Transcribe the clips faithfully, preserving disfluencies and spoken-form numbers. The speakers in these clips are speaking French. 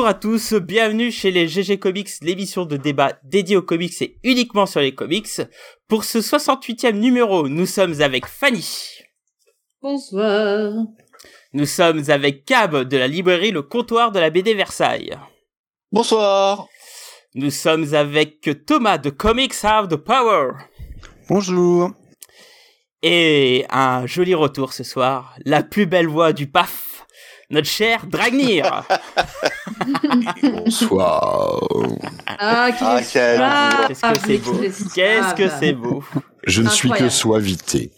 Bonjour à tous, bienvenue chez les G G Comics, l'émission de débat dédiée aux comics et uniquement sur les comics. Pour ce soixante-huitième numéro, nous sommes avec Fanny. Bonsoir. Nous sommes avec Cab de la librairie Le Comptoir de la B D Versailles. Bonsoir. Nous sommes avec Thomas de Comics Have the Power. Bonjour. Et un joli retour ce soir, la plus belle voix du P A F, notre cher Dragnir. Bonsoir. Ah, Ah, quelle ah, Qu'est-ce que c'est beau. Qu'est-ce que c'est beau. Je ne suis que Incroyable. suavité.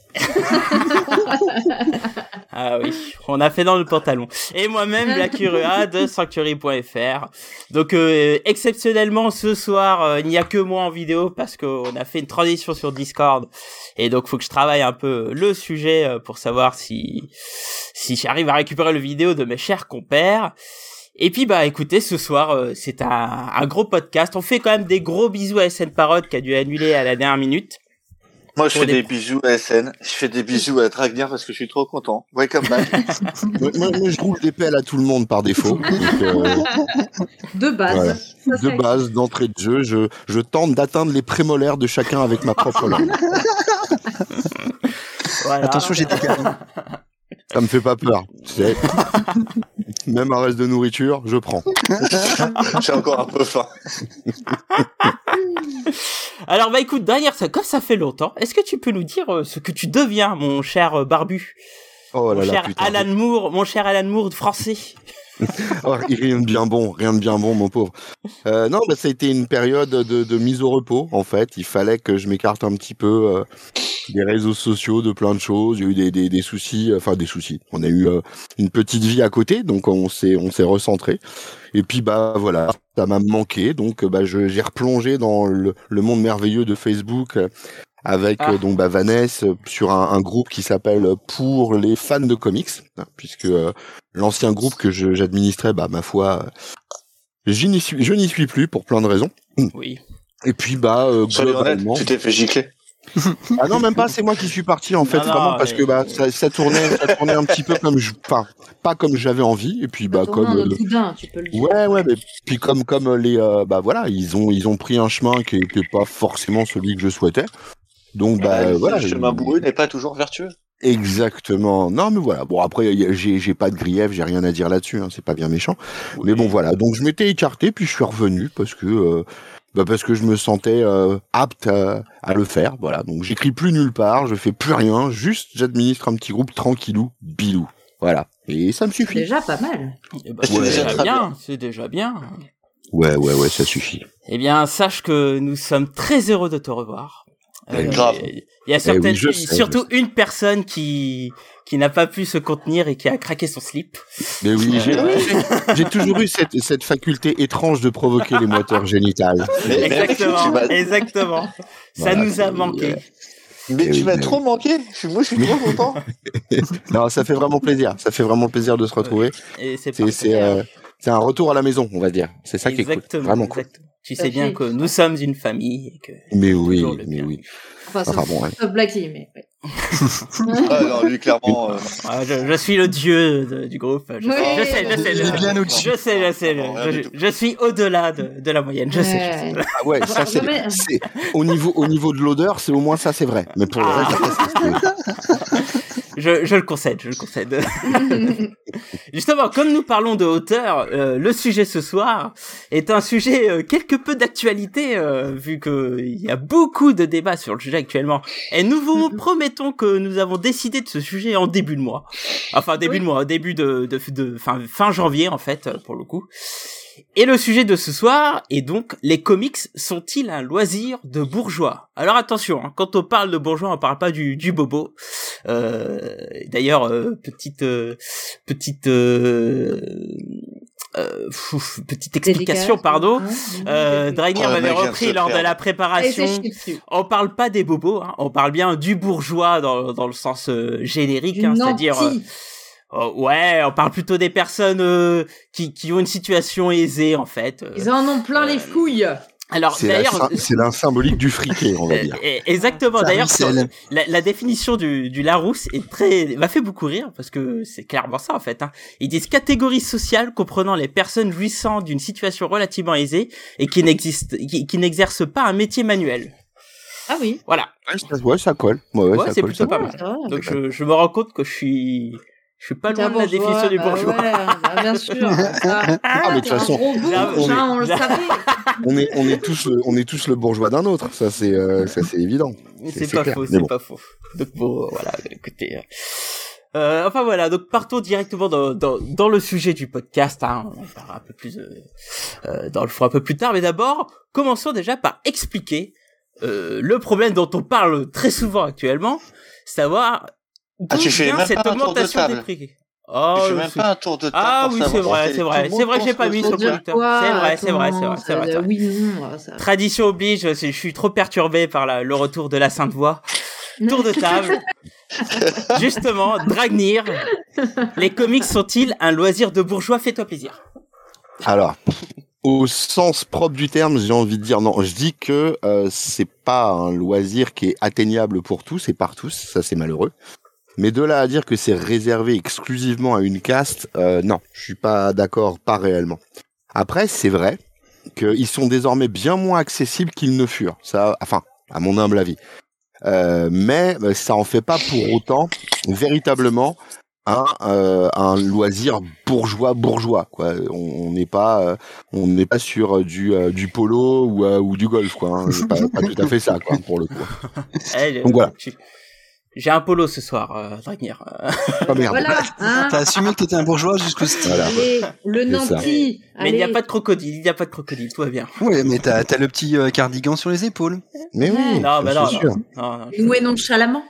Ah oui, on a fait dans le pantalon. Et moi-même, la Curua de Sanctuary point F R. Donc, euh, exceptionnellement, ce soir, euh, il n'y a que moi en vidéo parce qu'on a fait une transition sur Discord. Et donc, faut que je travaille un peu le sujet euh, pour savoir si, si j'arrive à récupérer le vidéo de mes chers compères. Et puis, bah, écoutez, ce soir, euh, c'est un, un gros podcast. On fait quand même des gros bisous à S N Parod qui a dû annuler à la dernière minute. Moi, je Pour fais des- des bisous à S N. Je fais des bisous à Dragnir parce que je suis trop content. Welcome back. moi, moi, moi, je roule des pelles à tout le monde par défaut. Donc, euh, De base. Voilà. Ça, de c'est- base, d'entrée de jeu, je, je tente d'atteindre les prémolaires de chacun avec ma propre langue. Voilà. Attention, j'ai des câlins. Ça me fait pas peur. C'est... Même un reste de nourriture, je prends. J'ai encore un peu faim. Alors bah écoute, derrière ça, comme ça fait longtemps, est-ce que tu peux nous dire euh, ce que tu deviens, mon cher euh, barbu, Oh là mon là, cher putain. Alan Moore, mon cher Alan Moore français. Oh, rien de bien bon, rien de bien bon, mon pauvre. Euh, non, bah, ça a été une période de, de mise au repos, en fait. Il fallait que je m'écarte un petit peu euh, des réseaux sociaux, de plein de choses. Il y a eu des, des, des soucis, enfin des soucis. On a eu euh, une petite vie à côté, donc on s'est on s'est recentré. Et puis bah voilà, ça m'a manqué, donc bah je j'ai replongé dans le, le monde merveilleux de Facebook. euh, avec Ah. euh, donc bah, Vanessa euh, sur un, un groupe qui s'appelle euh, Pour les fans de comics, hein, puisque euh, l'ancien groupe que je, j'administrais, bah ma foi, euh, j'y n'y suis, je n'y suis plus pour plein de raisons. Oui. Et puis bah euh, Soyons honnêtes, globalement, tu t'es fait gicler. ah non même pas, c'est moi qui suis parti en fait, Non, non, vraiment parce mais- que bah ça, ça tournait, ça tournait un petit peu comme je, enfin pas comme j'avais envie, et puis bah Tourner comme en euh, notre boudin, tu peux le dire. ouais ouais mais puis comme comme les euh, bah voilà ils ont ils ont pris un chemin qui était pas forcément celui que je souhaitais. Donc bah Ouais, voilà, le chemin bourru n'est pas toujours vertueux. exactement. Non mais voilà. Bon après y a- j'ai j'ai pas de grief, j'ai rien à dire là-dessus. Hein, c'est pas bien méchant. Mais bon voilà. Donc je m'étais écarté puis je suis revenu parce que euh, bah parce que je me sentais euh, apte à, à le faire. Voilà. Donc j'écris plus nulle part, je fais plus rien. Juste j'administre un petit groupe tranquillou, bilou. Voilà. Et ça me C'est suffit. déjà pas mal. Eh ben, C'est c'est déjà déjà très bien, bien. c'est déjà bien. Ouais ouais ouais, ça suffit. Eh bien, sache que nous sommes très heureux de te revoir. Eh oui. Grave. Il y a certaines, oui, je sais, surtout je sais. une personne qui qui n'a pas pu se contenir et qui a craqué son slip. Mais oui, j'ai Euh, j'ai- j'ai toujours eu cette cette faculté étrange de provoquer les moiteurs génitales. Mais, mais mec, tu Exactement, m'as- exactement. Ça Voilà, nous a c'est- manqué. mais Eh tu oui, m'as mais trop manqué. Je suis- Moi, je suis trop content. Non, ça fait vraiment plaisir. Ça fait vraiment plaisir de se retrouver. Et c'est C'est c'est euh, c'est un retour à la maison, on va dire. C'est ça qui est cool. exactement, Vraiment cool. exactement. Tu Ça sais bien fait- que nous sommes une famille et que Mais oui, toujours le mais bien. oui. Enfin, sauf, Enfin bon, ouais. sauf Blacky, mais... ouais. Ah, non, lui, clairement. euh, Ah, je, je suis le dieu de- du groupe. Je, Oui, sais, je sais, je sais, il est je, bien au-dessus. je sais, je sais, Non, rien je, du je, tout. je suis au-delà de, de la moyenne. Je sais, je sais. Ouais. Ah ouais, ça c'est Mais- c'est- au niveau au niveau de l'odeur, c'est au moins ça c'est vrai. Mais pour le Ah. reste, après, c'est- Je, je le concède, je le concède. Justement, comme nous parlons de hauteur, euh, le sujet ce soir est un sujet euh, quelque peu d'actualité, euh, vu que il y a beaucoup de débats sur le sujet actuellement. Et nous vous promettons que nous avons décidé de ce sujet en début de mois. Enfin, début Oui. de mois, début de, de, de fin, fin janvier, en fait, pour le coup. Et le sujet de ce soir est donc, les comics sont-ils un loisir de bourgeois? Alors attention, hein, quand on parle de bourgeois, on parle pas du, du bobo. Euh, d'ailleurs, euh, petite, euh, petite, euh, euh, pff, petite explication, Dédicace, pardon. hein. Euh, Dragnir Oh, le m'avait mec vient de repris se lors de perdre. la Et préparation. c'est chier dessus. On parle pas des bobos, hein, on parle bien du bourgeois dans, dans le sens euh, générique, hein, Du c'est-à-dire... euh, nanti. Oh, ouais, on parle plutôt des personnes euh, qui, qui ont une situation aisée en fait. Euh, Ils en ont plein les euh, fouilles. Alors C'est, la, d'ailleurs, sym- c'est la symbolique du friqué, on va euh, dire. euh, exactement. Ça D'ailleurs, ruisselle. la, la définition du, du Larousse est très, m'a fait beaucoup rire parce que c'est clairement ça en fait. Hein. Ils disent catégorie sociale comprenant les personnes jouissant d'une situation relativement aisée et qui n'existe, qui, qui n'exercent pas un métier manuel. Ah oui. Voilà. Ouais, ça, ouais, ça colle. Ouais, ouais, Ouais, ça c'est colle, plutôt ça pas colle. mal. Ça va. Donc je, je me rends compte que je suis, je suis pas T'es loin un de la définition du bah bourgeois. Ouais, bah bien sûr. Ça, Ah, mais de toute t'es un façon, gros bourge, on est- hein, on le savait. On est, on est tous, le- on est tous le bourgeois d'un autre. Ça, c'est, euh, ça, c'est évident. Mais C'est- c'est c'est pas clair, faux, mais c'est bon. pas faux. Donc bon, voilà, écoutez. euh, Euh, enfin voilà, donc partons directement dans, dans, dans le sujet du podcast. Hein. On verra un peu plus euh, euh, dans le fond un peu plus tard. Mais d'abord, commençons déjà par expliquer euh, le problème dont on parle très souvent actuellement, savoir d'où Ah, tu fais vient même cette pas un tour de augmentation des table. prix. Je Oh, fais même c'est- pas un tour de table. ah pour oui, c'est savoir. vrai, c'est vrai. Tout le C'est vrai que monde j'ai pas pense mis que sur le c'est bien. conducteur. C'est vrai, c'est vrai, c'est vrai, c'est vrai. c'est vrai. Oui, non, ça. Tradition oblige, c'est- je suis trop perturbé par la, le retour de la Sainte Voix. Tour de table. Justement, Dragnir. Les comics sont-ils un loisir de bourgeois? Fais-toi plaisir. Alors, au sens propre du terme, j'ai envie de dire non. Je dis que euh, c'est pas un loisir qui est atteignable pour tous et par tous. Ça, c'est malheureux. Mais de là à dire que c'est réservé exclusivement à une caste, euh, non, je suis pas d'accord, pas réellement. Après, c'est vrai qu'ils sont désormais bien moins accessibles qu'ils ne furent. Ça, enfin, à mon humble avis. Euh, mais euh, ça en fait pas pour autant véritablement un, euh, un loisir bourgeois bourgeois quoi. On on n'est pas euh, on n'est pas sur euh, du euh, du polo ou euh, ou du golf quoi. Hein. C'est pas, pas tout à fait ça quoi pour le coup. Eh, Donc voilà. je- J'ai un polo ce soir, euh, Dragnir. Euh, Pas merde. Voilà, hein. T'as assumé que t'étais un bourgeois jusqu'au style. Voilà. Allez, le C'est ça. nanti. Mais il n'y a Allez. pas de crocodile, il n'y a pas de crocodile, tout va bien. Ouais, mais t'as, t'as le petit euh, cardigan sur les épaules. Mais oui, Non, bah non, c'est non, sûr. non, non, je... Noué nonchalamment.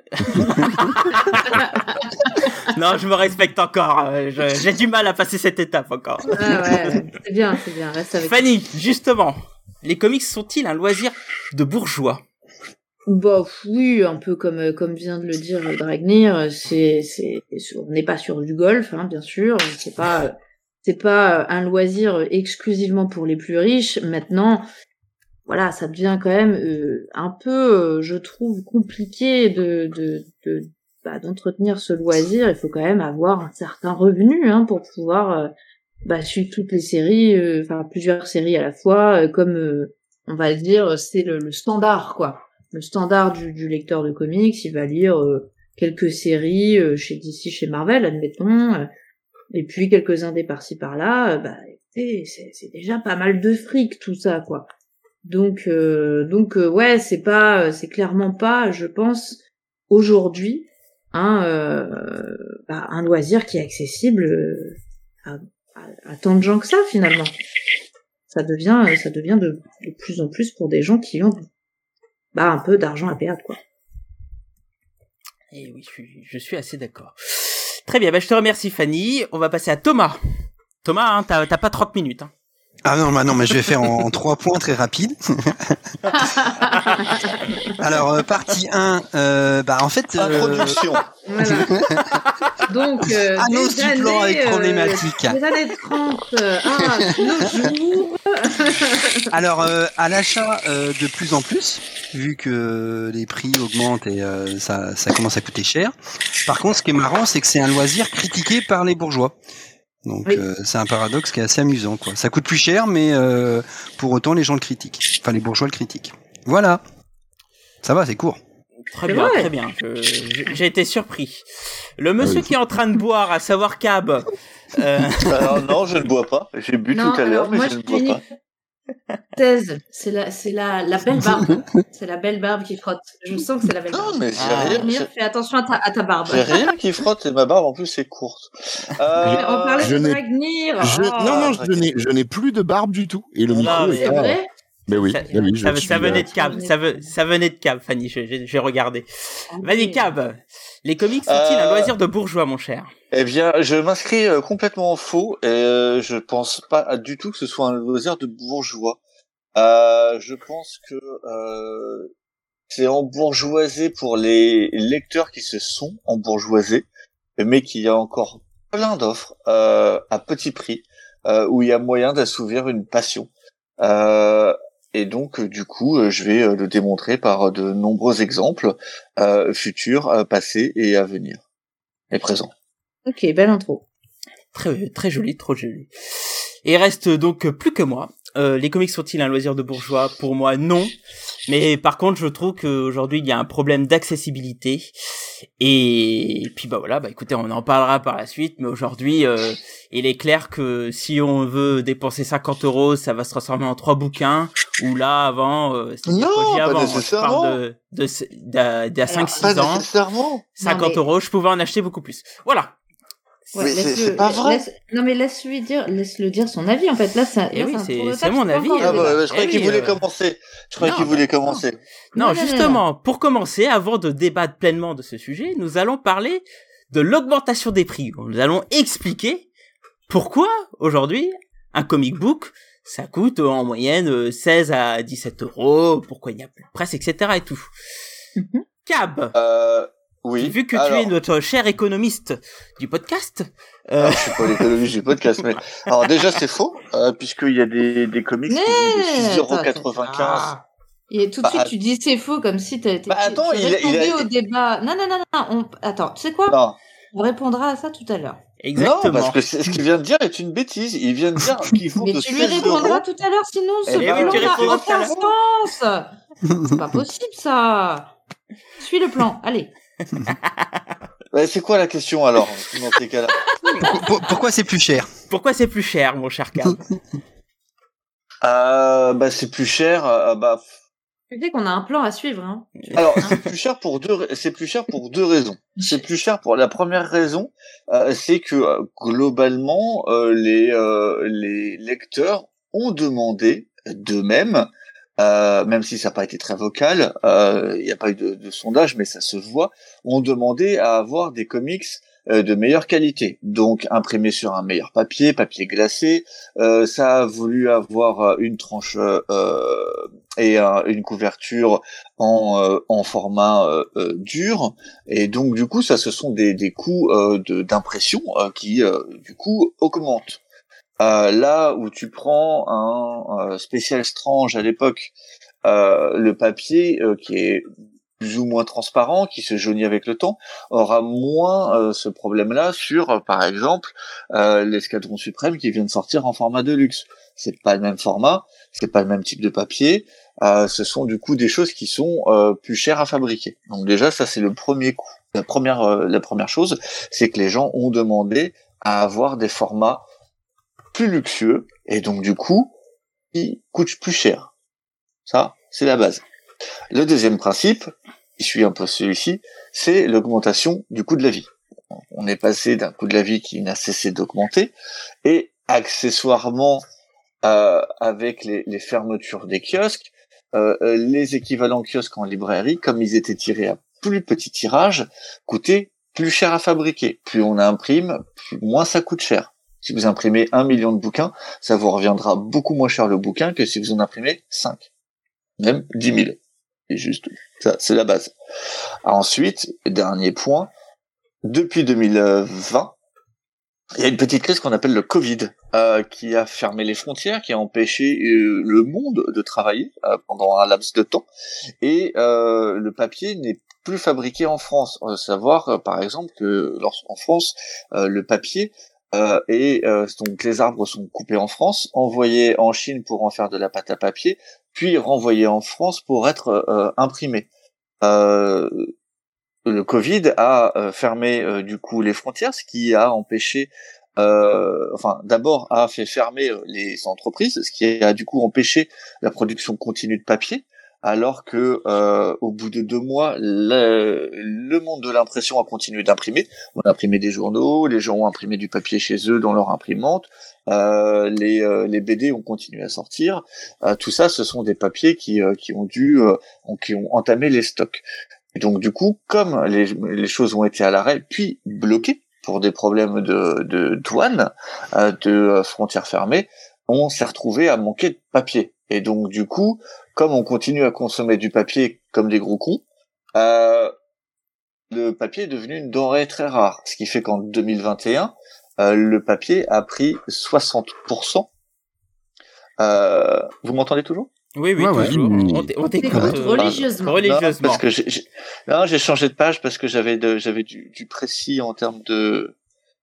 non, je me respecte encore. euh, je- J'ai du mal à passer cette étape encore. Ah ouais, ouais. C'est bien, c'est bien. Reste avec. Fanny, justement, les comics sont-ils un loisir de bourgeois? Bah oui, un peu comme euh, comme vient de le dire euh, Dragnir, c'est c'est on n'est pas sur du golf, hein, bien sûr. C'est pas euh, c'est pas euh, un loisir euh, exclusivement pour les plus riches. Maintenant, voilà, ça devient quand même euh, un peu, euh, je trouve, compliqué de de de bah, d'entretenir ce loisir. Il faut quand même avoir un certain revenu hein, pour pouvoir euh, bah, suivre toutes les séries, euh, enfin plusieurs séries à la fois, euh, comme euh, on va le dire, c'est le, le standard quoi. Le standard du, du lecteur de comics, il va lire euh, quelques séries euh, chez D C, chez Marvel, admettons, euh, et puis quelques indés par-ci par-là. Euh, bah, écoutez, c'est, c'est déjà pas mal de fric tout ça, quoi. Donc, euh, donc euh, ouais, c'est pas, c'est clairement pas, je pense, aujourd'hui, hein, euh, bah, un loisir qui est accessible euh, à, à, à tant de gens que ça finalement. Ça devient, ça devient de, de plus en plus pour des gens qui ont bah un peu d'argent à perdre quoi. Et oui, je suis, je suis assez d'accord. Très bien, bah, je te remercie Fanny. On va passer à Thomas. Thomas, hein, t'as, t'as pas trente minutes. Hein. Ah non, bah non, mais je vais faire en, en trois points très rapides. Alors, euh, partie un, euh, bah en fait... euh, Introduction. Voilà. Donc euh, Annonce des du plan années, avec problématique. Euh, des années trente euh, à nos jours. Alors, euh, à l'achat, euh, de plus en plus, vu que les prix augmentent et euh, ça, ça commence à coûter cher. Par contre, ce qui est marrant, c'est que c'est un loisir critiqué par les bourgeois. Donc, Oui. euh, c'est un paradoxe qui est assez amusant, quoi. Ça coûte plus cher, mais euh, pour autant, les gens le critiquent. Enfin, les bourgeois le critiquent. Voilà. Ça va, c'est court. Très C'est bien, vrai. très bien. Je- je- j'ai été surpris. Le monsieur oui. qui est en train de boire, à savoir Cab. Euh, Alors non, je ne bois pas. J'ai bu Non, tout à l'heure, alors, mais moi, je ne je bois finis- pas. Thèse, c'est la, c'est la, la belle barbe. C'est la belle barbe qui frotte. Je sens que c'est la belle Non, barbe. mais j'ai Ah. rien. Dragnir, j'ai- fais attention à ta, à ta barbe. J'ai rien qui frotte et ma barbe en plus est courte. Euh, On parlait Je de n'ai- Dragnir. Je, Oh, non, non, je n'ai, je n'ai plus de barbe du tout. Et le Non, micro mais- est c'est pas... vrai. Mais oui, ça, mais oui, je ça, suis, ça venait de euh, Cab. Ça, ve- ça venait de Cab, Fanny. J'ai, j'ai, j'ai regardé. Vas-y, Ok. Cab. Les comics sont-ils un Euh, loisir de bourgeois, mon cher? Eh bien, je m'inscris euh, complètement en faux et euh, je pense pas du tout que ce soit un loisir de bourgeois. Euh, je pense que euh, c'est embourgeoisé pour les lecteurs qui se sont embourgeoisés, mais qu'il y a encore plein d'offres euh, à petit prix euh, où il y a moyen d'assouvir une passion. Euh, et donc euh, du coup, euh, je vais euh, le démontrer par de nombreux exemples euh, futurs, euh, passés et à venir, et présents. Ok, belle intro. Très, très joli, trop joli. Et il reste donc plus que moi. Euh, les comics sont-ils un loisir de bourgeois ? Pour moi, non. Mais par contre, je trouve qu'aujourd'hui, il y a un problème d'accessibilité. Et puis bah voilà, bah écoutez, on en parlera par la suite. Mais aujourd'hui, euh, il est clair que si on veut dépenser cinquante euros, ça va se transformer en trois bouquins. Ou là, avant, euh, c'est-à-dire Non, quand j'y pas avant, je nécessairement. parle de, de, de, d'il y a cinq Pas six ans, nécessairement. cinquante mais- euros, je pouvais en acheter beaucoup plus. Voilà. Ouais, Mais c'est- laisse-le- c'est pas vrai. laisse- Non mais laisse-lui dire, laisse-le dire son avis en fait. Là, ça, Eh là, oui, un c'est- tour de c'est table, mon pas avis, encore euh, Ah le bah, débat. bah, je croyais Eh qu'il oui, voulait euh, commencer. Je croyais non, qu'il bah, voulait commencer. Non, Non, non, non, justement, pour commencer, avant de débattre pleinement de ce sujet, nous allons parler de l'augmentation des prix. Nous allons expliquer pourquoi, aujourd'hui, un comic book, ça coûte en moyenne euh, seize à dix-sept euros, pourquoi il n'y a plus de presse, et cetera et tout. Mhm. Cab, Euh, oui. vu que Alors, tu es notre cher économiste du podcast, euh, alors, je suis pas l'économiste du podcast, mais alors déjà c'est faux, euh, puisqu'il y a des, des comics qui vont de six euros quatre-vingt-quinze. Ah. Et tout de Bah, suite, att- tu dis c'est faux comme si t'as- t'es- Bah, tu, attends, tu il a- il répondais a- au débat. Non, non, non, non, on... attends, tu sais quoi? Non, On répondra à ça tout à l'heure. exactement. non, parce que c'est- ce qu'il vient de dire est une bêtise. Il vient de dire qu'ils font Mais de tu lui seize répondras euros. tout à l'heure, sinon ce Eh oui, plan tu n'a répondras tout à aucun sens. C'est pas possible ça. Suis le plan, allez. Bah, c'est quoi la question alors dans ces cas-là? Pourquoi, pour- pourquoi c'est plus cher? Pourquoi c'est plus cher, mon cher Cab? Euh, bah c'est plus cher. euh, bah Tu sais qu'on a un plan à suivre, hein. alors c'est plus cher pour deux. ra- C'est plus cher pour deux raisons. C'est plus cher pour la première raison, euh, c'est que euh, globalement euh, les euh, les lecteurs ont demandé d'eux-mêmes, euh, même si ça n'a pas été très vocal, il n'y a pas eu de, de sondage, mais ça se voit, ont demandé à avoir des comics euh, de meilleure qualité, donc imprimés sur un meilleur papier, papier glacé. Euh, ça a voulu avoir euh, une tranche euh, euh, et euh, une couverture en, euh, en format euh, euh, dur, et donc du coup, ça, ce sont des, des coûts euh, de, d'impression euh, qui euh, du coup augmentent. Euh, là où tu prends un euh, Special Strange à l'époque, euh, le papier euh, qui est plus ou moins transparent, qui se jaunit avec le temps, aura moins euh, ce problème-là sur, euh, par exemple, euh, l'Escadron Suprême qui vient de sortir en format de luxe. C'est pas le même format, c'est pas le même type de papier. Euh, ce sont du coup des choses qui sont euh, plus chères à fabriquer. Donc déjà, ça c'est le premier coup. La première, euh, la première chose, c'est que les gens ont demandé à avoir des formats plus luxueux et donc du coup qui coûtent plus cher. Ça, c'est la base. Le deuxième principe, qui suit un peu celui-ci, c'est l'augmentation du coût de la vie. On est passé d'un coût de la vie qui n'a cessé d'augmenter et accessoirement euh, avec les, les fermetures des kiosques, euh, les équivalents kiosques en librairie, comme ils étaient tirés à plus petit tirage, coûtaient plus cher à fabriquer. Plus on imprime, plus moins ça coûte cher. Si vous imprimez un million de bouquins, ça vous reviendra beaucoup moins cher le bouquin que si vous en imprimez cinq. Même dix mille. C'est juste, ça, c'est la base. Ensuite, dernier point, depuis deux mille vingt, il y a une petite crise qu'on appelle le Covid, euh, qui a fermé les frontières, qui a empêché euh, le monde de travailler euh, pendant un laps de temps, et euh, le papier n'est plus fabriqué en France. On va savoir, euh, par exemple, que lorsqu'en France, euh, le papier Euh, et euh, donc les arbres sont coupés en France, envoyés en Chine pour en faire de la pâte à papier, puis renvoyés en France pour être euh, imprimés. Euh, le Covid a euh, fermé euh, du coup les frontières, ce qui a empêché, euh, enfin d'abord a fait fermer les entreprises, ce qui a du coup empêché la production continue de papier. Alors que euh, au bout de deux mois, le, le monde de l'impression a continué d'imprimer. On a imprimé des journaux, les gens ont imprimé du papier chez eux dans leur imprimante, euh, les, euh, les B D ont continué à sortir. Euh, tout ça, ce sont des papiers qui, euh, qui ont dû, euh, qui ont entamé les stocks. Et donc du coup, comme les, les choses ont été à l'arrêt, puis bloquées pour des problèmes de, de douane, euh, de frontières fermées, on s'est retrouvé à manquer de papier. Et donc du coup, comme on continue à consommer du papier comme des gros cons, euh, le papier est devenu une denrée très rare. Ce qui fait qu'en deux mille vingt et un, euh, le papier a pris soixante pour cent. Euh, vous m'entendez toujours ? Oui, oui, Ouais, toujours. ouais. On, t- on t'écoute t'écoute euh, religieusement. religieusement. Non, parce que j'ai, j'ai... Non, j'ai changé de page parce que j'avais de, j'avais du, du précis en termes de,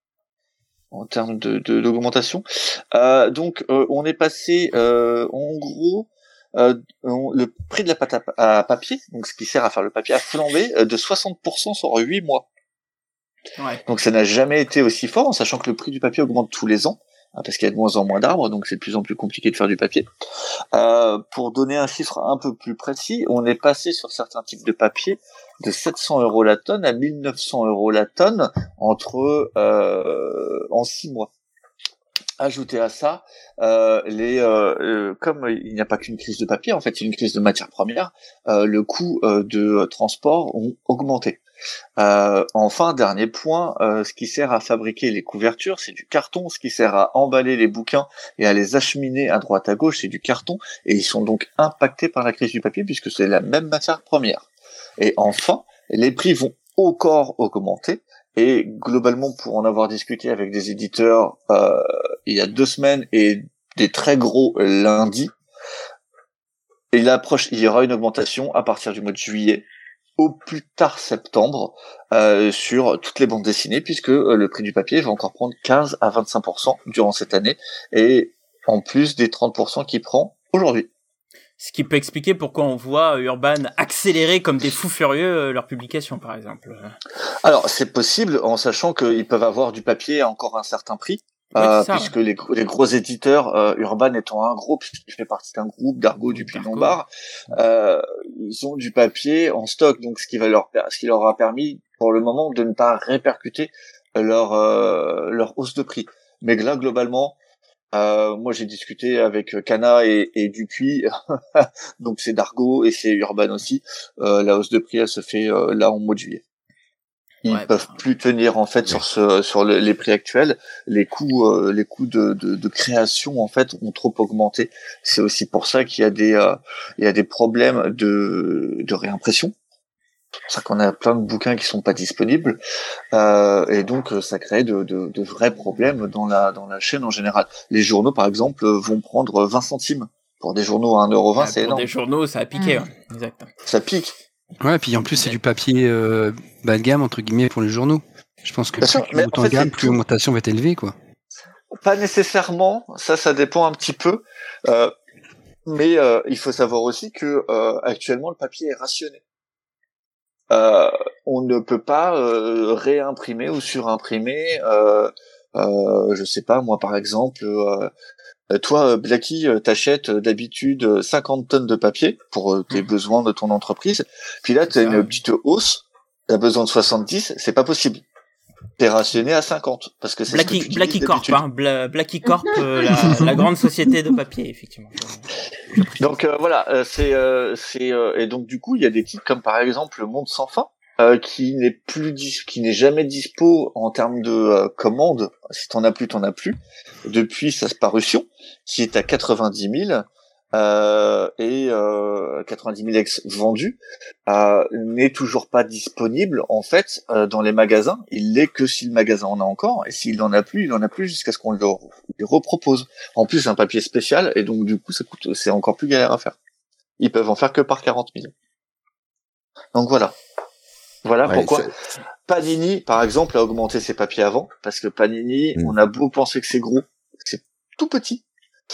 en termes de, de d'augmentation. Euh, donc, euh, on est passé, euh, en gros, euh, on- le prix de la pâte à, à papier, donc ce qui sert à faire le papier, a flambé euh, de soixante pour cent sur huit mois. Ouais. Donc, ça n'a jamais été aussi fort, en sachant que le prix du papier augmente tous les ans, hein, parce qu'il y a de moins en moins d'arbres, donc c'est de plus en plus compliqué de faire du papier. Euh, pour donner un chiffre un peu plus précis, on est passé sur certains types de papier de sept cents euros la tonne à mille neuf cents euros la tonne entre euh, en six mois. Ajouté à ça, euh, les euh, euh, comme il n'y a pas qu'une crise de papier, en fait, il y a une crise de matières premières, euh, le coût euh, de transport ont augmenté. Euh, enfin, dernier point, euh, ce qui sert à fabriquer les couvertures, c'est du carton. Ce qui sert à emballer les bouquins et à les acheminer à droite à gauche, c'est du carton. Et ils sont donc impactés par la crise du papier puisque c'est la même matière première. Et enfin, les prix vont encore augmenter. Et globalement, pour en avoir discuté avec des éditeurs euh, il y a deux semaines et des très gros lundi, il approche, il y aura une augmentation à partir du mois de juillet, au plus tard septembre, euh, sur toutes les bandes dessinées, puisque euh, le prix du papier va encore prendre quinze à vingt-cinq pour cent durant cette année, et en plus des trente pour cent qu'il prend aujourd'hui. Ce qui peut expliquer pourquoi on voit Urban accélérer comme des fous furieux euh, leur publication, par exemple. Alors, c'est possible, en sachant qu'ils peuvent avoir du papier à encore un certain prix, Ouais, euh, c'est ça, puisque les, les gros éditeurs, euh, Urban étant un groupe, puisqu'il fait partie d'un groupe d'Argo du D'Argo. Puy-Lombard, euh, ils ont du papier en stock, donc ce qui va leur, ce qui leur a permis, pour le moment, de ne pas répercuter leur, euh, leur hausse de prix. Mais là, globalement, Euh, moi, j'ai discuté avec Cana et, et Dupuis, donc c'est Dargo et c'est Urban aussi. Euh, la hausse de prix, elle se fait euh, là en mois de juillet. Ils Ouais, peuvent bah, plus tenir en fait ouais. sur ce, sur le- les prix actuels. Les coûts, euh, les coûts de, de, de création en fait ont trop augmenté. C'est aussi pour ça qu'il y a des, euh, il y a des problèmes de, de réimpression. C'est pour ça qu'on a plein de bouquins qui sont pas disponibles, euh, et donc euh, ça crée de, de, de vrais problèmes dans la dans la chaîne en général. Les journaux, par exemple, vont prendre vingt centimes pour des journaux à un euro vingt, ouais, c'est pour énorme. des journaux, ça a piqué. Mmh. Ouais. Exact. Ça pique. Ouais, puis en plus, c'est du papier euh, bas de gamme, entre guillemets, pour les journaux. Je pense que Bien plus sûr, tu mais montes en en fait, gamme, c'est plus tout. l'augmentation va être élevée, quoi. Pas nécessairement, ça, ça dépend un petit peu. Euh, mais euh, il faut savoir aussi que euh, actuellement le papier est rationné. Euh, on ne peut pas euh, réimprimer ou surimprimer. Euh, euh, je sais pas, moi par exemple. Euh, Euh, toi, euh, Blacky, euh, t'achètes euh, d'habitude euh, cinquante tonnes de papier pour euh, tes Mmh. besoins de ton entreprise. Puis là, C'est t'as ça, une ouais. petite hausse. T'as besoin de soixante-dix, c'est pas possible. T'es rationné à cinquante parce que c'est ce que tu Blacky, utilises Blacky Corp, d'habitude. hein. Bla- Blacky Corp, euh, la, la grande société de papier, effectivement. Je- je précise. Donc euh, voilà, euh, c'est euh, c'est euh, et donc du coup, il y a des titres comme par exemple Le Monde sans fin, euh, qui n'est plus dis- qui n'est jamais dispo en termes de euh, commande. Si t'en as plus, t'en as plus. Depuis sa parution, qui est à quatre-vingt-dix mille euh, et euh, quatre-vingt-dix mille ex vendus, euh, n'est toujours pas disponible en fait euh, dans les magasins. Il l'est que si le magasin en a encore, et s'il n'en a plus, il en a plus jusqu'à ce qu'on le, le repropose. En plus, c'est un papier spécial et donc du coup, ça coûte, c'est encore plus galère à faire. Ils peuvent en faire que par quarante mille. Donc voilà. Voilà Ouais, pourquoi c'est- Panini, par exemple, a augmenté ses papiers avant, parce que Panini, Mm. on a beau penser que c'est gros, c'est tout petit.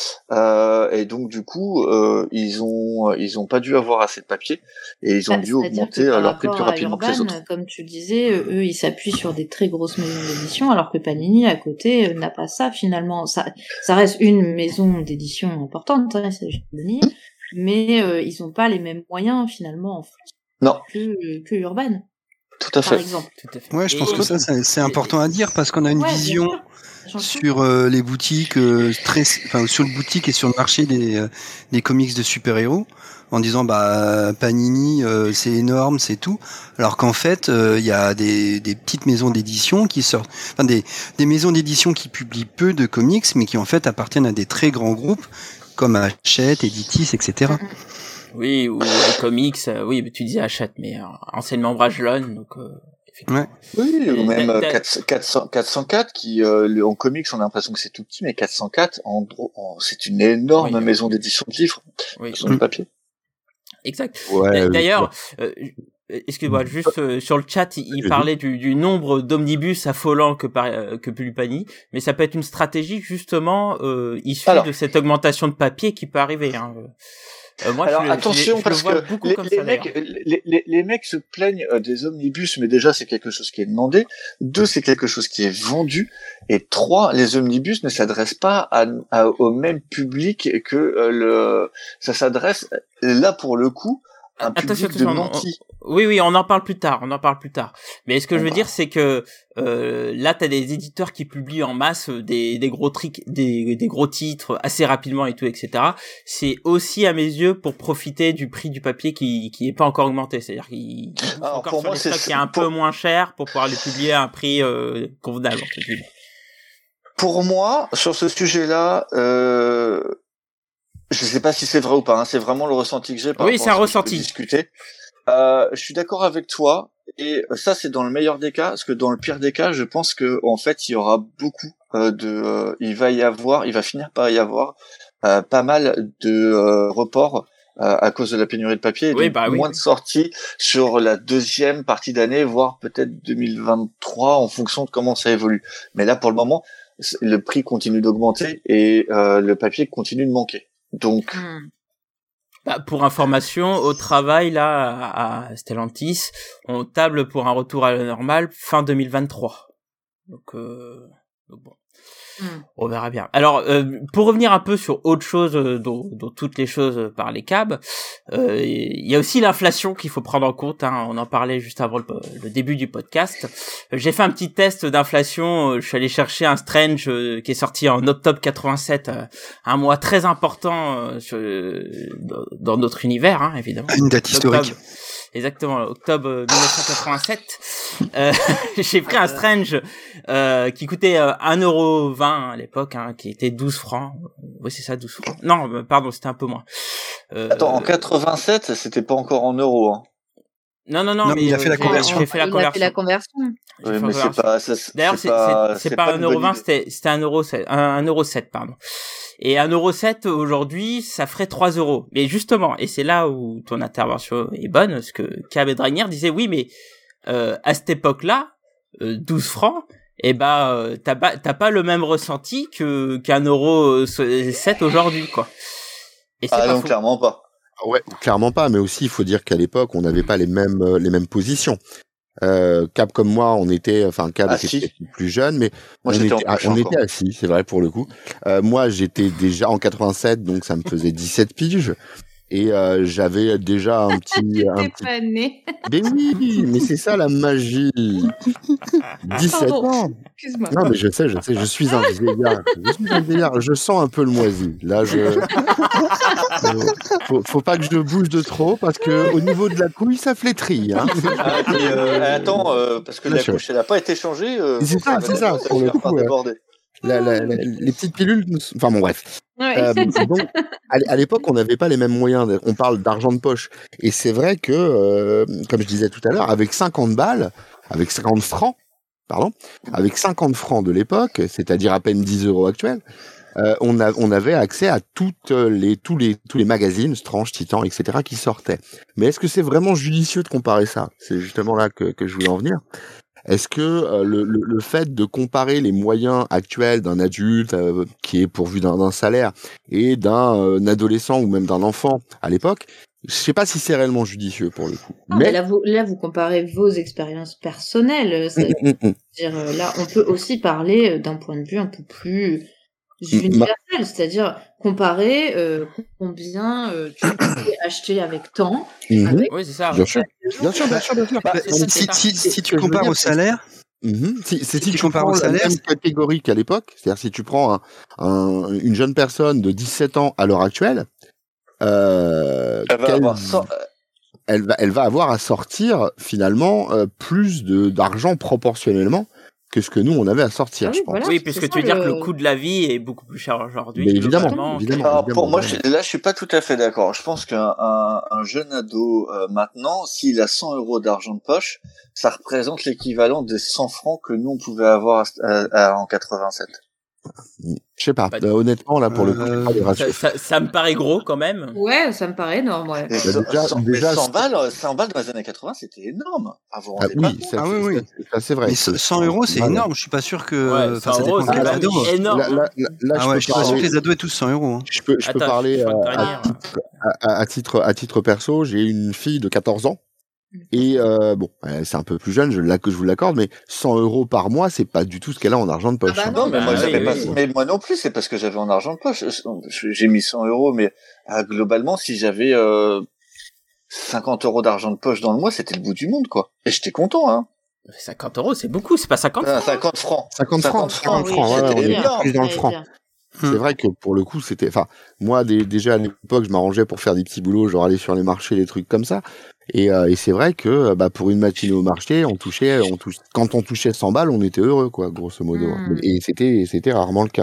Euh, et donc du coup, euh, ils ont ils ont pas dû avoir assez de papier et ils ont Bah, dû c'est-à-dire augmenter que par leur prix plus rapport à rapidement que les Urban, autres. comme tu le disais, euh, eux, ils s'appuient sur des très grosses maisons d'édition, alors que Panini, à côté, euh, n'a pas ça, finalement. Ça, ça reste une maison d'édition importante, hein, il s'agit de Panini, mais euh, ils ont pas les mêmes moyens, finalement, en France, Non, que, euh, que Urban, tout à par fait. exemple. Tout à fait. Ouais, je pense Et- que ça, c'est c'est important à dire parce qu'on a une Ouais, bien vision sûr. Ça change tout. sur euh, les boutiques, euh, très, enfin sur le boutique et sur le marché des, euh, des comics de super-héros, en disant bah Panini euh, c'est énorme, c'est tout, alors qu'en fait il euh, y a des, des petites maisons d'édition qui sortent, enfin des, des maisons d'édition qui publient peu de comics, mais qui en fait appartiennent à des très grands groupes comme Hachette, Editis, et cetera. Oui, ou les comics, euh, oui, mais tu disais Hachette, mais euh, anciennement Brajlon, donc euh, Ouais. Oui, ou même T'as- euh, t'as- quatre- quatre cents quatre cent quatre qui euh, le- en comics on a l'impression que c'est tout petit, mais quatre cent quatre en, dro- en- c'est une énorme Oui. maison d'édition de livres Oui. sur du papier. Exact. Ouais, D'a- euh, D'ailleurs, euh, excuse-moi, juste euh, sur le chat, il, il Vas-y. parlait du, du nombre d'omnibus affolant que, par, euh, que peut Lupani, mais ça peut être une stratégie justement euh, issue Alors. de cette augmentation de papier qui peut arriver. Hein. Euh, moi, Alors je, le- attention je, je le parce vois que beaucoup les, comme les ça. mecs, d'ailleurs. les, les, les mecs se plaignent euh, des omnibus, mais déjà c'est quelque chose qui est demandé. Deux, c'est quelque chose qui est vendu. Et trois, les omnibus ne s'adressent pas à, à- au même public que euh, le. Ça s'adresse là pour le coup à un Attention, public de attention, on- nantis. Oui, oui, on en parle plus tard, on en parle plus tard. Mais ce que Bon je veux bah. dire, c'est que euh, là, t'as des éditeurs qui publient en masse des, des gros trics, des, des gros titres assez rapidement et tout, et cetera. C'est aussi à mes yeux pour profiter du prix du papier qui qui est pas encore augmenté. C'est-à-dire qu'il il bouffe Alors, encore pour sur moi, les c'est- stocks qui est un pour- peu moins cher pour pouvoir les publier à un prix euh, convenable. entre guillemets. Pour moi, sur ce sujet-là, euh, je sais pas si c'est vrai ou pas. Hein, c'est vraiment le ressenti que j'ai. par Oui, rapport c'est un à ce que je ressenti. peux discuter. Euh, je suis d'accord avec toi. Et ça, c'est dans le meilleur des cas, parce que dans le pire des cas, je pense que en fait, il y aura beaucoup euh, de, euh, il va y avoir, il va finir par y avoir euh, pas mal de euh, reports euh, à cause de la pénurie de papier, et Oui, donc bah oui. moins de sorties sur la deuxième partie d'année, voire peut-être deux mille vingt-trois, en fonction de comment ça évolue. Mais là, pour le moment, c- le prix continue d'augmenter et euh, le papier continue de manquer. Donc, Hmm. Bah, pour information, au travail, là, à, à Stellantis, on table pour un retour à la normale fin deux mille vingt-trois. Donc, euh, donc bon. Hmm. On verra bien. Alors, euh, pour revenir un peu sur autre chose euh, dont, dont toutes les choses par les câbles, euh, il y a aussi l'inflation qu'il faut prendre en compte. Hein. On en parlait juste avant le, le début du podcast. Euh, J'ai fait un petit test d'inflation. Euh, Je suis allé chercher un Strange euh, qui est sorti en octobre quatre-vingt-sept, euh, un mois très important euh, sur, euh, dans, dans notre univers, hein, évidemment. Une date historique. Octobre. Exactement, octobre euh, mille neuf cent quatre-vingt-sept. Euh, j'ai pris un Strange euh, qui coûtait euh, un euro vingt à l'époque, hein, qui était douze francs. Oui, c'est ça, douze francs. Non, euh, pardon, c'était un peu moins. Euh, attends, en quatre-vingt-sept, c'était pas encore en euros. Hein. Non, non, non, Non, mais il a euh, fait la j'ai- conversion. J'ai fait la Il a conversion. fait la conversion. J'ai Oui, fait la mais c'est conversion. pas. c'est- D'ailleurs, c'est pas, c'est- c'est pas un une euro bonne vingt, idée. c'était c'était un euro sept, un, un euro sept, pardon. Et un euro sept aujourd'hui, ça ferait trois euros. Mais justement, et c'est là où ton intervention est bonne, parce que Cab et Dragnir disaient oui, mais euh, à cette époque-là, euh, douze francs, et ben euh, t'as pas t'as pas le même ressenti que qu'un euro sept aujourd'hui, quoi. Et c'est Ah pas non, faux. clairement pas. Ouais, clairement pas, mais aussi il faut dire qu'à l'époque, on n'avait pas les mêmes euh, les mêmes positions. Euh, Cap comme moi, on était, enfin Cap Ah, était si. peut-être plus jeune, mais Moi, on j'étais était, en ah, couche on encore. était assis, c'est vrai pour le coup. Euh, moi, j'étais déjà en quatre-vingt-sept, donc ça me faisait dix-sept piges. Et euh, j'avais déjà un petit, un T'es petit. pas né. Mais oui, mais c'est ça la magie. dix-sept Pardon. ans. Excuse-moi. Non, mais je sais, je sais, je suis un vieillard. Je suis un vieillard. Je sens un peu le moisi. Là, je. faut, faut pas que je bouge de trop parce que au niveau de la couille, ça flétrit. Hein. Ah, et, euh, attends, euh, parce que Là, la je- couche, elle a pas été changée. Euh, C'est ça, va c'est ça, commencer à pour le finir par coup, ouais. déborder. La- la- la- les petites pilules. nous- Enfin bon, bref. Ouais. Euh, donc, à l- à l'époque, on n'avait pas les mêmes moyens. On parle d'argent de poche. Et c'est vrai que, euh, comme je disais tout à l'heure, avec cinquante balles, avec cinquante francs, pardon, avec cinquante francs de l'époque, c'est-à-dire à peine dix euros actuels, euh, on, a, on avait accès à toutes les, tous, les, tous les magazines, Strange, Titan, et cetera, qui sortaient. Mais est-ce que c'est vraiment judicieux de comparer ça? C'est justement là que, que je voulais en venir. Est-ce que euh, le, le, le fait de comparer les moyens actuels d'un adulte euh, qui est pourvu d'un d'un salaire et d'un euh, adolescent ou même d'un enfant à l'époque, je sais pas si c'est réellement judicieux pour le coup. Non, mais là, vous, là, vous comparez vos expériences personnelles. C'est- Mm, mm, mm. dire, euh, là, on peut aussi parler euh, d'un point de vue un peu plus universel, c'est-à-dire comparer euh, combien euh, tu peux acheter avec temps. Mhm. Avec- Oui, c'est ça. Bien sûr, bien sûr, bien sûr, bien sûr. Bah, Bah, c'est- si, c'est si, ça. si, si Ce tu que je veux compares dire, au c'est- salaire, Mhm. Si, c'est si tu tu compares prends au la salaire, même c'est- catégorie qu'à l'époque, c'est-à-dire si tu prends un, un- une jeune personne de dix-sept ans à l'heure actuelle, euh, Elle va quelle- avoir cent- elle va, elle va avoir à sortir finalement euh, plus de d'argent proportionnellement que ce que nous on avait à sortir, Ah oui, je pense. voilà. Oui, c'est puisque ça, tu veux dire le- que le coût de la vie est beaucoup plus cher aujourd'hui. Mais évidemment, globalement. évidemment. Alors, pour moi, évidemment. je- là, je suis pas tout à fait d'accord. Je pense qu'un un, un jeune ado euh, maintenant, s'il a cent euros d'argent de poche, ça représente l'équivalent des cent francs que nous on pouvait avoir à, à- à- en quatre-vingt-sept. Je sais pas. Bah, Euh, honnêtement, là, pour le coup, euh, j'ai pas les Ça, ratios. ça, ça me paraît gros quand même. Ouais, ça me paraît énorme, ouais. Et Bah, cent- déjà- cent- déjà, mais cent c'est- balles, euh, cent balles dans les années quatre-vingts, c'était énorme. Ah, vous vous Ah, rendez pas oui, compte ça, Ah oui, c'est- oui. ça, ça, c'est vrai. Mais cent euros, c'est Voilà. énorme. Je suis pas sûr que. Ouais, Enfin, cent ça euros, dépend c'est des quand ados. même énorme. Là, là, là, là, Ah je ouais, peux je suis pas sûr parler. que les ados aient tous cent euros. hein. Je peux, je peux Attends, parler je suis à, en train de à lire. titre, à, à titre, à titre perso. J'ai une fille de quatorze ans et euh, bon, euh, c'est un peu plus jeune, je, l'ac- je vous l'accorde, mais cent euros par mois, c'est pas du tout ce qu'elle a en argent de poche. Ah bah hein. Non, mais Bah moi, oui, j'avais oui, pas, oui. mais moi non plus, c'est parce que j'avais en argent de poche. Je- J'ai mis cent euros, mais euh, globalement, si j'avais euh, cinquante euros d'argent de poche dans le mois, c'était le bout du monde, quoi. Et j'étais content, hein. cinquante euros, c'est beaucoup, c'est pas cinquante Ah, francs. cinquante francs. cinquante francs, cinquante cinquante oui, francs, ouais, c'était on est énorme. plus dans le J'allais franc. dire. C'est Hmm. vrai que pour le coup, c'était. Enfin, moi, dé- déjà à l'époque, je m'arrangeais pour faire des petits boulots, genre aller sur les marchés, des trucs comme ça. Et, euh, et c'est vrai que euh, bah, pour une matinée au marché, on touchait, on touche, quand on touchait cent balles, on était heureux, quoi, grosso modo. Hmm. Et c'était, c'était rarement le cas.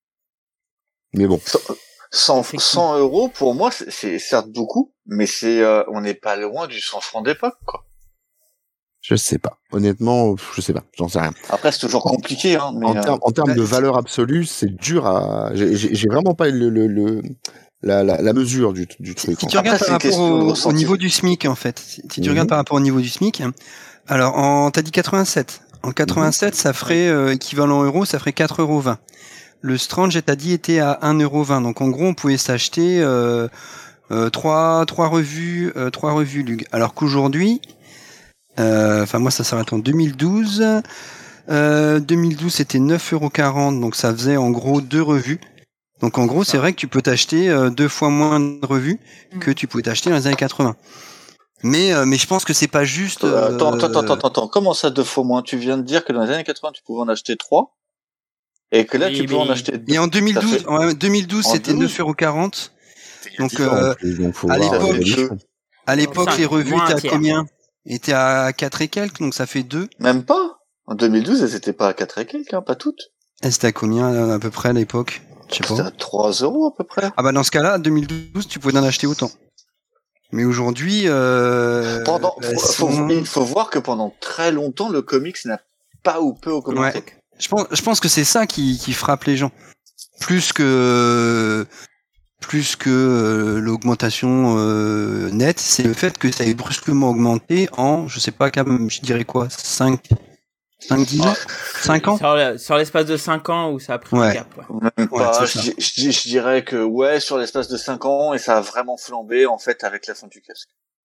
Mais bon. cent, Effectivement. cent euros, pour moi, c'est- c'est certes beaucoup, mais c'est, euh, on n'est pas loin du cent francs d'époque, quoi. Je sais pas. Honnêtement, pff, je sais pas. J'en sais rien. Après, c'est toujours compliqué, hein, mais En, euh, termes, en termes bah, de c'est- valeur absolue, c'est dur à. J'ai j'ai- j'ai vraiment pas eu le, le, le- la, la, la mesure du, du Si, truc. si en tu fait. regardes c'est par une rapport question de au, au ressenti. niveau du SMIC, en fait, si si tu Mhm. regardes par rapport au niveau du SMIC, alors en, t'as dit quatre-vingt-sept. En quatre-vingt-sept, ça ferait euh, équivalent euro, ça ferait quatre euros vingt. Le Strange, t'as dit, était à un euro vingt. Donc en gros, on pouvait s'acheter euh, euh, trois, trois revues, euh, trois revues Lug. Alors qu'aujourd'hui, euh, enfin moi ça s'arrête en deux mille douze. Euh, deux mille douze, c'était neuf euros quarante, donc ça faisait en gros deux revues. Donc en gros, c'est vrai que tu peux t'acheter euh, deux fois moins de revues que tu pouvais t'acheter dans les années quatre-vingts. Mais euh, mais je pense que c'est pas juste. Euh, euh, attends, attends, attends, attends, attends. Comment ça deux fois moins? Tu viens de dire que dans les années quatre-vingts, tu pouvais en acheter trois, et que là, Oui, tu peux en mais- acheter deux. Et en deux mille douze, fait- en deux mille douze, En c'était douze. neuf euros quarante. Donc dix ans, euh, en plus, donc faut à voir l'époque, l'évolution. à l'époque, cinq, les revues moins un étaient à tiers. combien? Étaient à quatre et quelques, donc ça fait deux. Même pas. En deux mille douze, elles étaient pas à quatre et quelques, hein, pas toutes. Elles étaient à combien euh, à peu près à l'époque? Je sais C'était pas. à trois euros à peu près. Ah bah dans ce cas-là, deux mille douze, tu pouvais en acheter autant. Mais aujourd'hui, euh, Pendant, elles faut, faut- sont- il faut voir que pendant très longtemps, le comics n'a pas ou peu augmenté. Ouais. Je pense, je pense que c'est ça qui, qui frappe les gens. Plus que, plus que euh, l'augmentation euh, nette, c'est le fait que ça ait brusquement augmenté en, je sais pas, quand même, je dirais quoi, cinq, cinq, dix ans, cinq ans. Sur, le- sur l'espace de cinq ans où ça a pris Ouais. le cap. Ouais. Même Ouais, pas. c'est ça. je, je- je dirais que ouais, sur l'espace de cinq ans, et ça a vraiment flambé en fait avec la fin du casque.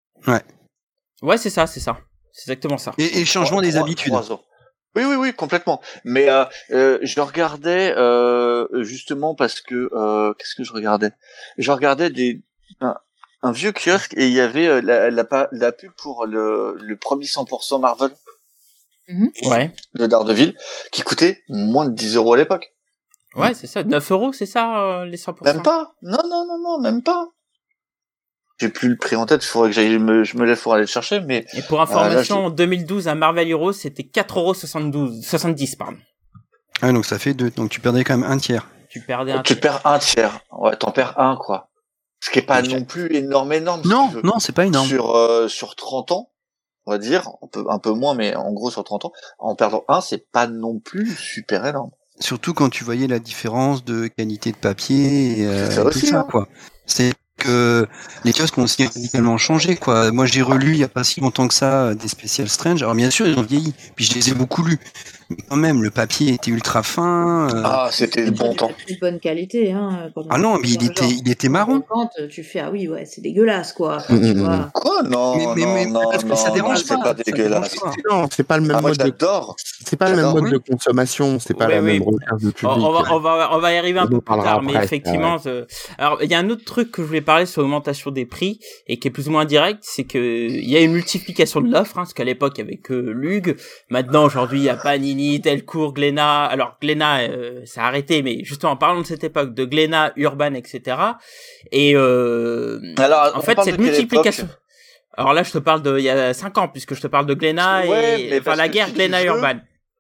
Ouais, c'est ça, c'est ça. C'est exactement ça. Et, et le changement Trois- des trois- habitudes. trois ans. Oui, oui, oui, complètement. Mais euh, euh, je regardais euh, justement parce que euh, qu'est-ce que je regardais Je regardais des un, un vieux kiosque et il y avait euh, la, la, pa- la pub pour le, le premier cent pour cent Marvel Ouais. de Daredevil qui coûtait moins de dix euros à l'époque. Ouais, c'est ça. neuf euros, c'est ça, euh, les cent pour cent. Même pas. Non, non, non, non, même pas. J'ai plus le prix en tête. Il faudrait que j'aille me, je me lève pour aller le chercher, mais Et pour Ah, information, là, en deux mille douze, un Marvel Heroes, c'était quatre euros soixante-douze, soixante-dix, pardon. Ah, donc ça fait deux. Donc tu perdais quand même un tiers. Tu perdais un tu tiers. perds un tiers. Ouais, t'en perds un quoi. Ce qui est pas Ok. non plus énorme, énorme. si Non, tu veux. non, c'est pas énorme. Sur euh, sur trente ans, on va dire, un peu un peu moins, mais en gros sur trente ans, en perdant un, c'est pas non plus super énorme. Surtout quand tu voyais la différence de qualité de papier et, euh, C'est ça et tout aussi, ça, hein. quoi. C'est que les kiosques ont aussi radicalement changé, quoi. Moi, j'ai relu il y a pas si longtemps que ça des Special Strange. Alors bien sûr, ils ont vieilli, puis je les ai beaucoup lus. Mais quand même, le papier était ultra fin. euh, Ah, c'était le bon temps. De bonne qualité, hein. pendant- Ah non, mais il genre, était, il était marron. Quand tu fais, ah oui, ouais, c'est dégueulasse, quoi. Mm, tu mm, vois. Quoi Non, Mais- mais- non, mais non, parce que non, ça dérange non, c'est pas, pas ça dégueulasse. dérange pas. Non, c'est pas le même Ah, moi mode de, j'adore. c'est pas le même j'adore, mode oui. de consommation, c'est pas Oui, la oui. même recherche de On, public. on va, on va, on va y arriver un On peu en plus parlera tard, mais après, effectivement, euh, alors il y a un autre truc que je voulais parler sur l'augmentation des prix et qui est plus ou moins direct, c'est que il y a une multiplication de l'offre, hein, parce qu'à l'époque il y avait que Lug, maintenant aujourd'hui il y a Panini, Delcourt, Glénat. Alors Glénat, euh, ça a arrêté, mais justement en parlant de cette époque, de Glénat, Urban, et cetera. Et euh, Alors, en on fait parle cette de quelle multiplication. époque Alors là, je te parle de il y a cinq ans, puisque je te parle de Glénat Ouais, et mais enfin parce la que guerre si tu Glénat veux- Urban.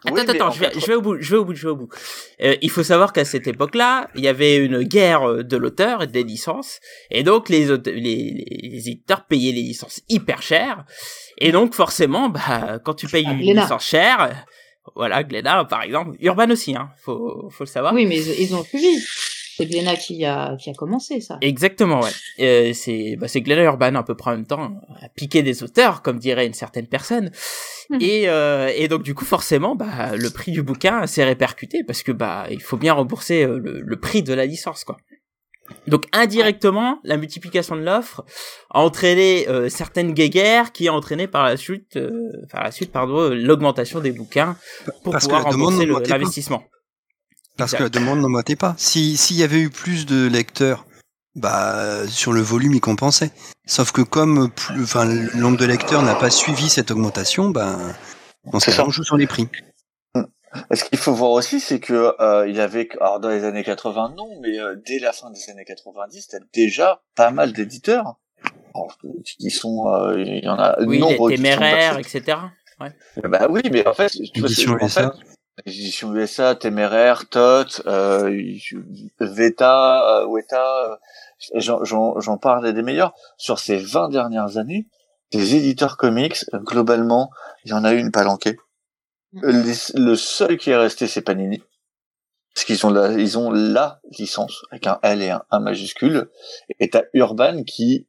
Attends, Oui, mais attends, en je vais, fait- je vais au bout, je vais au bout, je vais au bout. Euh, il faut savoir qu'à cette époque-là, il y avait une guerre de l'auteur et des licences, et donc les, aute- les, les éditeurs payaient les licences hyper chères, et donc forcément, bah, quand tu payes Ah, une Glénat. licence chère, voilà, Glénat par exemple, Urban aussi, hein, faut, faut le savoir. Oui, mais ils, ils ont suivi. C'est Glénat qui a, qui a commencé ça. Exactement, ouais. Euh, c'est, bah, c'est Glénat et Urban à peu près en même temps, à piquer des auteurs, comme dirait une certaine personne. Mhm. Et, euh, et donc du coup, forcément, bah, le prix du bouquin s'est répercuté parce que bah, il faut bien rembourser euh, le, le prix de la licence, quoi. Donc indirectement, la multiplication de l'offre a entraîné euh, certaines guéguerres qui a entraîné par la suite, euh, par la suite, pardon, l'augmentation des bouquins pour Parce que pouvoir la demande rembourser le- n'augmentait pas. l'investissement. Parce Exact. que la demande n'augmentait pas. Si s'il y avait eu plus de lecteurs, bah sur le volume il compensait. Sauf que comme plus, enfin le nombre de lecteurs n'a pas suivi cette augmentation, bah on C'est se ça. joue sur les prix. Et ce qu'il faut voir aussi, c'est que euh, il y avait, alors dans les années quatre-vingts, non, mais euh, dès la fin des années quatre-vingt-dix, t'as déjà pas mal d'éditeurs. Alors, qui sont, euh, il y en a Oui, les nombre qui sont téméraires, passés. et cetera. Ouais. Bah oui, mais en fait, tu vois, Édition c'est- en U S A. fait, les éditions U S A, Téméraire, T O T, euh, Veta, euh, Weta, euh, j'en, j'en, j'en parle des meilleurs. Sur ces vingt dernières années, des éditeurs comics, euh, globalement, il y en a eu une palanquée. Les- le seul qui est resté, c'est Panini. Parce qu'ils ont la, ils ont la licence, avec un L et un A majuscule. Et t'as Urban qui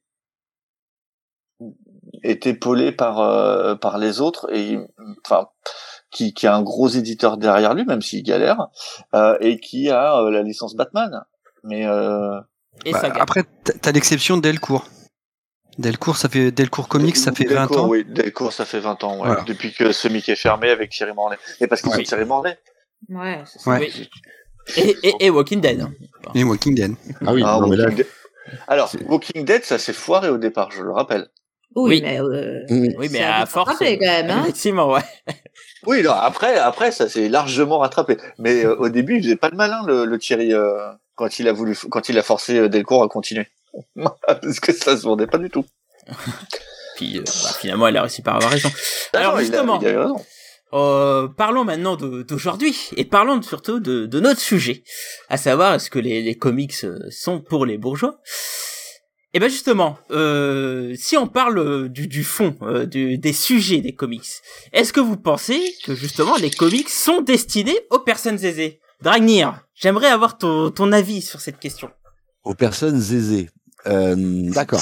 est épaulé par, euh, par les autres et, enfin, qui, qui a un gros éditeur derrière lui, même s'il galère, euh, et qui a euh, la licence Batman. Mais, euh, Et Bah, Saga. après t'as t'as l'exception Delcourt. Delcourt ça fait Delcourt Comics ça fait vingt Delcourt, ans. oui, Delcourt, ça fait vingt ans, ouais. Voilà. Depuis que Semic est fermé avec Thierry Mornay. Et parce qu'ils Ouais. ont Thierry Mornay. Ouais, c'est ça. Ouais. Oui. Et, et, et Walking Dead. hein. Et Walking Dead. Ah oui, Ah, non, mais là, Walking Dead. Alors, c'est- Walking Dead, ça s'est foiré au départ, je le rappelle. Oui, Oui. mais euh, Mm. Oui, mais ça a à vite force. rattrapé, quand même, hein. Effectivement, ouais. Oui, non, après, après, ça s'est largement rattrapé. Mais euh, au début, il faisait pas de malin, le, le Thierry, euh, quand il a voulu, quand il a forcé euh, Delcourt à continuer. Parce que ça se vendait pas du tout. Puis euh, bah, finalement, elle a réussi par avoir raison. Ah Alors non, il a- justement, il avait raison. euh, parlons maintenant de- d'aujourd'hui et parlons surtout de, de notre sujet, à savoir est-ce que les, les comics euh, sont pour les bourgeois. Et ben justement, euh, si on parle euh, du, du fond, euh, du, des sujets des comics, est-ce que vous pensez que justement les comics sont destinés aux personnes aisées? Dragnir, j'aimerais avoir ton, ton avis sur cette question. aux personnes aisées. Euh, D'accord.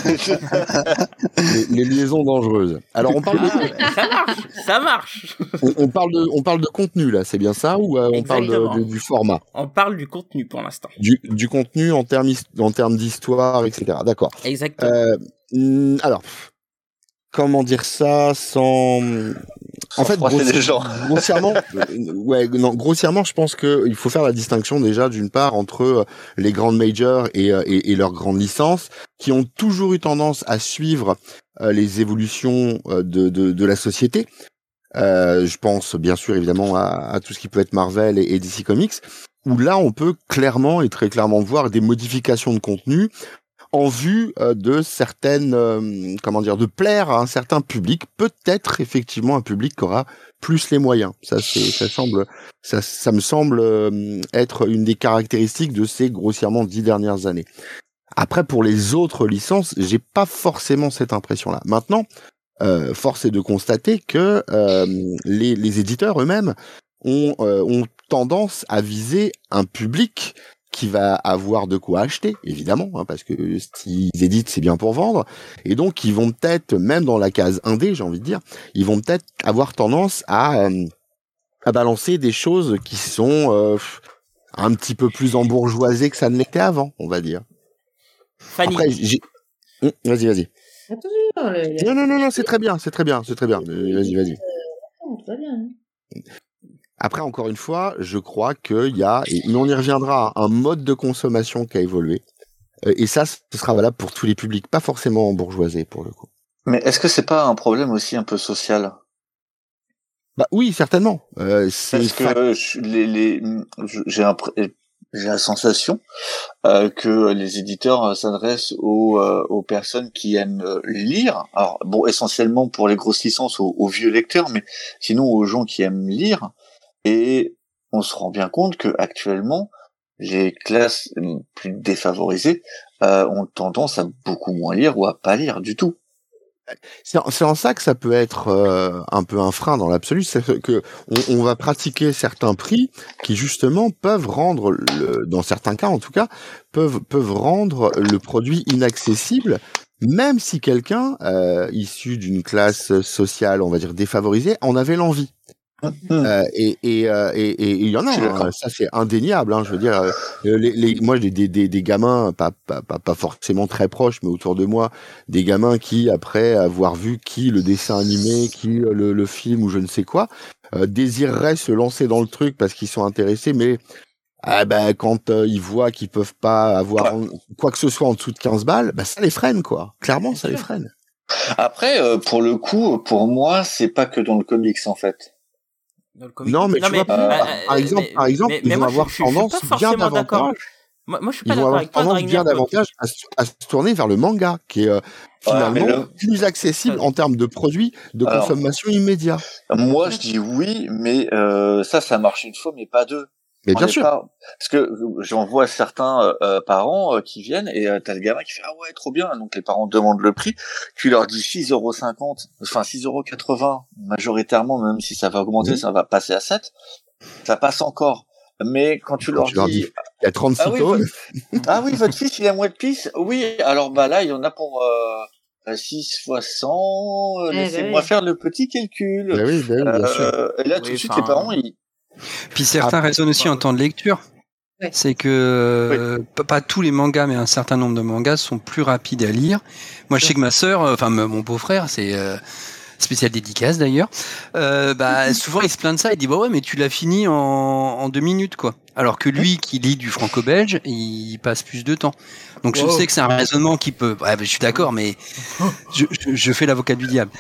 les, les liaisons dangereuses. Alors on parle de, Ah, ben, ça marche, ça marche. on, on parle de, on parle de contenu là, c'est bien ça ou euh, on parle de- Exactement. de- du format, On parle du contenu pour l'instant. du, du contenu en termes his- en termes d'histoire, et cetera. D'accord. Exactement. Euh, hum, alors, comment dire ça sans en fait, froisser grossi- les gens. grossièrement, euh, ouais, non, grossièrement, je pense que il faut faire la distinction déjà d'une part entre euh, les grandes majors et, euh, et, et leurs grandes licences, qui ont toujours eu tendance à suivre euh, les évolutions euh, de, de, de la société. Euh, je pense bien sûr évidemment à, à tout ce qui peut être Marvel et, et D C Comics, où là on peut clairement et très clairement voir des modifications de contenu en vue euh, de certaines, euh, comment dire, de plaire à un certain public, peut-être effectivement un public qui aura plus les moyens. Ça, c'est, ça semble, ça, ça me semble euh, être une des caractéristiques de ces grossièrement dix dernières années. Après, pour les autres licences, j'ai pas forcément cette impression-là. Maintenant, euh, force est de constater que euh, les, les éditeurs eux-mêmes ont, euh, ont tendance à viser un public qui va avoir de quoi acheter, évidemment, hein, parce que s'ils éditent, c'est bien pour vendre, et donc ils vont peut-être, même dans la case indé, j'ai envie de dire, ils vont peut-être avoir tendance à, euh, à balancer des choses qui sont euh, un petit peu plus embourgeoisées que ça ne l'était avant, on va dire. Fanny. Après, j'ai... Hum, vas-y, vas-y. Attends, le- il y a- Non, non, non, non, c'est très bien, c'est très bien, c'est très bien. Euh, Vas-y, vas-y. Attends, tout va bien, hein. Après, encore une fois, je crois qu'il y a, et mais on y reviendra, un mode de consommation qui a évolué. Euh, Et ça, ce sera valable pour tous les publics, pas forcément bourgeoisés pour le coup. Mais est-ce que c'est pas un problème aussi un peu social? Bah oui, certainement. Euh, c'est Parce fac- que je- les, les, je- j'ai un, j'ai la sensation euh, que les éditeurs euh, s'adressent aux, euh, aux personnes qui aiment euh, lire. Alors bon, essentiellement pour les grosses licences aux, aux vieux lecteurs, mais sinon aux gens qui aiment lire. Et on se rend bien compte que actuellement, les classes plus défavorisées euh, ont tendance à beaucoup moins lire ou à pas lire du tout. C'est en, c'est en ça que ça peut être euh, un peu un frein dans l'absolu, c'est que on, on va pratiquer certains prix qui justement peuvent rendre, le, dans certains cas en tout cas, peuvent peuvent rendre le produit inaccessible, même si quelqu'un euh, issu d'une classe sociale, on va dire défavorisée, en avait l'envie. Mmh. Euh, et et euh, et et il y en a, hein, ça c'est indéniable. Hein, je veux dire, euh, les, les, moi j'ai des, des des gamins, pas pas pas pas forcément très proches, mais autour de moi, des gamins qui après avoir vu qui le dessin animé, qui le, le film ou je ne sais quoi, euh, désireraient se lancer dans le truc parce qu'ils sont intéressés, mais ah ben quand euh, ils voient qu'ils peuvent pas avoir en, quoi que ce soit en dessous de quinze balles, bah ça les freine quoi. Clairement, ça les freine. Après, euh, pour le coup, pour moi, c'est pas que dans le comics en fait. Non, mais non, tu mais, vois, par, euh, par exemple, mais, par exemple, mais, ils mais vont moi, avoir je, tendance je bien davantage. Moi, moi, je suis pas ils vont avoir tendance bien davantage à, à se tourner vers le manga, qui est euh, finalement ouais, le... plus accessible en termes de produits de Alors, consommation immédiat. Moi, je dis oui, mais euh, ça, ça marche une fois, mais pas deux. Mais bien sûr. Pas... Parce que j'en vois certains euh, parents euh, qui viennent et euh, t'as le gamin qui fait ah ouais trop bien, donc les parents demandent le prix, tu leur dis six euros cinquante, enfin six euros quatre-vingts majoritairement, même si ça va augmenter, mmh. ça va passer à sept, ça passe encore. Mais quand tu, quand leur, tu dis... leur dis il y a trente-six ah oui, tomes. Votre... ah oui, votre fils il a moins de pisse, oui, alors bah là il y en a pour euh, six fois cent, eh laissez-moi ben, faire le petit calcul. Ben oui, ben oui, bien sûr. Euh, et là tout oui, de suite les parents ils Puis certains ah, raisonnent aussi en temps de lecture. Ouais. C'est que oui. euh, pas tous les mangas, mais un certain nombre de mangas sont plus rapides à lire. Moi, je sais que ma sœur, enfin mon beau-frère, c'est euh, spécial dédicace d'ailleurs. Euh, bah souvent il se plaint de ça. Il dit bah ouais, mais tu l'as fini en, en deux minutes quoi. Alors que lui, qui lit du franco-belge, il passe plus de temps. Donc wow. je sais que c'est un raisonnement qui peut. Ouais, je suis d'accord, mais je, je, je fais l'avocat du diable.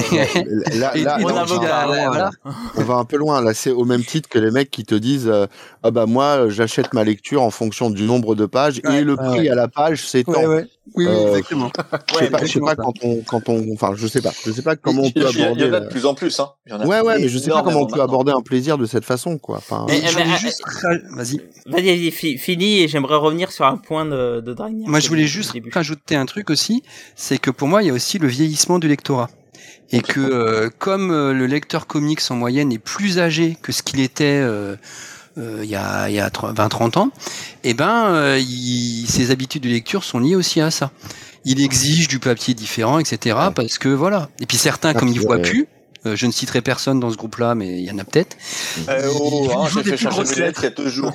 là, là, et, et non, donc, on, a, va, voilà. on va un peu loin. Là, c'est au même titre que les mecs qui te disent euh, ah bah moi j'achète ma lecture en fonction du nombre de pages ouais, et le prix ouais. à la page c'est tant. Ouais, ouais. Oui, euh, exactement. Je sais ouais, pas, je sais pas quand on, quand on, enfin, je sais pas, je sais pas comment on peut aborder. Il y en a de plus en plus, hein. Il y en a ouais, ouais, mais je sais pas comment on peut aborder un plaisir de cette façon, quoi. Enfin, mais, je voulais juste, vas-y. Vas-y, fini, et j'aimerais revenir sur un point de, de Dragnea. Moi, je voulais juste rajouter un truc aussi, c'est que pour moi, il y a aussi le vieillissement du lectorat. Et que, euh, comme euh, le lecteur comics en moyenne est plus âgé que ce qu'il était, euh, Euh, il y a, il y a vingt trente ans, et ben, euh, il, ses habitudes de lecture sont liées aussi à ça. Il exige du papier différent, et cetera. Ouais. Parce que voilà. Et puis certains, comme ils voient ouais. plus, euh, je ne citerai personne dans ce groupe-là, mais il y en a peut-être. Euh, oh, hein, j'ai fait changer mes lettres il y a deux jours.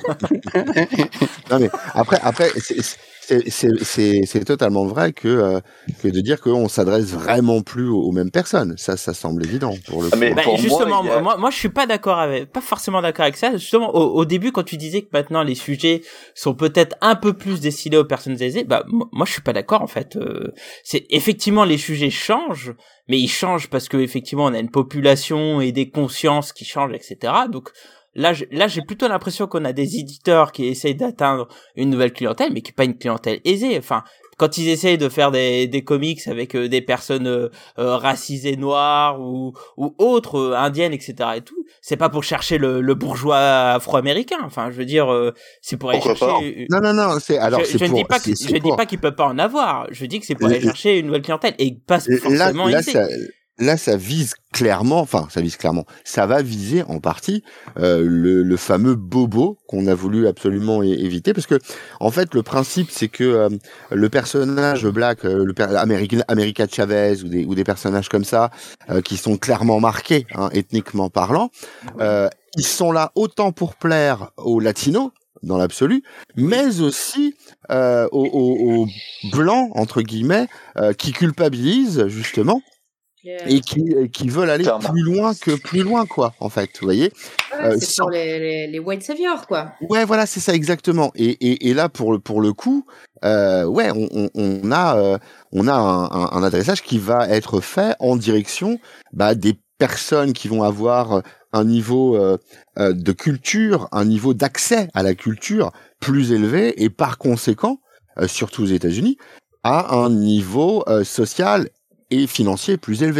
Non mais après, après, c'est, c'est, c'est, c'est, c'est totalement vrai que euh, que de dire qu'on s'adresse vraiment plus aux, aux mêmes personnes. Ça, ça semble évident pour le. Mais bah, pour justement, moi, a... moi, moi, je suis pas d'accord avec, pas forcément d'accord avec ça. Justement, au, au début, quand tu disais que maintenant les sujets sont peut-être un peu plus destinés aux personnes aisées, bah moi, je suis pas d'accord en fait. Euh, c'est effectivement les sujets changent, mais ils changent parce que effectivement on a une population et des consciences qui changent, et cetera. Donc Là, là, j'ai plutôt l'impression qu'on a des éditeurs qui essayent d'atteindre une nouvelle clientèle, mais qui n'est pas une clientèle aisée. Enfin, quand ils essayent de faire des, des comics avec euh, des personnes euh, euh, racisées noires ou, ou autres, euh, indiennes, et cetera et tout, c'est pas pour chercher le, le bourgeois afro-américain. Enfin, je veux dire, euh, c'est pour aller Pourquoi chercher... Pas non, non, non, c'est... Alors, je, c'est je pour... ne dis pas que, je dis pas qu'ils peuvent pas en avoir. Je dis que c'est pour aller chercher une nouvelle clientèle et pas forcément là, là, aisée. Ça... Là, ça vise clairement, enfin, ça vise clairement, ça va viser en partie euh, le, le fameux bobo qu'on a voulu absolument é- éviter, parce que en fait, le principe, c'est que euh, le personnage black, euh, le per- America, America Chavez ou des, ou des personnages comme ça, euh, qui sont clairement marqués, hein, ethniquement parlant, euh, ils sont là autant pour plaire aux latinos, dans l'absolu, mais aussi euh, aux, aux, aux blancs, entre guillemets, euh, qui culpabilisent, justement, et qui qui veulent aller Clairement. plus loin que plus loin quoi en fait vous voyez ouais, euh, c'est sans... pour les, les les white saviors quoi ouais voilà c'est ça exactement et et et là pour le pour le coup euh, ouais on on, on a euh, on a un, un, un adressage qui va être fait en direction bah des personnes qui vont avoir un niveau euh, euh, de culture, un niveau d'accès à la culture plus élevé et par conséquent euh, surtout aux États-Unis à un niveau euh, social et financier plus élevé.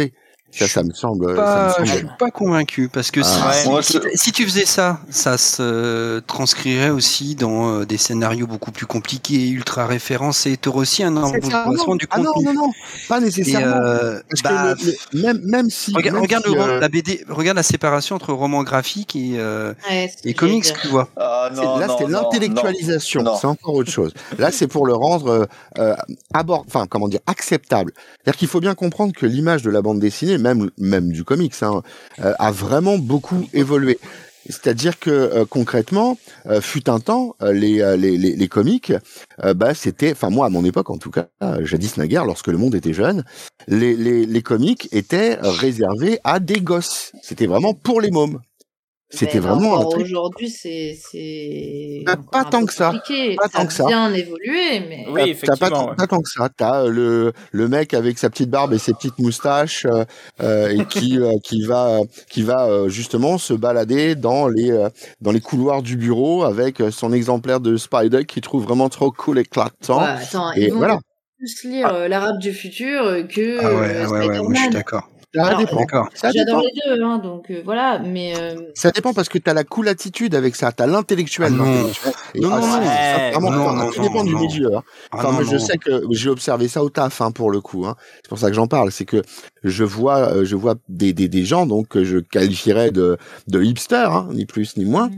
Ça, ça me semble. Pas, ça me je semble... suis pas convaincu parce que Ah, si, ouais. si, si, si tu faisais ça, ça se transcrirait aussi dans euh, des scénarios beaucoup plus compliqués, ultra référencés. T'aurais aussi un embourgeoisement du Ah contenu. non, non, non, pas nécessairement. Et euh, Parce bah, que le, le, même, même si. regarde, même regarde si, le, euh... la B D, regarde la séparation entre roman graphique et, euh, Ouais, et comics, tu vois. Ah non, là, non, c'est non, l'intellectualisation. non. C'est encore autre chose. Là, c'est pour le rendre euh, abord, enfin, comment dire, acceptable. C'est-à-dire qu'il faut bien comprendre que l'image de la bande dessinée, même, même du comics, hein, euh, a vraiment beaucoup évolué. C'est-à-dire que euh, concrètement, euh, fut un temps, euh, les, euh, les les les comics, euh, bah c'était, enfin moi à mon époque en tout cas, euh, jadis naguère, lorsque le monde était jeune, les les les comics étaient réservés à des gosses. C'était vraiment pour les mômes. C'était Ben, vraiment un encore truc. aujourd'hui, c'est c'est Bah, encore pas un tant peu que ça. compliqué. Pas Ça tant a que ça. bien évolué, mais Oui, T'as- t'as pas, effectivement, tant- ouais. pas tant que ça. T'as euh, le le mec avec sa petite barbe et ses petites moustaches euh, euh, et qui euh, qui va qui va euh, justement se balader dans les euh, dans les couloirs du bureau avec euh, son exemplaire de Spider qu'il trouve vraiment trop cool et éclatant. ouais, attends, Et ils vont voilà. plus lire euh, l'arabe du futur euh, que Ah ouais, euh, ah ouais, ouais, moi je suis Spider-Man. d'accord. Ça Alors, dépend. D'accord. Ça j'adore dépend. les deux, hein, donc euh, voilà, mais euh, Ça dépend parce que t'as la cool attitude avec ça, t'as Ah l'intellectuel, non, l'intellectuel. Et non, ah, non, si, non, ça, Ouais, vraiment, non, enfin, non, tout dépend non, du non. milieu. Hein. Ah Enfin, non, moi, je non. sais que j'ai observé ça au taf, hein, pour le coup. Hein. C'est pour ça que j'en parle. C'est que je vois, euh, je vois des, des, des gens donc que je qualifierais de, de hipsters, hein, ni plus ni moins.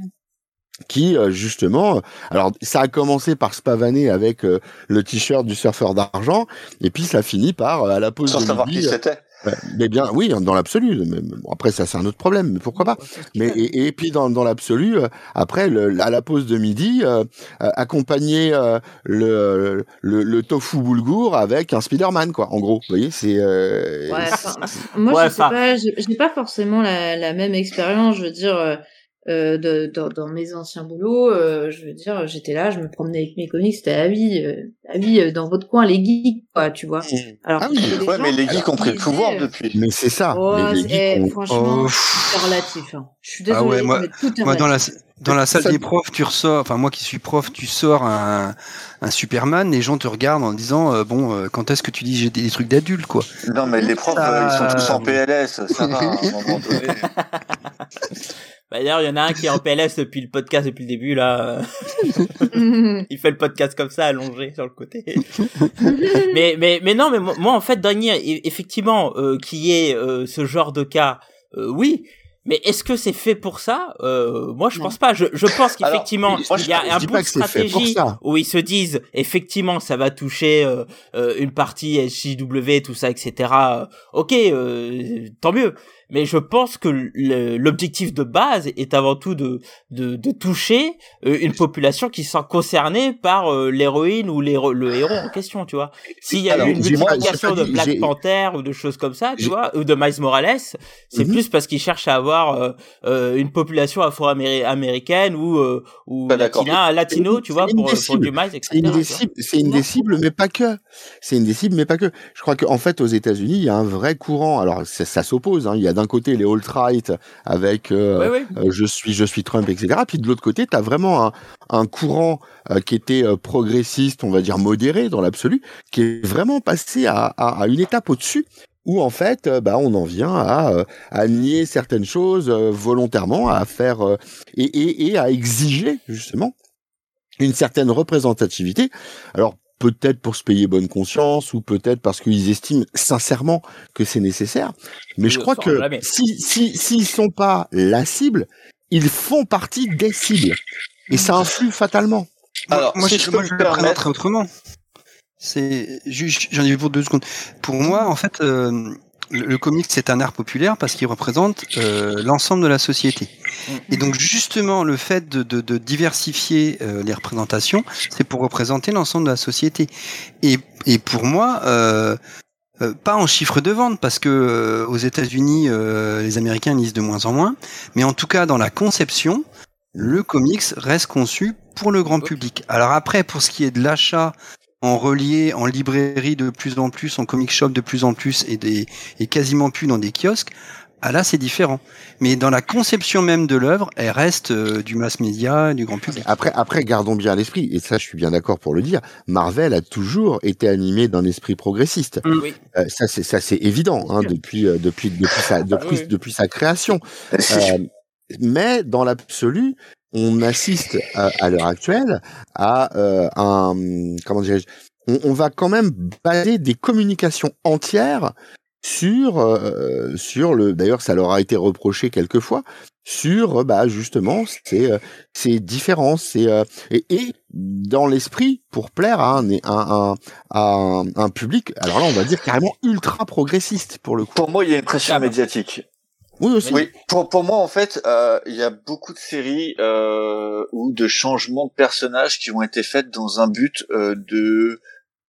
Qui euh, justement, euh, alors ça a commencé par se pavaner avec euh, le t-shirt du surfeur d'argent, et puis ça finit par euh, à la pause Sans de savoir qui midi. euh, c'était. ouais, mais bien, oui, dans l'absolu. Mais, bon, après, ça c'est un autre problème. Mais pourquoi pas? Mais et, et puis dans, dans l'absolu, euh, après le, à la pause de midi, euh, euh, accompagner euh, le, le le tofu boulgour avec un Spider-Man, quoi. En gros, vous voyez, c'est. Euh, ouais, c'est- enfin, moi Ouais, je sais enfin, pas, j'ai j'ai pas forcément la, la même expérience. Je veux dire, euh, euh, de, dans, dans mes anciens boulots, euh, je veux dire, j'étais là, je me promenais avec mes comics, c'était à vie, euh, à vie euh, dans votre coin, les geeks, quoi, tu vois. Alors Ah que oui. c'était des Ouais, gens mais les qui geeks ont pris le utilisaient, pouvoir euh, depuis. mais c'est ça. oh, les, les c'est- geeks eh, ont- franchement, Oh, c'est pff. relatif. Hein. Je suis Ah désolée, ouais, moi, mais tout est moi dans la relatif. dans la salle Ça- des profs, tu ressors. Enfin, moi qui suis prof, tu sors un, un Superman. Les gens te regardent en disant euh, bon, euh, quand est-ce que tu dis j'ai des, des trucs d'adultes, quoi. Non, mais les profs, euh, ils sont tous en P L S, ça va, à un moment donné. bah, d'ailleurs, il y en a un qui est en P L S depuis le podcast, depuis le début, là. Il fait le podcast comme ça, allongé sur le côté. mais, mais, mais non, mais moi, moi, en fait, Daniel, e- effectivement, euh, qu'il y ait euh, ce genre de cas, euh, oui. Mais est-ce que c'est fait pour ça? euh, Moi, je Non. pense pas. Je, je pense qu'effectivement, Alors, moi, il y a je un dis bout pas de que c'est fait pour stratégie ça. où ils se disent, effectivement, ça va toucher euh, euh, une partie S J W, tout ça, et cetera. Ok, euh, tant mieux. Mais je pense que le- l'objectif de base est avant tout de de, de toucher euh, une population qui sera concernée par euh, l'héroïne ou l'héro- le héros en question, tu vois. S'il y a Alors, eu une j'ai pas- multiplication j'ai pas de dit- Black j'ai- Panther ou de choses comme ça, tu j'ai- vois, ou de Miles Morales, c'est Mhm. plus parce qu'ils cherchent à avoir euh, euh, une population afro-américaine ou euh, ou Pas d'accord. latina, latino, tu vois, C'est une pour des pour cibles. du Miles, et C'est une cetera. des tu vois. cibles, c'est une des cibles, mais pas que. C'est une des cibles, mais pas que. Je crois qu'en fait, aux États-Unis, il y a un vrai courant. Alors, ça, ça s'oppose. Hein. Il y a d'un côté les alt-right avec euh, Ouais, ouais. euh, je suis, je suis Trump, et cetera. Puis de l'autre côté, tu as vraiment un, un courant euh, qui était euh, progressiste, on va dire modéré dans l'absolu, qui est vraiment passé à, à, à une étape au-dessus. Où en fait, euh, bah, on en vient à, euh, à nier certaines choses euh, volontairement, à faire euh, et, et, et à exiger justement une certaine représentativité. Alors peut-être pour se payer bonne conscience ou peut-être parce qu'ils estiment sincèrement que c'est nécessaire. Mais Oui, je on crois saura que jamais. si si s'ils sont pas la cible, ils font partie des cibles et ça influe fatalement. Alors, moi, si je, je moi, peux je me le permettre, présenterai autrement. C'est, juste- j'en ai vu pour deux secondes. Pour moi, en fait, euh, le, le comics c'est un art populaire parce qu'il représente euh, l'ensemble de la société. Et donc justement, le fait de, de, de diversifier euh, les représentations, c'est pour représenter l'ensemble de la société. Et, et pour moi, euh, euh, pas en chiffre de vente parce que euh, aux États-Unis, euh, les Américains lisent de moins en moins, mais en tout cas dans la conception, le comics reste conçu pour le grand public. Alors après, pour ce qui est de l'achat en relié, en librairie de plus en plus, en comic shop de plus en plus et, des, et quasiment plus dans des kiosques, Ah là, c'est différent. Mais dans la conception même de l'œuvre, elle reste euh, du mass média, du grand public. Après, après, gardons bien à l'esprit, et ça, je suis bien d'accord pour le dire. Marvel a toujours été animé d'un esprit progressiste. Oui. Euh, ça, c'est ça, c'est évident hein, depuis, euh, depuis, depuis sa, depuis, oui. depuis sa création. Euh, mais dans l'absolu, on assiste à, à l'heure actuelle à euh, un, comment dirais-je, on, on va quand même baser des communications entières sur euh, sur le d'ailleurs ça leur a été reproché quelquefois sur bah justement ces euh, ces différences c'est euh, et, et dans l'esprit pour plaire à un, un, un, à un un public alors là on va dire carrément ultra progressiste pour le coup. Pour moi, il y a une pression Ah bah. médiatique. Oui aussi. Oui, pour pour moi en fait, euh, il y a beaucoup de séries euh, ou de changements de personnages qui ont été faits dans un but euh, de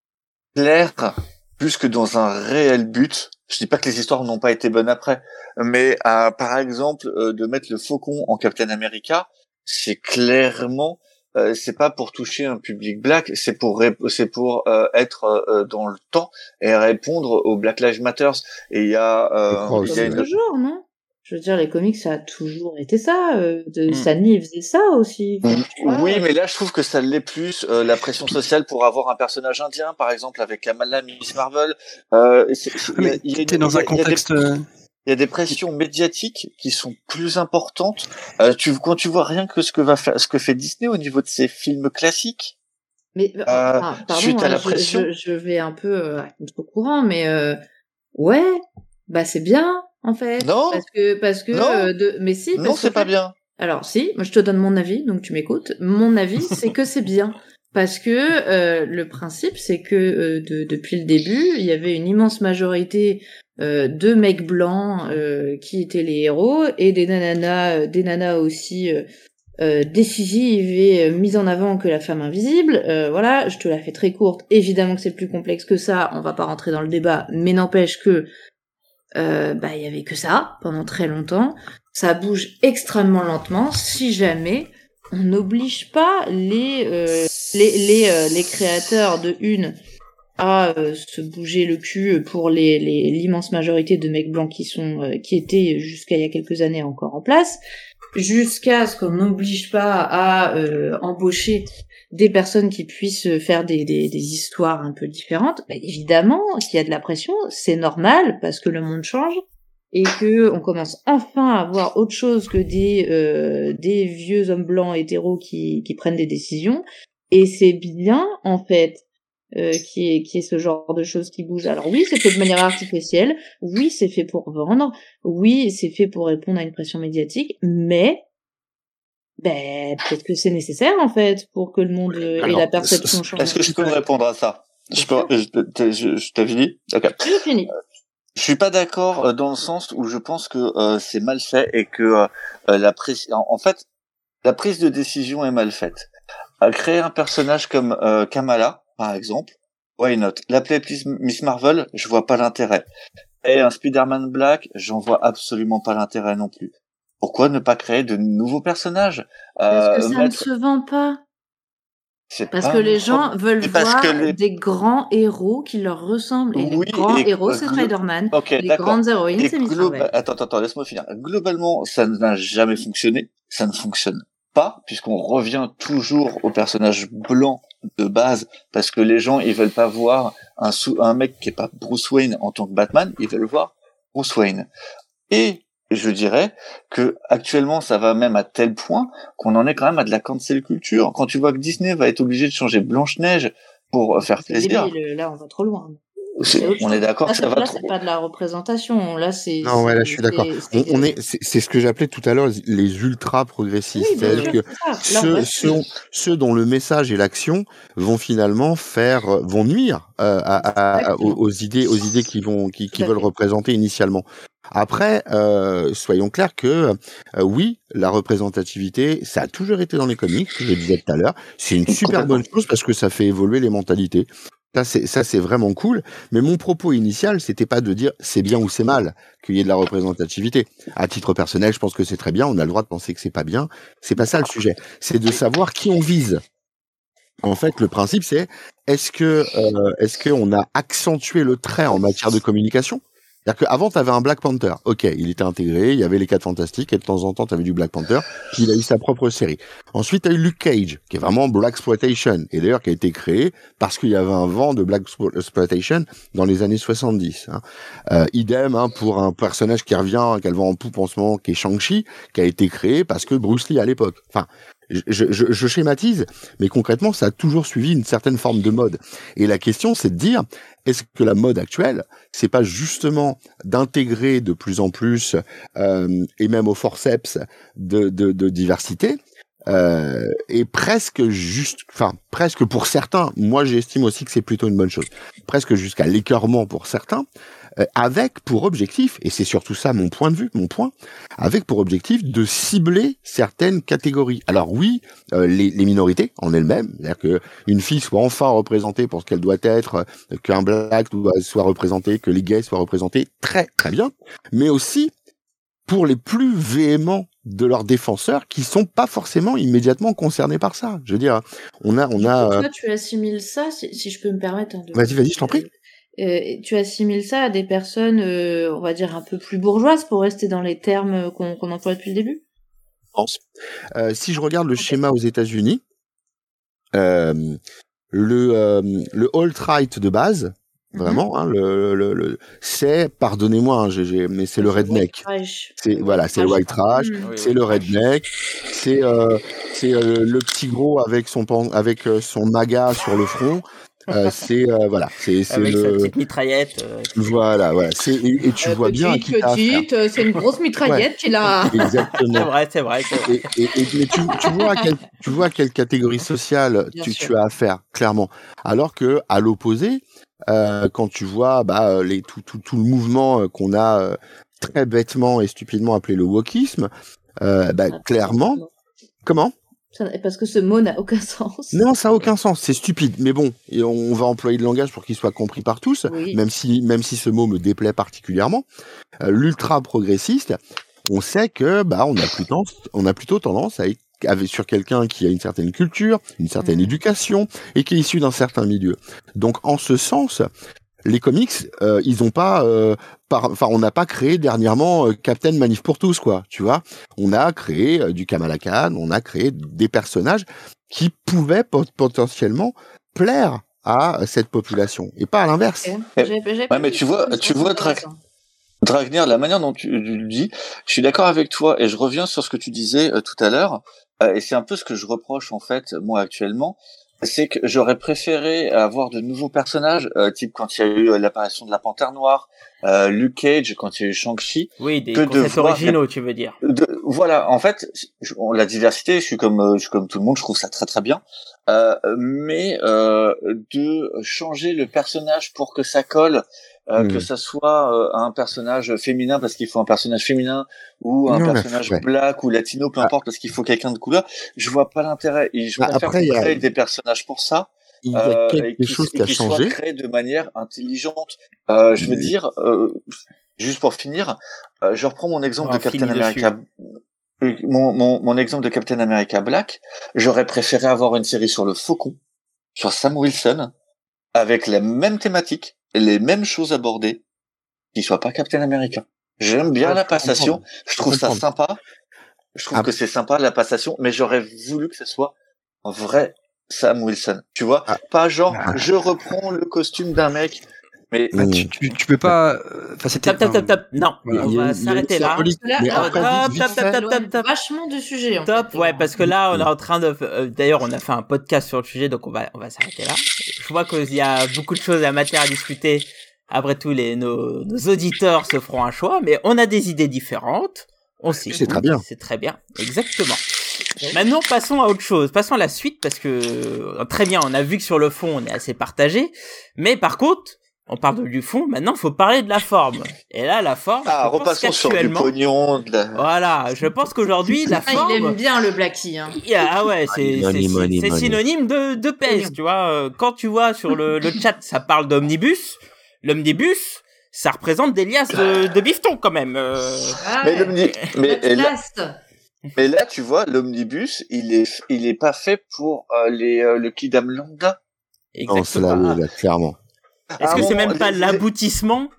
plaire plus que dans un réel but. Je dis pas que les histoires n'ont pas été bonnes après, mais euh, par exemple euh, de mettre le Faucon en Captain America, c'est clairement euh, c'est pas pour toucher un public black, c'est pour rép- c'est pour euh, être euh, dans le temps et répondre au Black Lives Matter. Et il y a euh, crois il y a Comme une toujours, non? Je veux dire, les comics, ça a toujours été ça. Euh, de, Mm. Stanley faisait ça aussi. Enfin, tu vois. Oui, mais là, je trouve que ça l'est plus, euh, la pression sociale pour avoir un personnage indien, par exemple, avec Kamala, Miss Marvel. Euh, c'est- c'est- il y a- Mais il y a t'es une- dans il y a- un il y a des- contexte. euh, il y a des pressions médiatiques qui sont plus importantes. Euh, tu, quand tu vois rien que ce que va faire, ce que fait Disney au niveau de ses films classiques, Mais euh, enfin, pardon, suite à hein, la je, pression. je, je vais un peu euh, à contre-courant, mais euh, ouais, bah c'est bien en fait, Non, parce que parce que non, euh, de, mais si, non, parce c'est que pas bien. alors si, moi je te donne mon avis, donc tu m'écoutes. Mon avis, c'est que c'est bien. Parce que euh, le principe, c'est que euh, de, depuis le début, il y avait une immense majorité euh, de mecs blancs euh, qui étaient les héros et des nananas, euh, des nanas aussi euh, euh, décisives et euh, mises en avant que la femme invisible. Euh, voilà, je te la fais très courte. Évidemment que c'est plus complexe que ça. On va pas rentrer dans le débat, mais n'empêche que euh, bah il y avait que ça pendant très longtemps. Ça bouge extrêmement lentement. Si jamais on n'oblige pas les euh, les les, euh, les créateurs de une à euh, se bouger le cul pour les les l'immense majorité de mecs blancs qui sont euh, qui étaient jusqu'à il y a quelques années encore en place, jusqu'à ce qu'on n'oblige pas à euh, embaucher des personnes qui puissent faire des des, des histoires un peu différentes. Bah, évidemment qu'il y a de la pression, c'est normal parce que le monde change et que on commence enfin à voir autre chose que des euh, des vieux hommes blancs hétéros qui qui prennent des décisions, et c'est bien en fait euh, qui est qui est ce genre de choses qui bougent. Alors oui, c'est fait de manière artificielle, oui, c'est fait pour vendre, oui, c'est fait pour répondre à une pression médiatique, mais ben peut-être que c'est nécessaire en fait pour que le monde euh, et Alors, la perception changent. Est-ce que je peux répondre à ça? Je peux, je, je, je t'avais dit? Ok. J'ai fini. Je suis pas d'accord euh, dans le sens où je pense que euh, c'est mal fait et que euh, la prise, en, en fait, la prise de décision est mal faite. À créer un personnage comme euh, Kamala, par exemple, why not? L'appeler Miss Marvel, je vois pas l'intérêt. Et un Spider-Man Black, j'en vois absolument pas l'intérêt non plus. Pourquoi ne pas créer de nouveaux personnages? Parce que euh, ça mettre... ne se vend pas. C'est Parce pas que les mon gens problème. veulent C'est parce voir que les- des grands héros qui leur ressemblent. Et Oui, les grands et- héros, euh, c'est glo- Spider-Man. Ok, Les d'accord. grandes héroïnes, Et c'est Miss globa- Marvel. Attends, attends, attends, laisse-moi finir. Globalement, ça n'a jamais fonctionné. Ça ne fonctionne pas, puisqu'on revient toujours au personnage blanc de base, parce que les gens, ils veulent pas voir un, sou- un mec qui est pas Bruce Wayne en tant que Batman, ils veulent voir Bruce Wayne. Et je dirais que actuellement, ça va même à tel point qu'on en est quand même à de la cancel culture. Quand tu vois que Disney va être obligé de changer Blanche-Neige pour faire C'est plaisir, débile, là on va trop loin. c'est- C'est autre on chose. est d'accord Là, que c'est- ça va là, trop. c'est pas de la représentation. Là, c'est. Non, ouais, là, c'est- je suis d'accord. c'est- On, c'est- on est, c'est c'est ce que j'appelais tout à l'heure les ultra progressistes. Oui, bien C'est-à-dire sûr, que c'est ça. Là, on ceux, va ceux, ceux dont le message et l'action vont finalement faire, vont nuire euh, à, à- à- aux, aux idées, aux idées qui vont, qui, Tout qui à veulent fait. représenter initialement. Après, euh, soyons clairs que euh, oui, la représentativité, ça a toujours été dans les comics. Je le disais tout à l'heure, c'est une super Complètement. bonne chose parce que ça fait évoluer les mentalités. Ça, c'est, ça, c'est vraiment cool. Mais mon propos initial, c'était pas de dire c'est bien ou c'est mal qu'il y ait de la représentativité. À titre personnel, je pense que c'est très bien. On a le droit de penser que c'est pas bien. C'est pas ça le sujet. C'est de savoir qui on vise. En fait, le principe, c'est est-ce que, euh, est-ce qu'on a accentué le trait en matière de communication? C'est-à-dire qu'avant, tu avais un Black Panther. Ok, il était intégré, il y avait les quatre Fantastiques, et de temps en temps, tu avais du Black Panther, puis il a eu sa propre série. Ensuite, tu as eu Luke Cage, qui est vraiment Black Exploitation, et d'ailleurs qui a été créé parce qu'il y avait un vent de Black Exploitation dans les années soixante-dix. Hein. Euh, idem hein, pour un personnage qui revient, qu'elle vend en poupe en ce moment, qui est Shang-Chi, qui a été créé parce que Bruce Lee à l'époque. Enfin, je, je, je schématise, mais concrètement, ça a toujours suivi une certaine forme de mode. Et la question, c'est de dire, est-ce que la mode actuelle, c'est pas justement d'intégrer de plus en plus, euh, et même au forceps, de, de, de diversité, euh, et presque juste, enfin, presque pour certains, moi j'estime aussi que c'est plutôt une bonne chose, presque jusqu'à l'écœurement pour certains, euh, avec pour objectif, et c'est surtout ça mon point de vue, mon point, avec pour objectif de cibler certaines catégories. Alors oui, euh, les, les minorités en elles-mêmes, c'est-à-dire que une fille soit enfin représentée pour ce qu'elle doit être, euh, qu'un black soit représenté, que les gays soient représentés, très très bien, mais aussi pour les plus véhéments de leurs défenseurs qui sont pas forcément immédiatement concernés par ça. Je veux dire, on a, on a. Toi, tu assimiles ça, si, si je peux me permettre. Hein, de... Vas-y, vas-y, je t'en prie. Euh, tu assimiles ça à des personnes, euh, on va dire un peu plus bourgeoises, pour rester dans les termes qu'on, qu'on emploie depuis le début. Je pense. Euh, si je regarde le okay. schéma aux États-Unis, euh, le euh, le alt-right de base. Vraiment, hein, le, le, le, c'est, pardonnez-moi, hein, j'ai, j'ai, mais c'est le redneck. C'est, voilà, c'est le white trash, mmh. c'est le redneck, c'est, euh, c'est euh, le petit gros avec son, avec son maga sur le front. Euh, c'est, euh, voilà, c'est, c'est avec le. sa petite mitraillette. Euh, voilà, voilà. C'est, et, et tu euh, vois petite, bien qui petite, c'est une grosse mitraillette ouais. qu'il a. Exactement. C'est vrai, c'est vrai. C'est vrai. Et, et, et, mais tu, tu vois à quelle, tu vois à quelle catégorie sociale tu, tu as affaire, clairement. Alors que, à l'opposé, Euh, quand tu vois bah, les, tout, tout, tout le mouvement qu'on a euh, très bêtement et stupidement appelé le wokisme, euh, bah, clairement... Comment ? Parce que ce mot n'a aucun sens. Non, ça n'a aucun sens, c'est stupide. Mais bon, et on va employer le langage pour qu'il soit compris par tous, oui. même, si, même si ce mot me déplaît particulièrement. Euh, l'ultra-progressiste, on sait que bah, on, a plutôt, on a plutôt tendance à avec, sur quelqu'un qui a une certaine culture, une certaine mmh. éducation et qui est issu d'un certain milieu. Donc en ce sens, les comics, euh, ils ont pas, euh, enfin on n'a pas créé dernièrement euh, Captain Manif pour tous quoi, tu vois. On a créé euh, du Kamala Khan, on a créé des personnages qui pouvaient pot- potentiellement plaire à cette population et pas à l'inverse. Okay. J'ai, j'ai ouais, mais tu vois, tu vois, Dra- Dragnir, la manière dont tu, tu le dis, je suis d'accord avec toi et je reviens sur ce que tu disais euh, tout à l'heure. Euh, et c'est un peu ce que je reproche en fait moi actuellement, c'est que j'aurais préféré avoir de nouveaux personnages, euh, type quand il y a eu euh, l'apparition de la Panthère Noire, euh, Luke Cage, quand il y a eu Shang-Chi. Oui, des concepts originaux, tu veux dire. De, voilà, en fait, je, la diversité, je suis comme, euh, je suis comme tout le monde, je trouve ça très très bien. Euh, mais euh, de changer le personnage pour que ça colle. Euh, mmh. Que ça soit euh, un personnage féminin parce qu'il faut un personnage féminin ou un non, personnage ouais. black ou latino, peu importe, ah. parce qu'il faut quelqu'un de couleur, je vois pas l'intérêt. Et je préfère ah, après, créer a... des personnages pour ça. Il y a euh, quelque et qui, chose qui a qui changé. Soient créés de manière intelligente. Euh, je veux oui. dire, euh, juste pour finir, euh, je reprends mon exemple oh, de Captain America. Mon, mon, mon exemple de Captain America Black. J'aurais préféré avoir une série sur le Faucon, sur Sam Wilson, avec la même thématique. Les mêmes choses abordées, qui soit pas Captain America. J'aime bien ah, la passation, comprendre. je trouve je ça sympa, je trouve ah. que c'est sympa la passation, mais j'aurais voulu que ce soit un vrai Sam Wilson, tu vois, ah. pas genre ah. je reprends le costume d'un mec, mais bah, tu, tu, tu peux pas. Enfin, c'était. Top, top, top, top. Non, voilà. on va s'arrêter là. Top, top, top, top, top. Vachement du sujet. En top, fait. ouais, parce que là, on est en train de. Euh, d'ailleurs, on a fait un podcast sur le sujet, donc on va, on va s'arrêter là. Je vois qu'il y a beaucoup de choses à matière à discuter. Après tout, les nos, nos auditeurs se feront un choix, mais on a des idées différentes. On sait. C'est très bien. C'est très bien, exactement. Maintenant, passons à autre chose. Passons à la suite, parce que très bien, on a vu que sur le fond, on est assez partagé, mais par contre. On parle du fond, maintenant il faut parler de la forme. Et là, la forme. Ah, repassons sur du pognon. De la... Voilà, je pense qu'aujourd'hui, la ah, forme. Il aime bien le Blackie. Hein. Ah ouais, c'est, money, c'est, money, c'est money. synonyme de, de pèse, tu vois. Quand tu vois sur le, le chat, ça parle d'omnibus. L'omnibus, ça représente des liasses de, de bifton quand même. Euh... Ah, mais, l'omni... mais, là... mais là, tu vois, l'omnibus, il est, il est pas fait pour euh, les, euh, le kidam lambda. Exactement. Non, c'est là, là, clairement. Est-ce ah, que c'est même pas les... l'aboutissement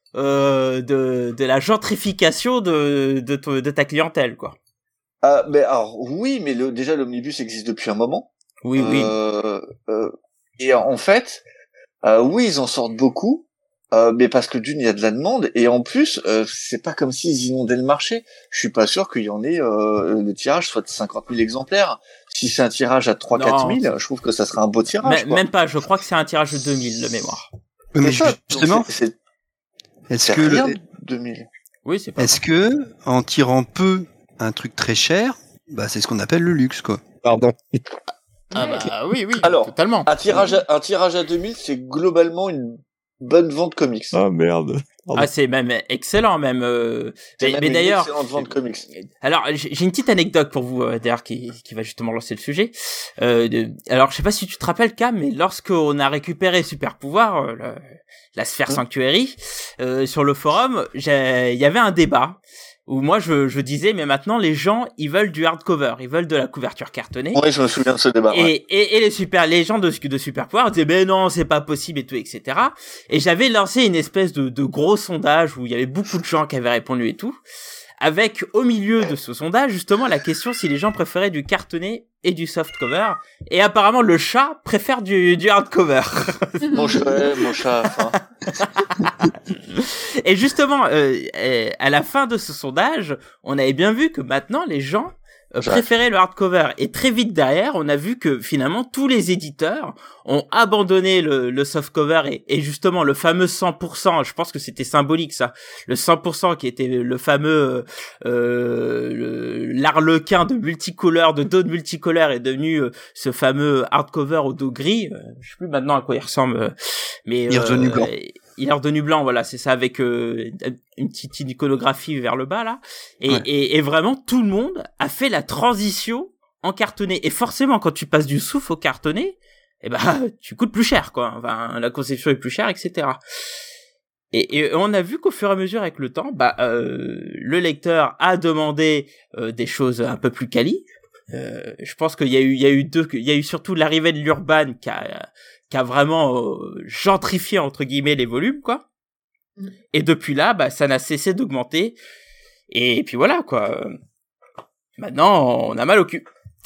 euh, de de la gentrification de de, de, de ta clientèle, quoi. Ah, mais alors oui, mais le, déjà l'omnibus existe depuis un moment. Oui, oui. Euh, euh, et en fait, euh, oui, ils en sortent beaucoup, euh, mais parce que d'une, il y a de la demande, et en plus, euh, c'est pas comme s'ils inondaient le marché. Je suis pas sûr qu'il y en ait, euh, le tirage soit de cinquante mille exemplaires. Si c'est un tirage à trois quatre mille, je trouve que ça serait un beau tirage. M- même pas, je crois que c'est un tirage de deux mille de mémoire. Mais ça, justement, c'est, c'est, est-ce c'est que rien, le- deux mille. Oui, c'est pas est-ce que en tirant peu un truc très cher, bah c'est ce qu'on appelle le luxe, quoi. Pardon. Ah bah oui, oui, Alors, totalement. Un tirage à, un tirage à deux mille, c'est globalement une bonne vente comics. Ah merde. Ah, c'est même excellent, même. Euh... C'est Mais, même mais une d'ailleurs, excellente vente comics. alors j'ai j'ai une petite anecdote pour vous, euh, d'ailleurs, qui, qui va justement lancer le sujet. Euh, de... Alors, je sais pas si tu te rappelles, Cam, mais lorsqu'on a récupéré Super Pouvoir, euh, le... la sphère Mmh. Sanctuary, euh, sur le forum, j'ai- il y avait un débat où moi je, je disais, mais maintenant les gens ils veulent du hardcover, ils veulent de la couverture cartonnée. Oui, je me souviens de ce débat. Et, ouais. et, et les super, les gens de, de Super Pouvoir disaient, ben non, c'est pas possible et tout, et cetera. Et j'avais lancé une espèce de, de gros sondage où il y avait beaucoup de gens qui avaient répondu et tout. Avec, au milieu de ce sondage, justement, la question si les gens préféraient du cartonné et du softcover. Et apparemment, le chat préfère du, du hardcover. Mon chat, ouais, mon chat, enfin. Et justement, euh, euh, à la fin de ce sondage, on avait bien vu que maintenant, les gens euh, préféraient le hardcover. Et très vite derrière, on a vu que finalement, tous les éditeurs ont abandonné le, le softcover et, et justement le fameux cent pour cent, je pense que c'était symbolique ça, le cent pour cent qui était le fameux euh, le, l'arlequin de multicouleur, de dos de multicolore est devenu euh, ce fameux hardcover au dos gris, euh, je sais plus maintenant à quoi il ressemble, euh, mais Il est redevenu euh, blanc. Il est redevenu blanc, voilà, c'est ça, avec euh, une petite iconographie vers le bas là, et, Ouais. et, et vraiment tout le monde a fait la transition en cartonné. Et forcément, quand tu passes du souffle au cartonné, eh ben, tu coûtes plus cher, quoi. Enfin, la conception est plus chère, et cetera. Et, et on a vu qu'au fur et à mesure, avec le temps, bah, euh, le lecteur a demandé euh, des choses un peu plus quali. Euh, je pense qu'il y a eu, il y a eu deux, il y a eu surtout l'arrivée de l'Urban qui a, qui a vraiment euh, gentrifié entre guillemets les volumes, quoi. Mm. Et depuis là, bah, ça n'a cessé d'augmenter. Et puis voilà, quoi. Maintenant, on a mal au cul.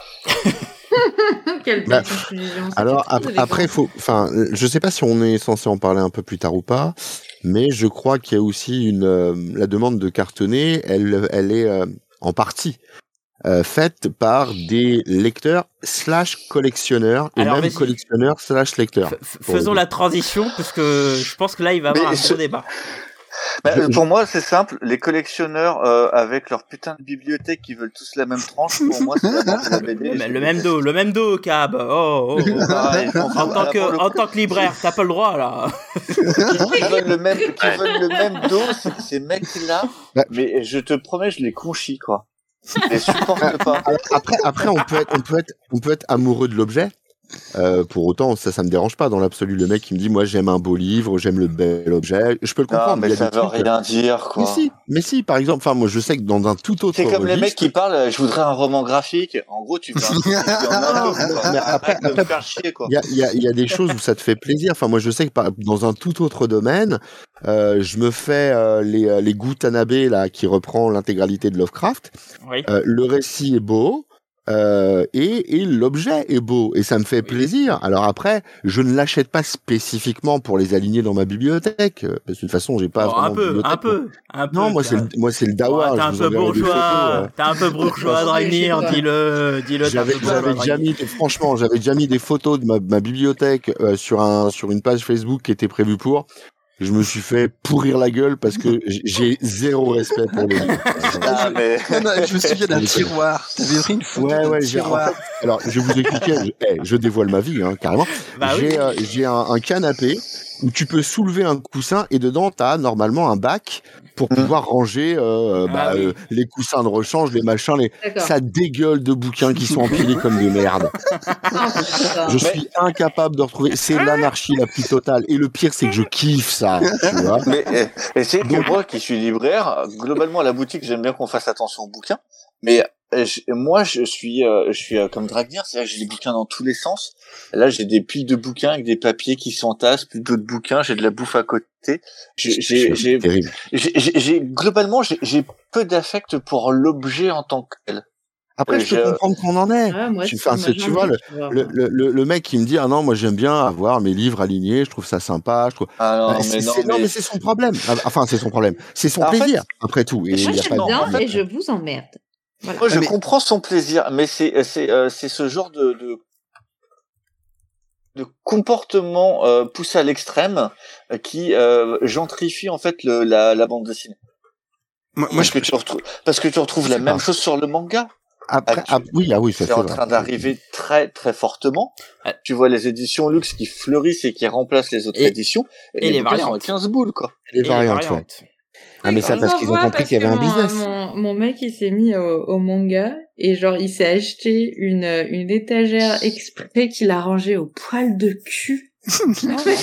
Quelle Bah, conclusion. Alors ap- après, faut, enfin, je sais pas si on est censé en parler un peu plus tard ou pas, mais je crois qu'il y a aussi une euh, la demande de cartonner, elle, elle est euh, en partie euh, faite par des lecteurs slash collectionneurs et Alors, même vas-y. collectionneurs slash lecteurs. F- faisons la transition parce que je pense que là, il va y avoir Mais un ce- gros débat. Bah, Je- euh, pour moi, c'est simple. Les collectionneurs euh, avec leur putain de bibliothèque qui veulent tous la même tranche, pour moi, c'est la vente de la B D. Ouais, mais le même dos, le même dos, Cab. Oh, oh, oh. Pareil, je m'en fous. En tant Là, que, pour le en coup, tant que libraire, t'as pas le droit, là. qui veulent le même, qui veulent le même dos, c'est- ces mecs-là. Ouais. Mais je te promets, je les conchis, quoi. Je les supporte pas. Après, après, on peut être, on peut être, on peut être amoureux de l'objet. Euh, pour autant, ça, ça me dérange pas dans l'absolu. Le mec qui me dit, moi, j'aime un beau livre, j'aime le bel objet, je peux le Non, comprendre. mais il y a ça des veut trucs- rien dire, quoi. Mais si, mais si, par exemple, enfin, moi, je sais que dans un tout autre C'est comme les registre- mecs qui parlent, euh, je voudrais un roman graphique. En gros, tu veux un truc qui en a un peu, quoi. Mais après- Arrête de me après- faire chier, quoi. Il y a, il y, a, il y a des choses où ça te fait plaisir. Enfin, moi, je sais que par- dans un tout autre domaine, euh, je me fais euh, les, euh, les Goûts Tanabe, là, qui reprend l'intégralité de Lovecraft. Oui. Euh, le récit est beau. Euh, et, et l'objet est beau et ça me fait plaisir. Alors après, je ne l'achète pas spécifiquement pour les aligner dans ma bibliothèque euh, parce que de toute façon, j'ai pas Oh, vraiment un de peu, bibliothèque, un peu, un peu. Non, moi c'est t'as- le, moi c'est le Dawa. Oh, t'es je un vous peu enverrai des bourgeois, photos, euh. t'es un peu bourgeois, Dragnir, dis-le, dis-le. t'es un J'avais, peu bourgeois, j'avais déjà Dragnir. mis, franchement, j'avais déjà mis des photos de ma, ma bibliothèque euh, sur un sur une page Facebook qui était prévue pour. Je me suis fait pourrir la gueule parce que j- j'ai zéro respect pour les livres. Ah, mais... Non, non, je me souviens d'un tiroir. T'avais pris une photo Ouais, d'un ouais, j'ai, en tiroir. fait, alors, je vais vous expliquer, je, eh, je dévoile ma vie, hein, carrément. Bah oui. j'ai, euh, j'ai un, un canapé où tu peux soulever un coussin et dedans, t'as normalement un bac pour Mm. pouvoir ranger, euh, Ah bah, oui. euh, les coussins de rechange, les machins, les, D'accord. ça dégueule de bouquins qui sont empilés comme des merdes. Ah, c'est ça. Je suis incapable de retrouver, c'est l'anarchie la plus totale. Et le pire, c'est que je kiffe ça, tu vois. Mais eh, et c'est que Donc- moi qui suis libraire, globalement à la boutique, j'aime bien qu'on fasse attention aux bouquins, mais je, moi, je suis, euh, je suis euh, comme Dragnir, c'est-à-dire que j'ai des bouquins dans tous les sens. Là, j'ai des piles de bouquins avec des papiers qui s'entassent, plus d'autres bouquins, j'ai de la bouffe à côté. J'ai, j'ai, j'ai, j'ai, j'ai, j'ai globalement, j'ai, j'ai peu d'affect pour l'objet en tant que tel. Après, je peux comprendre qu'on en est. Ah, moi, tu, enfin, c'est, tu vois, le, le, le, le mec qui me dit, ah non, moi j'aime bien avoir mes livres alignés, je trouve ça sympa, je trouve. Ah non, bah, mais c'est, non, c'est, mais... non, mais c'est son problème. Enfin, c'est son problème. C'est son Alors, plaisir, en fait, après tout. Et moi, y a j'aime pas bien, de... mais je vous emmerde. Voilà. Moi, je mais... comprends son plaisir, mais c'est, c'est, euh, c'est ce genre de, de, de comportement euh, poussé à l'extrême euh, qui euh, gentrifie en fait le, la, la bande dessinée. Moi, moi parce je que tu retrouves, parce que tu retrouves la même pas. chose sur le manga. Après, ah, tu, oui, ah oui, ça c'est en train d'arriver très très fortement. Ah. Tu vois les éditions luxe qui fleurissent et qui remplacent les autres et, éditions. Et, et les, les variantes. Sont à quinze boules, quoi. Et les, et variantes, les variantes. Ouais. Ah, mais ça, parce qu'ils ont compris qu'il y avait un business. Mon, mon mec, il s'est mis au, au manga, et genre, il s'est acheté une, une étagère exprès qu'il a rangée au poil de cul. mais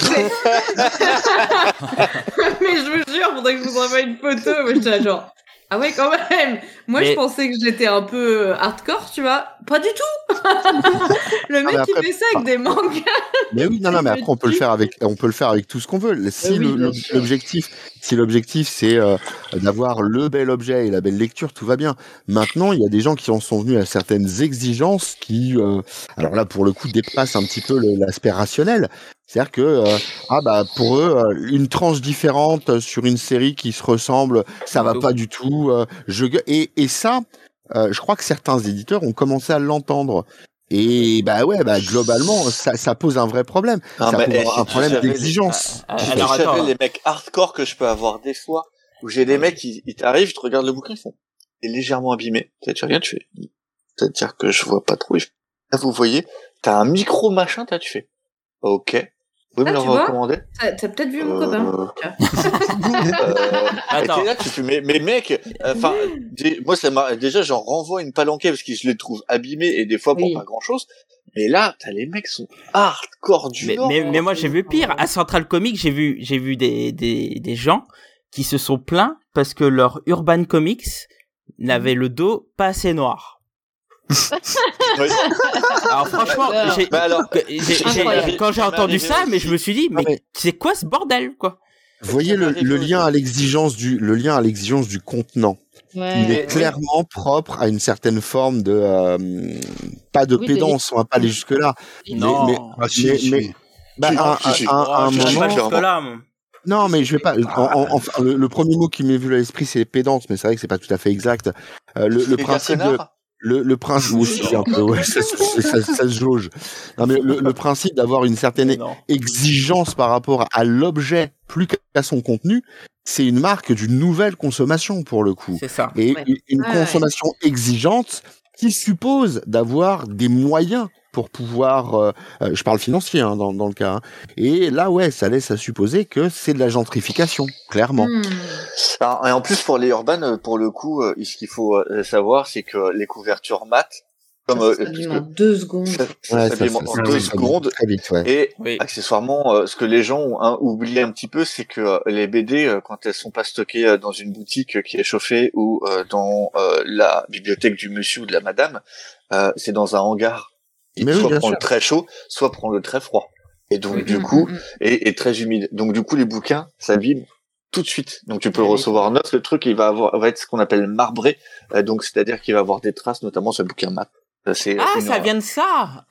je vous jure, faudrait que je vous envoie une photo, mais j'étais là genre, ah ouais, quand même. Moi, mais... je pensais que j'étais un peu hardcore, tu vois. Pas du tout. Le mec, après, il fait ça avec des mangas. Mais oui, non, non, mais après, on peut le faire avec, on peut le faire avec tout ce qu'on veut. Si oui, le, l'objectif, si l'objectif, c'est euh, d'avoir le bel objet et la belle lecture, tout va bien. Maintenant, il y a des gens qui en sont venus à certaines exigences qui, euh, alors là, pour le coup, dépassent un petit peu le, l'aspect rationnel. C'est-à-dire que euh, ah bah pour eux euh, une tranche différente sur une série qui se ressemble, ça va pas du tout. Euh, je et et ça, euh, je crois que certains éditeurs ont commencé à l'entendre. Et bah ouais, bah globalement, ça, ça pose un vrai problème. Non, ça pose un, si un problème d'exigence. Les... Ah, alors attends, les mecs hardcore que je peux avoir des fois, où j'ai des mecs qui ils t'arrivent, ils te regardent le bouquin, ils font, c'est légèrement abîmé. Tu regardes, tu fais, c'est-à-dire que je vois pas trop. Là, vous voyez, t'as un micro machin, t'as tu fais, ok. Vous pouvez ah, me le recommander? T'as, t'as peut-être vu mon euh... copain. euh... Attends. Là, tu fais, mais, mais mec, enfin, euh, moi, ça m'a, déjà, j'en renvoie une palanquée parce que je les trouve abîmés et des fois pour oui. pas grand chose. Mais là, t'as les mecs sont hardcore du mais, Nord. Mais, mais moi, j'ai vu pire. À Central Comics, j'ai vu, j'ai vu des, des, des gens qui se sont plaints parce que leur Urban Comics n'avait le dos pas assez noir. Oui. Alors franchement, j'ai, bah alors, j'ai, j'ai, quand j'ai entendu ça, mais je me suis dit, mais, mais c'est quoi ce bordel, quoi? Vous voyez le, le lien à l'exigence du, le lien à l'exigence du contenant. Ouais, il est clairement ouais. propre à une certaine forme de, euh, pas de oui, pédance, on va pas aller jusque là. Non, mais, ah, si, mais, si. mais, bah, un, si, si. un, un, un moment. Là, non, mais je vais pas. En, en, en, le, le premier mot qui m'est venu à l'esprit, c'est pédance, mais c'est vrai que c'est pas tout à fait exact. Euh, le, le principe de Le, le principe aussi un peu, ouais, ça, ça, ça, ça se jauge. Non, mais le, le principe d'avoir une certaine exigence par rapport à l'objet plus qu'à son contenu, c'est une marque d'une nouvelle consommation pour le coup. C'est ça. Et ouais. une ouais, consommation ouais. exigeante qui suppose d'avoir des moyens pour pouvoir, euh, euh, je parle financier hein, dans, dans le cas, hein. Et là ouais, ça laisse à supposer que c'est de la gentrification, clairement. Mmh. Alors, et en plus pour les urbaines, pour le coup, euh, ce qu'il faut euh, savoir, c'est que les couvertures mat, comme ça s'abîme en deux secondes, ça, ça ouais, s'abîme en deux oui, secondes, très vite, ouais. Et oui. accessoirement, euh, ce que les gens ont hein, oublié un petit peu, c'est que euh, les B D, euh, quand elles sont pas stockées euh, dans une boutique euh, qui est chauffée ou euh, dans euh, la bibliothèque du monsieur ou de la madame, euh, c'est dans un hangar. Mais soit oui, prend sûr. le très chaud, soit prend le très froid. Et donc oui, du mmh, coup, mmh. et, et très humide. Donc du coup, les bouquins s'abîment tout de suite. Donc tu peux oui, recevoir oui. neuf. Le truc, il va avoir, va être ce qu'on appelle marbré. Euh, donc c'est-à-dire qu'il va avoir des traces, notamment sur le bouquin mat. C'est ah, ça vient de ça.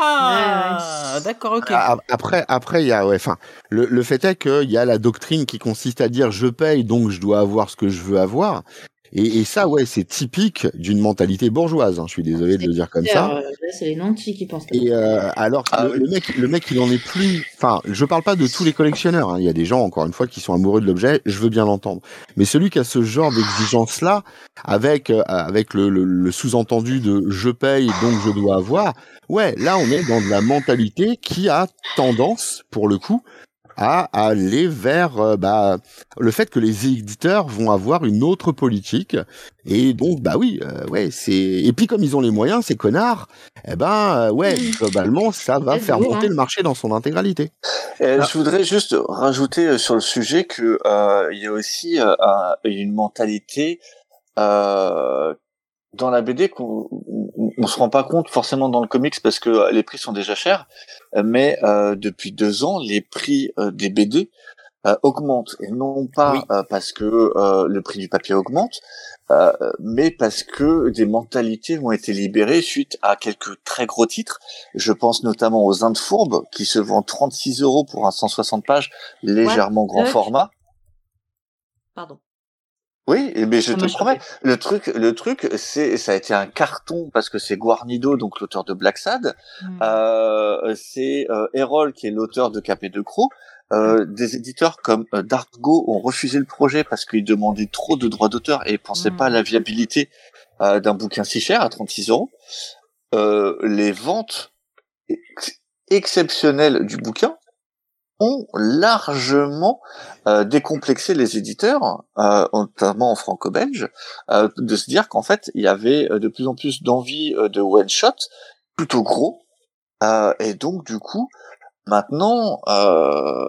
Ah, ouais, ouais. D'accord, ok. Après, après, il y a, ouais, enfin, le, le fait est qu'il y a la doctrine qui consiste à dire je paye, donc je dois avoir ce que je veux avoir. Et, et ça, ouais, c'est typique d'une mentalité bourgeoise. Hein, je suis désolé de le dire comme ça. Euh, là, c'est les nantis qui pensent. Et euh, alors, ah, le, oui. le mec, le mec, il en est plus. Enfin, je parle pas de tous les collectionneurs. Hein. Il y a des gens, encore une fois, qui sont amoureux de l'objet. Je veux bien l'entendre. Mais celui qui a ce genre d'exigence-là, avec euh, avec le, le, le sous-entendu de je paye, donc je dois avoir. Ouais, là, on est dans de la mentalité qui a tendance, pour le coup, à aller vers euh, bah, le fait que les éditeurs vont avoir une autre politique et donc bah oui euh, ouais c'est et puis comme ils ont les moyens ces connards eh ben euh, ouais globalement ça va faire beau, monter hein. le marché dans son intégralité. Et ah. Je voudrais juste rajouter sur le sujet que euh, il y a aussi euh, une mentalité euh, dans la B D qu'on on, on se rend pas compte forcément dans le comics parce que les prix sont déjà chers, mais euh, depuis deux ans, les prix euh, des B D euh, augmentent, et non pas oui. euh, parce que euh, le prix du papier augmente, euh, mais parce que des mentalités ont été libérées suite à quelques très gros titres. Je pense notamment aux Indes fourbes qui se vendent trente-six euros pour un cent soixante pages légèrement ouais. grand ouais. format. Pardon. Oui, mais je te promets, le truc, le truc, c'est, ça a été un carton parce que c'est Guarnido, donc l'auteur de Black Sad, mmh. euh, c'est euh, Errol qui est l'auteur de Capet de Croc. Euh, mmh. Des éditeurs comme euh, Dargo ont refusé le projet parce qu'ils demandaient trop de droits d'auteur et pensaient mmh. pas à la viabilité euh, d'un bouquin si cher à trente-six euros. Euh, les ventes ex- exceptionnelles du bouquin ont largement euh, décomplexé les éditeurs, euh, notamment en franco-belge, euh, de se dire qu'en fait, il y avait de plus en plus d'envie euh, de one-shot, plutôt gros, euh, et donc du coup, maintenant, euh,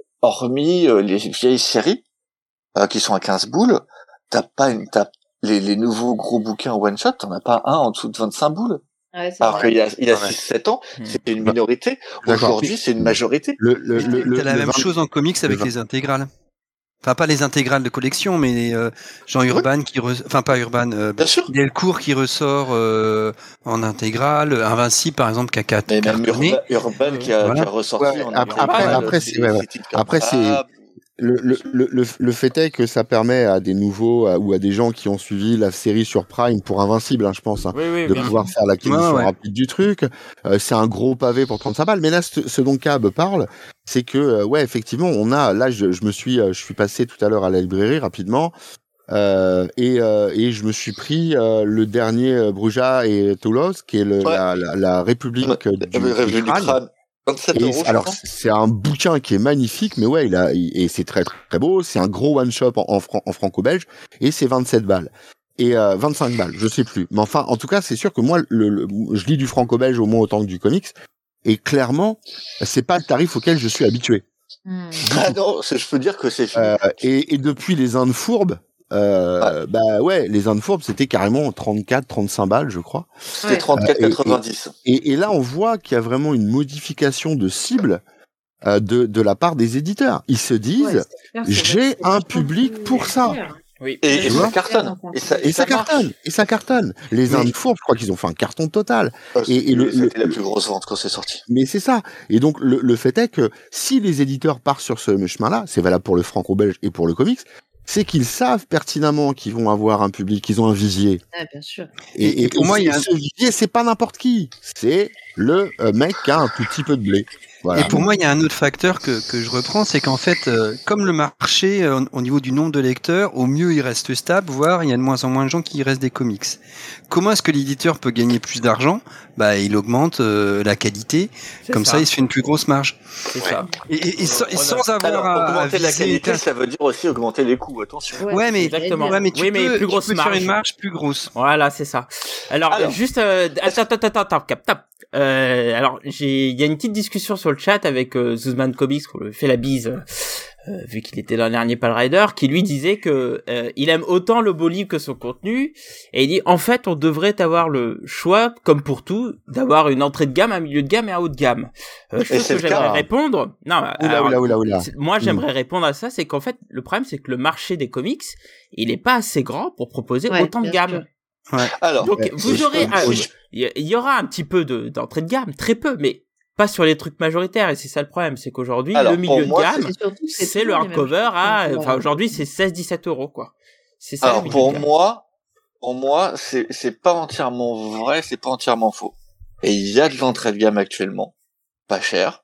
hormis euh, les vieilles séries, euh, qui sont à quinze boules, t'as pas une, t'as les, les nouveaux gros bouquins one-shot, t'en as pas un en dessous de vingt-cinq boules. Ouais, alors qu'il y a, il y a six sept ans, mmh. c'était une minorité. Aujourd'hui, c'est une majorité. Le, le, le, le, T'as la le même vingt... chose en comics avec les intégrales. Enfin, pas les intégrales de collection, mais les, euh, Jean Urban oui. qui, re... enfin pas Urban, euh, Delcourt qui ressort euh, en intégrale, Invincible par exemple qui a quatre. Mais même Urban, Urban qui, a, voilà. qui a ressorti ouais, en après, après, après, c'est, ouais, ouais. après c'est. Le, le, le, le fait est que ça permet à des nouveaux à, ou à des gens qui ont suivi la série sur Prime pour Invincible, hein, je pense, hein, oui, oui, de pouvoir sûr. faire l'acquisition ouais, ouais. rapide du truc. Euh, c'est un gros pavé pour trente-cinq balles. Mais là, ce, ce dont Cab parle, c'est que, euh, ouais, effectivement, on a. Là, je, je me suis, euh, je suis passé tout à l'heure à la librairie rapidement. Euh, et, euh, et je me suis pris euh, le dernier euh, Bruja et Toulouse, qui est le, ouais. la, la, la République ouais. du, du, du crâne. Et euros, alors c'est un bouquin qui est magnifique, mais ouais, il a et c'est très très beau. C'est un gros one shot en, en, fran- en franco-belge et c'est vingt-sept balles et euh, vingt-cinq balles, je sais plus. Mais enfin, en tout cas, c'est sûr que moi, le, le, je lis du franco-belge au moins autant que du comics, et clairement, c'est pas le tarif auquel je suis habitué. Mmh. Ah non, je peux dire que c'est fini. Euh, et, et depuis les Indes fourbes. Euh, ouais. Bah ouais, les Indes fourbes c'était carrément trente-quatre, trente-cinq balles, je crois. C'était trente-quatre quatre-vingt-dix. Et, et, et là, on voit qu'il y a vraiment une modification de cible euh, de de la part des éditeurs. Ils se disent, ouais, j'ai un public pour ça. Oui. Et, et ça cartonne. Et ça, et ça, ça cartonne. Et ça cartonne. Les Indes fourbes, je crois qu'ils ont fait un carton total. Oh, et, et le, c'était le, la plus grosse vente quand c'est sorti. Mais c'est ça. Et donc le, le fait est que si les éditeurs partent sur ce chemin-là, c'est valable pour le franco-belge et pour le comics. C'est qu'ils savent pertinemment qu'ils vont avoir un public, qu'ils ont un visier. Ah, bien sûr. Et, et, et pour moi, il y a un... ce visier, c'est pas n'importe qui. C'est le euh, mec qui a un tout petit peu de blé. Voilà. Et pour moi, il y a un autre facteur que, que je reprends, c'est qu'en fait, euh, comme le marché, euh, au niveau du nombre de lecteurs, au mieux il reste stable, voire il y a de moins en moins de gens qui restent des comics. Comment est-ce que l'éditeur peut gagner plus d'argent ? Bah, il augmente euh, la qualité, c'est comme ça. ça, il se fait une plus grosse marge. C'est ouais. ça. Et, et, et, sans, et sans avoir Alors, à augmenter à la qualité, ça veut dire aussi augmenter les coûts. Attention. Ouais, ouais mais exactement. Ouais, mais tu oui, peux, mais plus grosse tu peux marge. faire une marge plus grosse. Voilà, c'est ça. Alors, alors juste, euh, attends, attends, attends, attends, cap, tap. Euh, alors, j'ai, il y a une petite discussion sur le chat avec euh, Zuzman Comics, qu'on lui fait la bise, euh, vu qu'il était dans le dernier Pal Rider, qui lui disait que euh, il aime autant le beau livre que son contenu, et il dit en fait, on devrait avoir le choix, comme pour tout, d'avoir une entrée de gamme, un milieu de gamme et un haut de gamme. Euh, je pense que j'aimerais cas, répondre. Non, oula, alors, oula, oula, oula. moi, j'aimerais mmh. répondre à ça, c'est qu'en fait, le problème, c'est que le marché des comics, il est pas assez grand pour proposer ouais, autant de gamme. Sûr. Ouais. Alors, donc ouais, vous aurez, il y aura un petit peu de d'entrée de gamme, très peu, mais pas sur les trucs majoritaires. Et c'est ça le problème, c'est qu'aujourd'hui Alors, le milieu moi, de gamme, c'est, surtout, c'est, c'est le hardcover à, enfin aujourd'hui c'est seize dix-sept euros quoi. C'est ça. Alors pour moi, pour moi, c'est c'est pas entièrement vrai, c'est pas entièrement faux. Et il y a de l'entrée de gamme actuellement, pas cher.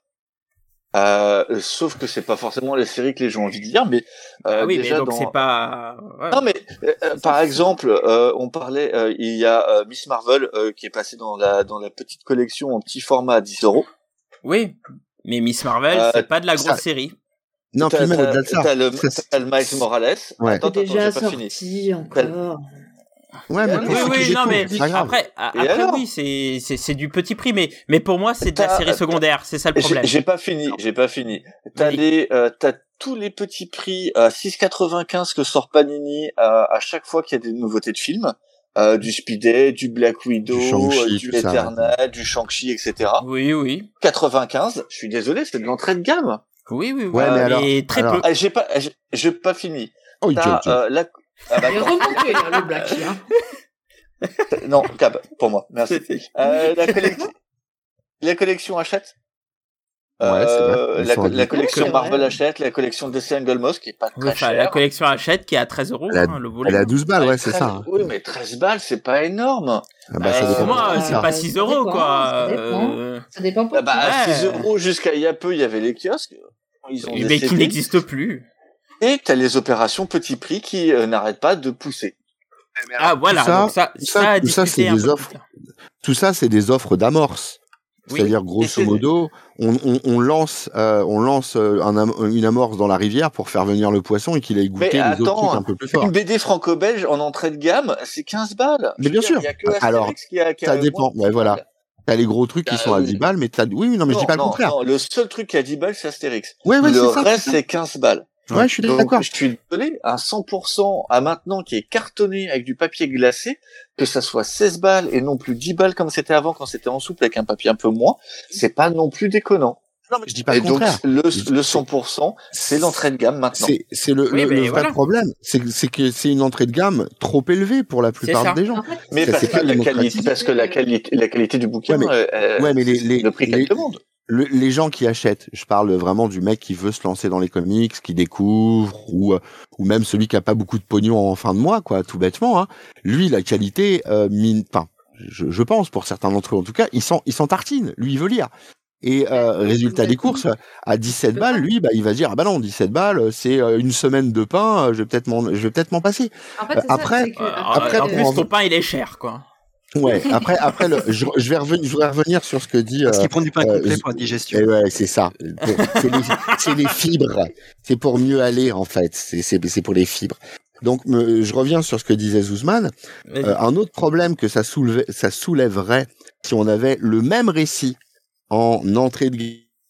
Euh, sauf que c'est pas forcément les séries que les gens ont envie de lire, mais euh, ah oui, déjà mais donc dans... c'est pas. Ouais. Non, mais euh, par exemple, euh, on parlait, euh, il y a euh, Miss Marvel euh, qui est passée dans la dans la petite collection en petit format à dix euros. Oui, mais Miss Marvel, euh, c'est pas de la grosse ça... série. Non, puis même au-delà de ça. T'as le, t'as le Miles Morales. Ouais. Attends, attends, déjà j'ai pas sorti fini. encore. Ouais, mais oui, oui, non, mais après, après oui, c'est, c'est, c'est du petit prix, mais, mais pour moi, c'est de la série secondaire, c'est ça le problème. J'ai, j'ai pas fini, j'ai pas fini. T'as oui. les, euh, t'as tous les petits prix à six quatre-vingt-quinze que sort Panini à, à chaque fois qu'il y a des nouveautés de films. euh, du Speedy, du Black Widow, Du Shang-Chi, euh, du tout ça, Eternal, du Shang-Chi, et cetera. Oui, oui. quatre-vingt-quinze, je suis désolé, c'est de l'entrée de gamme. Oui, oui, oui. Ouais, mais alors- très alors- peu. Ah, j'ai pas, j'ai, j'ai pas fini. Oh, T'as, Joe, Joe. euh, la... ah, bah, Il est remonté, là, le Black, hein. non, Cab, pour moi, merci. Euh, la, collec- la collection Hachette. Ouais, c'est vrai. Euh, Elles la, sont co- à la dix. collection Ouais, c'est Marvel vrai. Hachette, la collection D C Angle Moss, qui est pas Oui, très enfin, chère. la collection Hachette qui est à treize euros, Elle a- hein, le volet. Elle a douze balles, Ah, ouais, c'est treize ça. hein. Oui, mais treize balles, c'est pas énorme. Ah bah, ça Euh, dépend. Pour moi, Euh, c'est ça pas six dépend, euros, quoi. ça dépend. Euh, Ça dépend pour Ah bah, à Ouais. six euros jusqu'à il y a peu, il y avait les kiosques. Ils ont Mais qui décédé. n'existe plus. Et t'as les opérations petit prix qui euh, n'arrêtent pas de pousser. Ah, voilà. ça- donc ça, tout ça- ça, à tout ça, discuter c'est un des peu offres. plus tard. Tout ça, c'est des offres d'amorce. Oui. C'est-à-dire, Et grosso c'est- modo, on, on, on lance, euh, on lance euh, un am- une amorce dans la rivière pour faire venir le poisson et qu'il aille goûter Mais les autres attends, trucs un peu plus forts. Une B D franco-belge en entrée de gamme, c'est quinze balles. Mais Je veux bien dire, sûr. Il y a que Astérix Alors, qui a, qui a ça moins dépend. de Ouais, dix voilà. balles. T'as les gros trucs qui Ah, sont à oui. dix balles, mais t'as, oui, oui, non, mais je dis Non, pas le non, contraire. non, le seul truc qui a dix balles, c'est Astérix. Ouais, ouais, le c'est ça, reste, c'est ça. c'est quinze balles. Ouais, je suis Donc, d'accord. je suis désolé, un cent pour cent à maintenant qui est cartonné avec du papier glacé, que ça soit seize balles et non plus dix balles comme c'était avant quand c'était en souple avec un papier un peu moins, c'est pas non plus déconnant. Non, mais je dis pas Et le donc, contraire. le, le cent pour cent, c'est l'entrée de gamme maintenant. C'est, c'est le, Oui, le, mais le vrai voilà. problème. C'est, que- c'est que c'est une entrée de gamme trop élevée pour la ça. plupart des gens. En fait, Mais Ça, parce c'est que, pas la qualité, démocratisé. parce que la qualité, la qualité du bouquin, Ouais, mais- euh, euh, ouais, mais les- c'est les- le prix les- qu'elle demande. Le- les gens qui achètent, je parle vraiment du mec qui veut se lancer dans les comics, qui découvre, ou euh, ou même celui qui a pas beaucoup de pognon en fin de mois, quoi, tout bêtement. Hein. Lui, la qualité, euh, mine, enfin, je, je pense pour certains d'entre eux en tout cas, ils s'en ils s'en tartinent. Lui, il veut lire. Et euh, Ouais, résultat des complètement. courses, à dix-sept peut balles, pas. lui, bah, il va se dire ah bah non, dix-sept balles, c'est euh, une semaine de pain, euh, je vais peut-être m'en, je vais peut-être m'en passer. En fait, Euh, c'est ça, après- c'est que, Euh, Après, en pour plus, en- ton pain, il est cher, quoi. Ouais. Après, après, le, je, je vais revenir, je voudrais revenir sur ce que dit. Parce euh, qu'il prend du pain euh, complet je- pour la digestion. Et ouais, c'est ça. Pour- C'est les, c'est les fibres. C'est pour mieux aller, en fait. C'est, c'est, c'est pour les fibres. Donc, me- je reviens sur ce que disait Zouzman. Vas-y. Euh, un autre problème que ça, soulevait, ça soulèverait si on avait le même récit en entrée de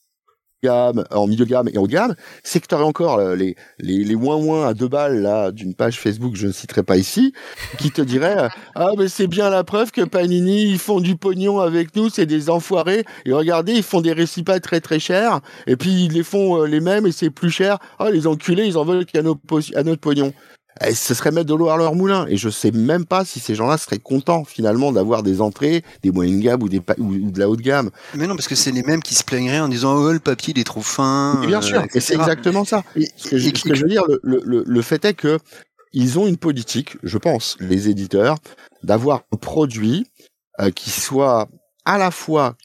gamme, en milieu de gamme et haut de gamme, c'est que tu aurais encore euh, les, les, les ouin-ouin à deux balles là, d'une page Facebook, je ne citerai pas ici, qui te dirait euh, ah, mais c'est bien la preuve que Panini, ils font du pognon avec nous, c'est des enfoirés, et regardez, ils font des récits pas très très chers, et puis ils les font euh, les mêmes et c'est plus cher. Ah, les enculés, ils en veulent qu'à nos po- à notre pognon. Et ce serait mettre de l'eau à leur moulin. Et je sais même pas si ces gens-là seraient contents finalement d'avoir des entrées, des moyennes gamme ou, des pa- ou, ou de la haute gamme. Mais non, parce que c'est les mêmes qui se plaigneraient en disant oh le papier il est trop fin. Et bien euh, sûr, et c'est et cetera. exactement ça. Et- Ce que, je, et- ce que je veux dire, le, le, le- le fait est que ils ont une politique, je pense, les éditeurs, d'avoir un produit euh, qui soit à la fois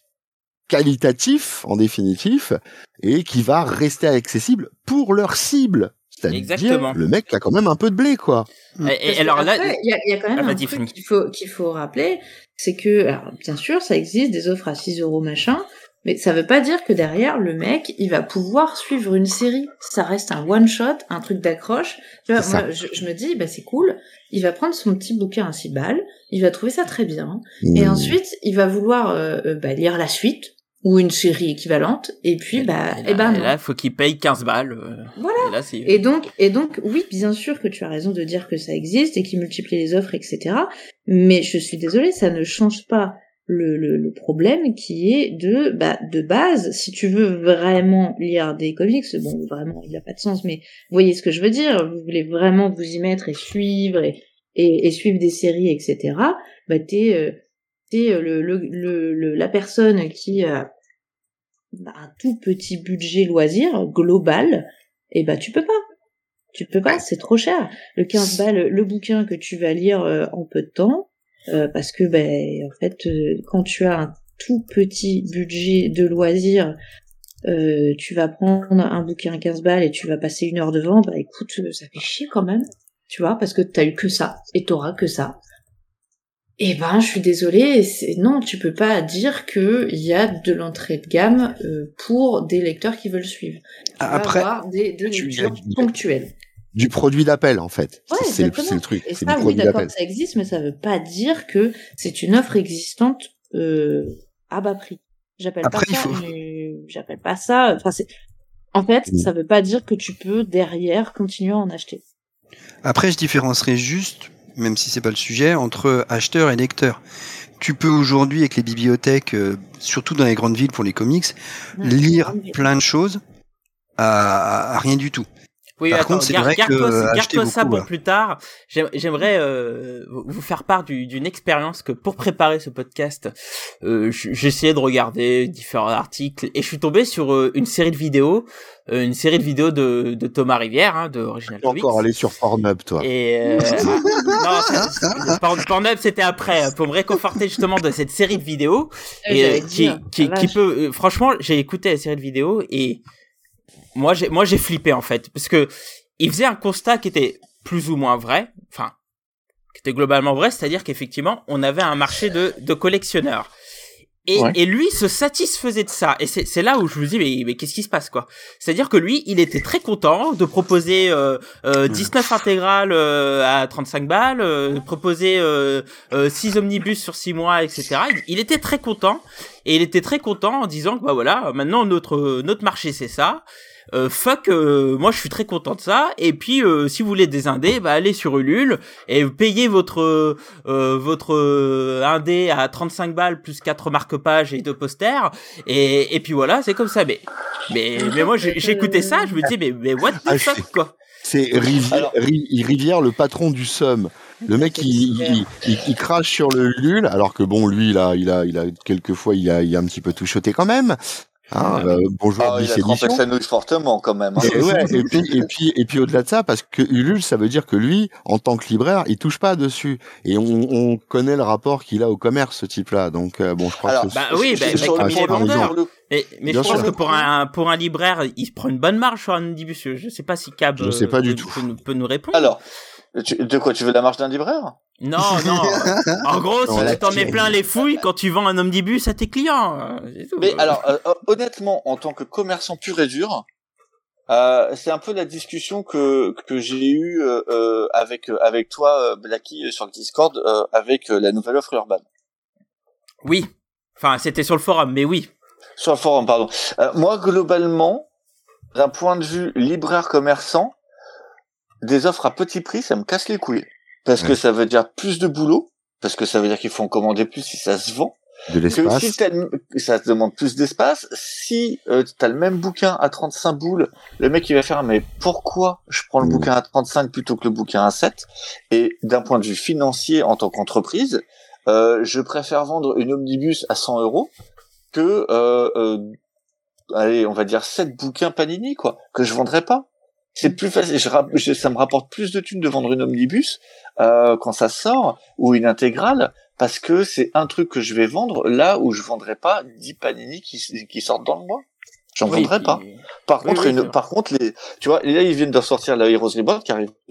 qualitatif, en définitif, et qui va rester accessible pour leur cible. C'est-à-dire Exactement. le mec qui a quand même un peu de blé, quoi. Et, et Parce que alors là, après, il y a, il y a quand même Ah, un vas-y, truc Franck. qu'il faut, qu'il faut rappeler, c'est que, alors, bien sûr, ça existe, des offres à six euros machin, mais ça veut pas dire que derrière, le mec, il va pouvoir suivre une série. Ça reste un one-shot, un truc d'accroche. Tu vois, C'est moi, je, je me dis, bah, c'est cool. Il va prendre son petit bouquin à six balles, il va trouver ça très bien, et Mmh. ensuite, il va vouloir euh, euh, bah, lire la suite, ou une série équivalente, et puis, bah, et eh là, ben, et non. là, faut qu'il paye quinze balles. euh, Voilà. Et là, c'est... Et donc, et donc, oui, bien sûr que tu as raison de dire que ça existe et qu'ils multiplient les offres, et cetera. Mais je suis désolée, ça ne change pas le, le, le problème qui est de, bah, de base, si tu veux vraiment lire des comics, bon, vraiment, il n'a pas de sens, mais vous voyez ce que je veux dire, vous voulez vraiment vous y mettre et suivre et, et, et suivre des séries, et cetera. Bah, t'es, euh, t'es euh, le, le, le, le- la personne qui a bah, un tout petit budget loisir global, et bah, tu peux pas. Tu peux pas, c'est trop cher. Le quinze balles, le bouquin que tu vas lire euh, en peu de temps, euh, parce que ben en fait, euh, quand tu as un tout petit budget de loisirs, euh, tu vas prendre un bouquin à quinze balles et tu vas passer une heure devant, bah écoute, euh, ça fait chier quand même, tu vois, parce que t'as eu que ça et t'auras que ça. Et ben, je suis désolée, c'est... non, tu peux pas dire que il y a de l'entrée de gamme euh, pour des lecteurs qui veulent suivre. Tu vas Après, avoir des, des tu- lectures il y a- ponctuelles. Du produit d'appel, en fait. Ouais, c'est, c'est, le, exactement. c'est le truc. Et C'est ça, du oui, produit d'accord, d'appel. ça existe, mais ça veut pas dire que c'est une offre existante euh, à bas prix. J'appelle Après, pas il ça. faut- une- J'appelle pas ça. Enfin, c'est. En fait, Mm. ça veut pas dire que tu peux derrière continuer à en acheter. Après, je différencierais juste même si c'est pas le sujet, entre acheteur et lecteur. Tu peux aujourd'hui, avec les bibliothèques, euh, surtout dans les grandes villes pour les comics, Ouais, lire plein de choses à, à rien du tout. Oui, Par attends, contre, c'est garde, vrai garde-toi, que garde-toi acheter ça beaucoup, pour voilà. plus tard. J'aim- J'aimerais euh, vous faire part du- d'une expérience que pour préparer ce podcast, euh, j- j'ai essayé de regarder différents articles et je suis tombé sur euh, une série de vidéos, euh, une série de vidéos de, de Thomas Rivière, hein, de Original Tu es Comics. encore allé sur Pornhub, toi. Et euh, ah, non, ça- Porn- Pornhub c'était après pour me réconforter justement de cette série de vidéos Ouais, et j'allais euh, qui dire, qui, la qui vache. peut euh, franchement j'ai écouté la série de vidéos et moi j'ai moi j'ai flippé en fait parce que il faisait un constat qui était plus ou moins vrai, enfin qui était globalement vrai, c'est-à-dire qu'effectivement on avait un marché de de collectionneurs. Et, Ouais. et lui se satisfaisait de ça. Et c'est, c'est là où je me dis, mais, mais qu'est-ce qui se passe, quoi? C'est-à-dire que lui, il était très content de proposer euh, euh, dix-neuf intégrales euh, à trente-cinq balles, euh, proposer euh, euh, six omnibus sur six mois, et cetera. Il, il était très content. Et il était très content en disant que, bah voilà, maintenant notre notre marché, c'est ça. Euh, fuck, euh, moi je suis très content de ça. Et puis euh, si vous voulez des indés, bah allez sur Ulule et payez votre euh, votre euh, indé à trente-cinq balles plus quatre marque-pages et deux posters. Et et puis voilà, c'est comme ça. Mais mais mais moi j'ai, j'ai écouté ça, je me dis mais mais what the Ah, fuck c'est- quoi. C'est Rivière, Alors- Ri- Rivière, le patron du Somme. Le mec, C'est il, super. il, il, il crache sur le Ulule, alors que bon, lui, il a, il a, il a quelquefois, il a, il a un petit peu tout shoté quand même. Hein, euh, bonjour, Ah, il Bis a trempé Édition. sa nouille fortement quand même. hein. Et, ouais, et puis, et puis, et puis au-delà de ça, parce que Ulule, ça veut dire que lui, en tant que libraire, il touche pas dessus. Et on, on connaît le rapport qu'il a au commerce, ce type-là. Donc, euh, bon, je crois Alors, que bah c'est- oui, sur- bah, sur bah, le- comme il est pour le- vendeur. pour le- Mais, mais Bien je pense sûr. que pour un pour un libraire, il se prend une bonne marge sur un omnibus. Je sais pas si Cab Je sais pas euh, du peut, tout. peut nous- peut nous répondre. Alors, tu- de quoi tu veux la marge d'un libraire? Non, non. En gros, Non, si là, tu t'en tu- mets plein les fouilles quand tu vends un omnibus à tes clients. euh, c'est tout. Mais alors, euh, euh, honnêtement, en tant que commerçant pur et dur, euh, c'est un peu la discussion que que j'ai eue euh, euh, avec euh, avec toi, euh, Blacky, euh, sur le Discord, euh, avec euh, la nouvelle offre urbaine. Oui. Enfin, c'était sur le forum, mais oui. Sur le forum, pardon. Euh, moi, globalement, d'un point de vue libraire commerçant, des offres à petit prix, ça me casse les couilles. Parce que Ouais. ça veut dire plus de boulot, parce que ça veut dire qu'il faut en commander plus si ça se vend. de Que l'espace. si t'as le- ça te demande plus d'espace. Si euh, t'as le même bouquin à trente-cinq boules, le mec il va faire mais pourquoi je prends le Mmh. bouquin à trente-cinq plutôt que le bouquin à sept? Et d'un point de vue financier en tant qu'entreprise, euh, je préfère vendre une omnibus à cent euros que euh, euh, allez on va dire sept bouquins Panini quoi que je vendrais pas. C'est plus facile. Je, rap- je- ça me rapporte plus de thunes de vendre une omnibus euh, quand ça sort ou une intégrale. Parce que c'est un truc que je vais vendre là où je vendrais pas dix Panini qui, qui sortent dans le mois. J'en Oui, vendrais puis- pas. Par Oui, contre, oui, c'est une, vrai. par contre, les, tu vois, là, ils viennent de ressortir la Heroes Reborn qui arrive.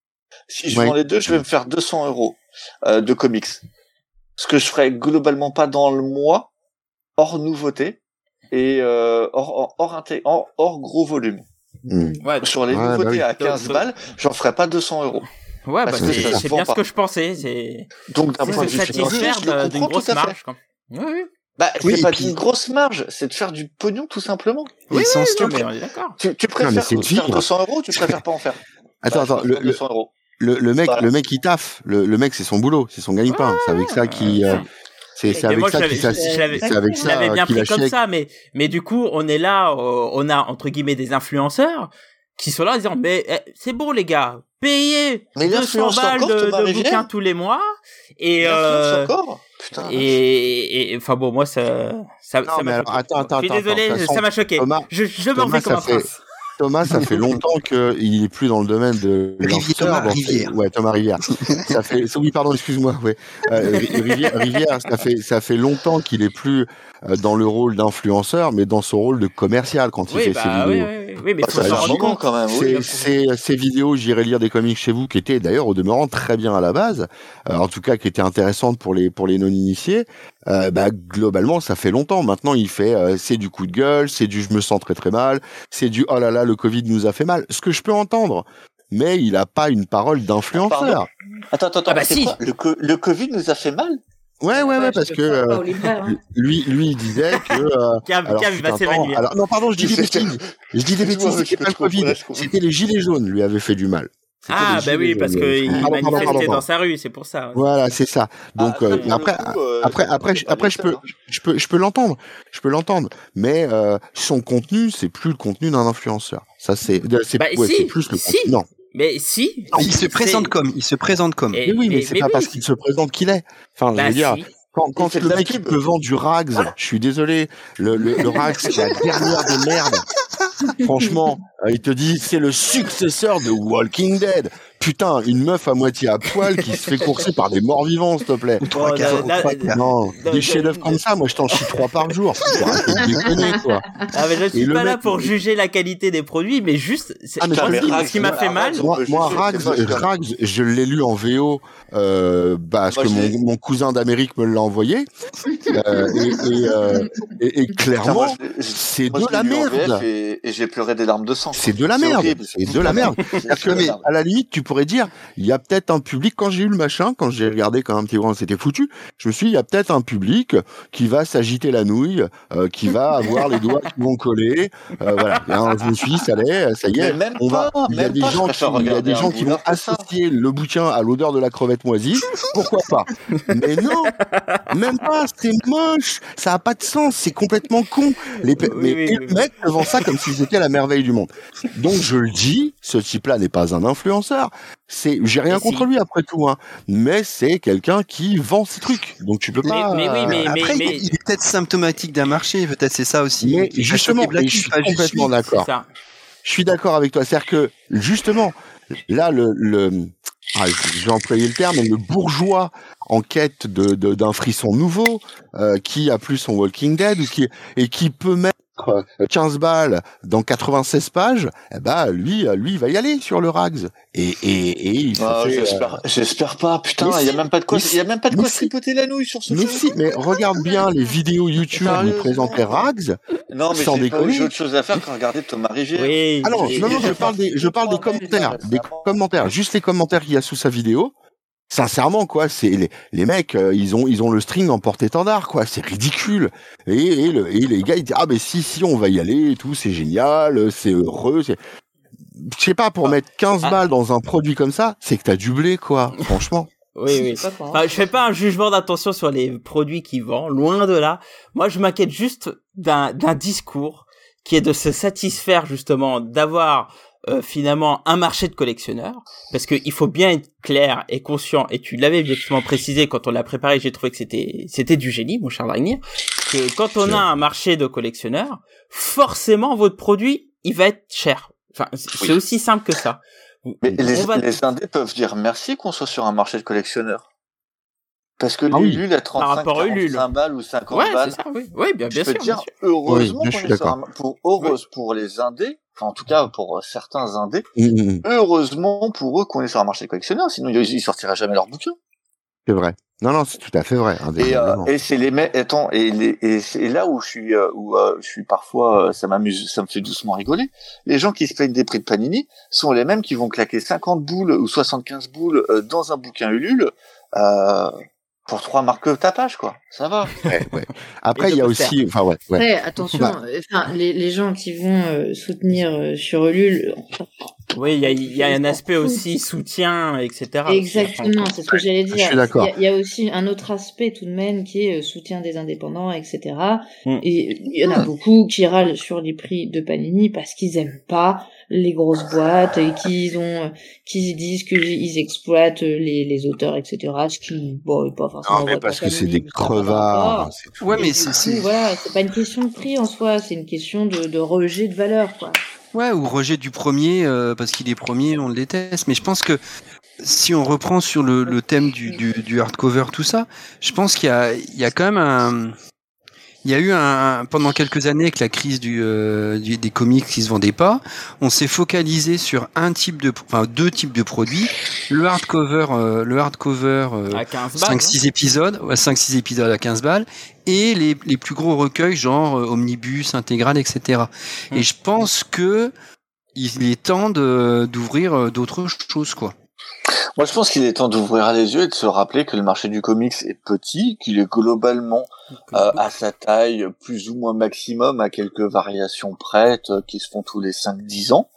Si je Ouais. vends les deux, je vais me faire deux cents euros, euh, de comics. Ce que je ferais globalement pas dans le mois, hors nouveauté, et, euh, hors, hors, hors, inté- hors, hors gros volume. Mmh. Ouais, Sur les Ouais, bah nouveautés oui. à quinze Donc, balles, j'en ferais pas deux cents euros. ouais, bah, Parce que c'est, ça c'est se bien vend ce que je pensais. C'est, Donc, d'un c'est point se de vue financier, satisfaire je le de- d'une comprends grosse tout à fait. marge, quoi. Oui, oui. Bah, Oui, c'est et pas puis- d'une grosse marge, c'est de faire du pognon, tout simplement. Oui, sans oui, stock. non, mais on est d'accord. Tu, tu mais préfères c'est de faire vivre. deux cents euros ou tu préfères pas en faire? Attends, Bah, je attends, le, préfère le, deux cents euros. le, le mec, Voilà. le mec, il taffe. Le, le mec, c'est son boulot, c'est son gagne-pain. c'est avec ça qu'il, euh, c'est, c'est Mais avec moi, ça je qu'il l'avais, s'ass- je l'avais- c'est avec je ça l'avais bien qu'il pris comme achète. ça, mais, mais du coup, on est là, euh, on a, entre guillemets, des influenceurs qui sont là en disant, mais eh, c'est bon, les gars, payez Mais il deux cents influence balles encore de, Thomas de Rivière bouquins tous les mois. Et, Il influence euh, encore? Putain. et, et, et- enfin bon, moi, ça, ça, Non, ça mais m'a alors, choqué. attends, attends, Je suis attends, désolé, attends, de toute ça façon, m'a choqué. Thomas- je, je m'en Thomas, vais comme ça un fait- prince. Thomas, ça fait longtemps qu'il est plus dans le domaine de Rivière, l'influenceur. Thomas Bon, c'est- Rivière. Ouais, Thomas Rivière. ça fait, oui, pardon, excuse-moi. Ouais. Euh, Ri- Rivière, Rivière, ça fait, ça fait longtemps qu'il est plus euh, dans le rôle d'influenceur, mais dans son rôle de commercial quand il Oui, fait bah, ses oui, vidéos. oui, oui, oui, mais Bah, faut ça fait s'en un rendre moment compte. quand même, oui. Ces, bien sûr. ces, ces vidéos, j'irai lire des comics chez vous, qui étaient d'ailleurs au demeurant très bien à la base, euh, en tout cas qui étaient intéressantes pour les pour les non-initiés. Euh, bah globalement, ça fait longtemps. Maintenant, il fait, euh, c'est du coup de gueule, c'est du je me sens très très mal, c'est du oh là là, le Covid nous a fait mal. Ce que je peux entendre, mais il a pas une parole d'influenceur. Pardon Attends, attends, attends. Ah bah c'est si. quoi le, co- le Covid nous a fait mal? Ouais, ouais, ouais, parce je que crois pas euh, aux libraires, hein. lui, lui, il disait que. Euh, Cam, alors, Cam, il fut va un s'évanouir. temps- alors, non, pardon, je dis des C'était- bêtises. Je dis des Excuse-moi, bêtises. je C'était pas le comprends, Covid. je comprends. C'était les gilets jaunes lui avaient fait du mal. Ah, bah oui, parce qu'il Pardon, pardon, manifestait pardon, dans pardon. sa rue, c'est pour ça. Voilà, c'est ça. Donc Ah, euh, pour le après, coup, euh, après, après, c'est pas après, je peux, seul, hein. je peux, je peux, l'entendre, je peux l'entendre. Mais euh, son contenu, c'est plus le contenu d'un influenceur. Ça, c'est, c'est, Bah, ouais, si, c'est plus le si. contenu. Non. Mais si. Il se c'est- présente comme, il se présente comme. Et- Mais oui, mais, mais- c'est mais pas oui. parce qu'il se présente qu'il est. Enfin, je Bah, veux dire, si. quand, quand fait le de la mec il pub. te vend du Rags, je suis désolé, le, le, le Rags, c'est la dernière des merdes. Franchement, euh, il te dit, c'est le successeur de Walking Dead. Putain, une meuf à moitié à poil qui se fait courser par des morts vivants, s'il te plaît. Trois Bon, quarts, là- trois là- quarts. Non, de- des de- chefs-d'œuvre comme ça, moi je t'en chie trois par jour. Faut arrêter de déconner, quoi. Ah, mais je suis le pas là mec- pour juger la qualité des produits, mais juste, c'est- Ah, mais moi, je ce te qui- dis, ce qui m'a Rags, fait mal, Rags, Moi, peut moi juger, Rags, c'est moche, quand même. Rags, je l'ai lu en V O, euh, bah, parce Moi, que je mon, l'ai- mon cousin d'Amérique me l'a envoyé. Euh, et, et, euh, et, et Putain, clairement, moi, je l'ai- je- c'est moi, de je l'ai la lu en V F merde. Et, et j'ai pleuré des larmes de sang. C'est de la merde. horrible. C'est de la merde. C'est C'est-à-dire que, de la mais, merde. à la limite, tu pourrais dire, il y a peut-être un public, quand j'ai eu le machin, quand j'ai regardé quand un petit grand c'était foutu, je me suis dit, il y a peut-être un public qui va s'agiter la nouille, euh, qui va avoir les doigts qui vont coller, euh, voilà. Et, hein, je me suis dit, ça l'est, ça y est. Mais même On va, pas, il y a même des pas, je gens qui, préfère il y a regarder des un gens qui vont boulard que ça. associer le bouquin à l'odeur de la crevette moisie. Pourquoi pas? Mais non, même pas, c'est moche, ça a pas de sens, c'est complètement con. Les pe- Oui, mais oui, et oui, le oui. mec te vend ça comme si c'était la merveille du monde. Donc je le dis, ce type-là n'est pas un influenceur. C'est, j'ai rien Mais contre si. lui après tout, hein. Mais c'est quelqu'un qui vend ses trucs. Donc tu peux Mais- pas. mais oui, mais- Après, mais- il est peut-être symptomatique d'un marché, peut-être c'est ça aussi. Mais Qui va justement, choquer Blacky, et je suis pas juste complètement lui. d'accord. c'est ça. Je suis d'accord avec toi. C'est-à-dire que justement, là, le, le ah, je vais employer le terme, mais le bourgeois en quête de, de d'un frisson nouveau, euh, qui a plus son Walking Dead ou qui et qui peut mettre quinze balles dans quatre-vingt-seize pages, eh ben lui, lui, il va y aller sur le Rags. Et et et il se Ah, fait, euh, j'espère, j'espère pas. Putain, Mais il y a si, même pas de quoi, mais il y a même pas de mais quoi si. tripoter la nouille sur ce Mais jeu. si, mais regarde bien les vidéos YouTube où Sérieusement. présentait Rags. Non, mais sans j'ai pas, déconner. j'ai autre chose à faire que regarder Thomas Rivière. Oui. Ah non, et- non, non, et- je parle des, je parle des commentaires, des commentaires, juste les commentaires qu'il y a sous sa vidéo. Sincèrement, quoi, c'est les, les mecs, euh, ils ont, ils ont le string en porte-étendard, quoi, c'est ridicule. Et, et, le, et les gars, ils disent, ah, mais si, si, on va y aller et tout, c'est génial, c'est heureux, c'est, je sais pas, pour Ah. mettre quinze Ah. balles dans un produit comme ça, c'est que t'as du blé, quoi, franchement. Oui, oui. Je sais pas quoi, hein. Enfin, je fais pas un jugement d'attention sur les produits qu'il vend, loin de là. Moi, je m'inquiète juste d'un, d'un discours qui est de se satisfaire justement d'avoir euh, finalement un marché de collectionneurs, parce que il faut bien être clair et conscient, et tu l'avais justement précisé quand on l'a préparé, j'ai trouvé que c'était c'était du génie, mon cher Dragnir, que quand on a un marché de collectionneurs, forcément votre produit, il va être cher. Enfin, c'est Oui. c'est aussi simple que ça. Mais les, On va- les indés peuvent dire merci qu'on soit sur un marché de collectionneurs. Parce que Ah oui. l'Ulule à trente-cinq, rapport à Ulule. quarante-cinq balles ou cinquante Ouais, balles, c'est ça, oui. Oui, bien, bien je peux sûr. te bien dire, sûr. heureusement Oui, je qu'on suis est sur un, pour, heureuse pour les indés, enfin, en tout cas, pour euh, certains indés, Mmh, heureusement pour eux qu'on est sur un marché de collectionneurs, sinon ils, ils sortiraient jamais leurs bouquins. c'est vrai. Non, non, c'est tout à fait vrai. Et, euh, indéniablement. et c'est les mecs, attends, et, les, et c'est là où je suis, euh, où euh, je suis parfois, euh, ça m'amuse, ça me fait doucement rigoler. Les gens qui se plaignent des prix de Panini sont les mêmes qui vont claquer cinquante boules ou soixante-quinze boules euh, dans un bouquin Ulule, euh, pour trois marques de tapage, quoi. Ça va. Ouais, ouais. Après, Et il y a de aussi, enfin, ouais, ouais. Après, attention, Bah. euh, enfin, les, les gens qui vont euh, soutenir euh, sur Ulule, Oui, il y a, il y a un aspect aussi soutien, et cetera. exactement, c'est ce que j'allais dire. Je suis d'accord. Il y, a- il y a aussi un autre aspect tout de même qui est euh, soutien des indépendants, et cetera. Mm. Et il y en a beaucoup qui râlent sur les prix de Panini parce qu'ils aiment pas les grosses boîtes et qu'ils ont, euh, qu'ils disent qu'ils exploitent les, les auteurs, et cetera. Ce qui, bon, est pas forcément Non, mais vrai parce pour que c'est Panini, des mais ça n'a pas crevards. rapport. c'est tout. Ouais, Et mais du c'est, coup, c'est... voilà, c'est pas une question de prix en soi, c'est une question de, de rejet de valeur, quoi. Ouais, ou rejet du premier, euh, parce qu'il est premier, on le déteste. Mais je pense que si on reprend sur le, le thème du, du, du hardcover, tout ça, je pense qu'il y a, il y a quand même un... Il y a eu un, pendant quelques années, avec la crise du, euh, du- des comics qui se vendaient pas, on s'est focalisé sur un type de, enfin deux types de produits, le hardcover, euh, le hardcover, euh, À quinze balles. cinq six épisodes, ouais, cinq six épisodes à quinze balles, et les, les plus gros recueils genre euh, omnibus, intégral, et cetera. Mm. Et je pense que il est temps de, d'ouvrir euh, d'autres choses, quoi. Moi, je pense qu'il est temps d'ouvrir les yeux et de se rappeler que le marché du comics est petit, qu'il est globalement euh, à sa taille plus ou moins maximum, à quelques variations prêtes euh, qui se font tous les cinq dix ans,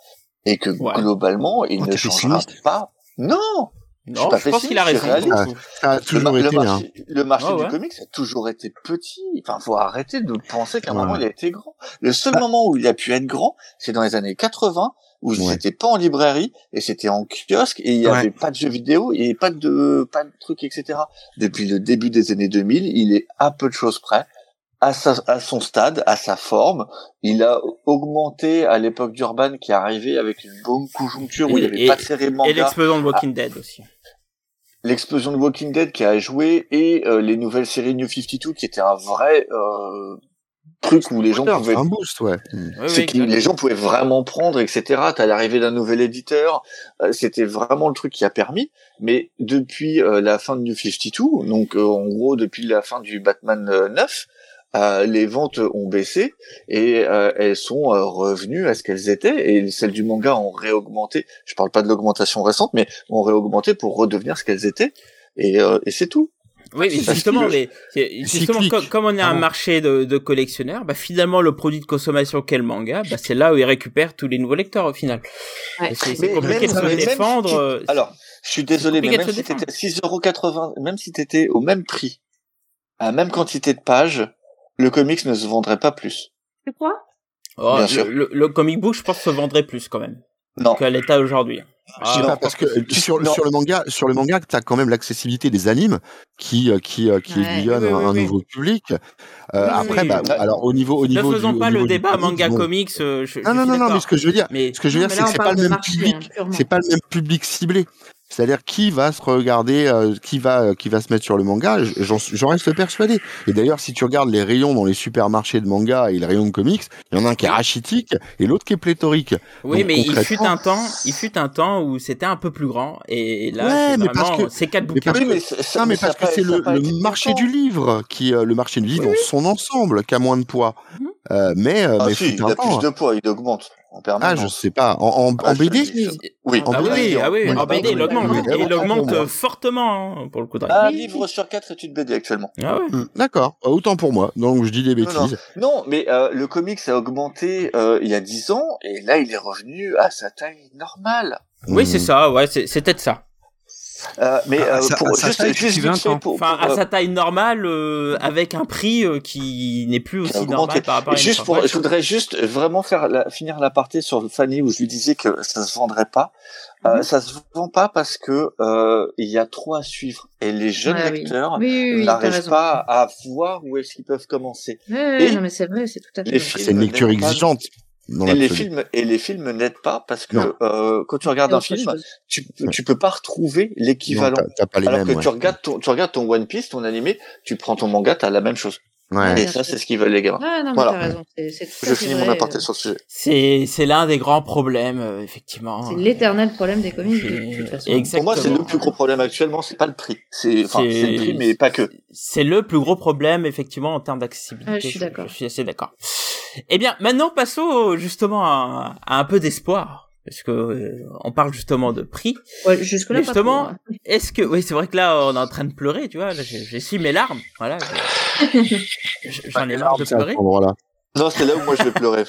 et que Ouais. globalement, il Oh, ne t'es changera pessimiste. pas. Non, Non, pas je pense qu'il a pessimiste, raison. je suis Ah, réaliste. ça a Le, toujours ma- le été, hein. marché, le marché Ah du ouais. comics a toujours été petit. Enfin, faut arrêter de penser qu'à un moment Ouais. il a été grand. Le seul Bah. moment où il a pu être grand, c'est dans les années quatre-vingts, où Ouais. c'était pas en librairie et c'était en kiosque et il y Ouais. avait pas de jeux vidéo et pas de pas de trucs, et cetera. Depuis le début des années deux mille, il est à peu de choses près. À, sa, à son stade, à sa forme, il a augmenté à l'époque d'Urban qui est arrivé avec une bonne conjoncture où Et- il n'y avait et- pas de série Et manga. l'explosion de Walking Dead aussi. L'explosion de Walking Dead qui a joué et euh, les nouvelles séries New cinquante-deux qui était un vrai euh, truc où les gens C'est pouvaient un boost, ouais. Mm. Oui, c'est oui, que les gens pouvaient vraiment prendre, et cetera. T'as l'arrivée d'un nouvel éditeur, euh, c'était vraiment le truc qui a permis. Mais depuis euh, la fin de New cinquante-deux, donc euh, en gros depuis la fin du Batman euh, neuf, euh, les ventes ont baissé et euh, elles sont euh, revenues à ce qu'elles étaient. Et celles du manga ont réaugmenté. Je parle pas de l'augmentation récente, mais ont réaugmenté pour redevenir ce qu'elles étaient. Et, euh, et c'est tout. Oui, mais C'est justement, cyclique. mais, c'est- justement cyclique. comme, comme on est un Vraiment. marché de, de collectionneurs, bah finalement le produit de consommation qu'est le manga, bah c'est là où il récupère tous les nouveaux lecteurs au final. Ouais. Et C'est c'est Mais compliqué même- de se mais même défendre. si tu- euh, Alors, je suis désolé, mais compliqué de même se si défendre. t'étais à six euros quatre-vingts, même si t'étais au même prix, à la même quantité de pages, le comics ne se vendrait pas plus. Tu crois? oh, bien le, sûr. le, le comic book, je pense, se vendrait plus quand même Non. qu'à l'état aujourd'hui. Je sais Ah, pas, parce que euh, tu- sur, non. sur le manga, sur le manga, t'as quand même l'accessibilité des animes qui, euh, qui, euh, qui Ouais. aiguillonnent Oui, oui, un, oui, un oui. nouveau public. Euh, Oui, après, oui, bah, oui. alors au niveau, au ne niveau faisons du, au pas le niveau du débat comics, manga bon. comics. euh, je, Non, je non, suis non, non, d'accord. mais ce que je veux dire, Mais ce que je veux Non, dire, mais c'est là, que on c'est pas parle le de même marché, public, hein, purement. c'est pas le même public ciblé. C'est-à-dire qui va se regarder, euh, qui va, euh, qui va se mettre sur le manga. J'en, j'en reste persuadé. Et d'ailleurs, si tu regardes les rayons dans les supermarchés de manga et les rayons de comics, il y en a un qui est rachitique et l'autre qui est pléthorique. Oui, Donc, mais il fut concrètement- un temps, il fut un temps où c'était un peu plus grand. Et là, Ouais, c'est mais parce vraiment, que- c'est quatre mais bouquins. parce Oui, que- mais c'est- ça- Non, mais ça parce a que pas- c'est ça a le, pas le été tout marché le temps. du livre qui, euh, le marché du livre Oui, dans oui. son ensemble, qui a moins de poids. Mhm. Euh, mais, euh, Ah mais si, fut il un a temps. plus de poids, il augmente en Ah, permanence. je sais pas. En, en, Ah, en je te B D? le dis. Oui, Ah en oui, B D, ah oui, en- en B D, il en augmente, B D. hein. Mais Il autant pour augmente moi. euh, fortement, hein, pour le coup de Un Oui, livre sur quatre est une B D actuellement. Ah ouais. Hmm, d'accord. Euh, Autant pour moi. Donc, je dis des Non, non. bêtises. Non, mais euh, le comics a augmenté euh, il y a dix ans et là il est revenu à sa taille normale. Oui, Hmm. c'est ça, ouais, c'est c'est peut-être ça. Euh, mais À- à euh, sa- pour à sa juste, taille, juste depuis vite vingt fait ans. pour, Enfin, pour, à euh, sa taille normale, euh, avec un prix euh, qui n'est plus qui a aussi augmenté. normal par rapport à une Juste fois. pour, Ouais. je voudrais juste vraiment faire la, finir l'aparté sur Fanny où je lui disais que ça se vendrait pas. Euh, Mhm. ça se vend pas parce que euh, il y a trop à suivre et les jeunes Ouais, oui. lecteurs Oui, oui, oui, t'as n'arrivent raison. pas à voir où est-ce qu'ils peuvent commencer. Ouais, ouais, Et non, mais c'est vrai, c'est tout à fait les vrai. films C'est une lecture n'aident pas- exigeante. Dans Et les l'absolu. films et les films n'aident pas parce que Non. euh, quand tu regardes C'est un autre film, chose. tu tu peux pas retrouver Non, l'équivalent. t'as, t'as pas les Alors mêmes, que ouais. tu regardes ton tu regardes ton One Piece, ton animé, tu prends ton manga, t'as la même chose. Ouais. Ouais. Et bien ça, sûr. c'est ce qu'ils veulent les gamins. Ah non, mais Voilà. t'as raison, c'est c'est tout à Je fait finis vrai. mon aparté euh, sur ce sujet. C'est c'est l'un des grands problèmes, euh, effectivement. C'est l'éternel problème des comics, de C'est- toute façon. exactement. Pour moi, c'est le plus gros problème actuellement, c'est pas le prix. C'est enfin C'est- c'est le prix, mais pas que. C'est le plus gros problème, effectivement, en termes d'accessibilité. Ah, je suis d'accord. Je suis assez d'accord. Eh bien, maintenant, passons justement à, à un peu d'espoir. Parce que euh, on parle justement de prix. Ouais, jusque-là, Mais pas justement, trop, hein. est-ce que... Oui, c'est vrai que là, on est en train de pleurer, tu vois. Là, j'ai- j'essuie mes larmes. Voilà. Je- je- J'en ai marre de C'est à pleurer. cet endroit-là. Non, c'est là où moi je vais pleurer.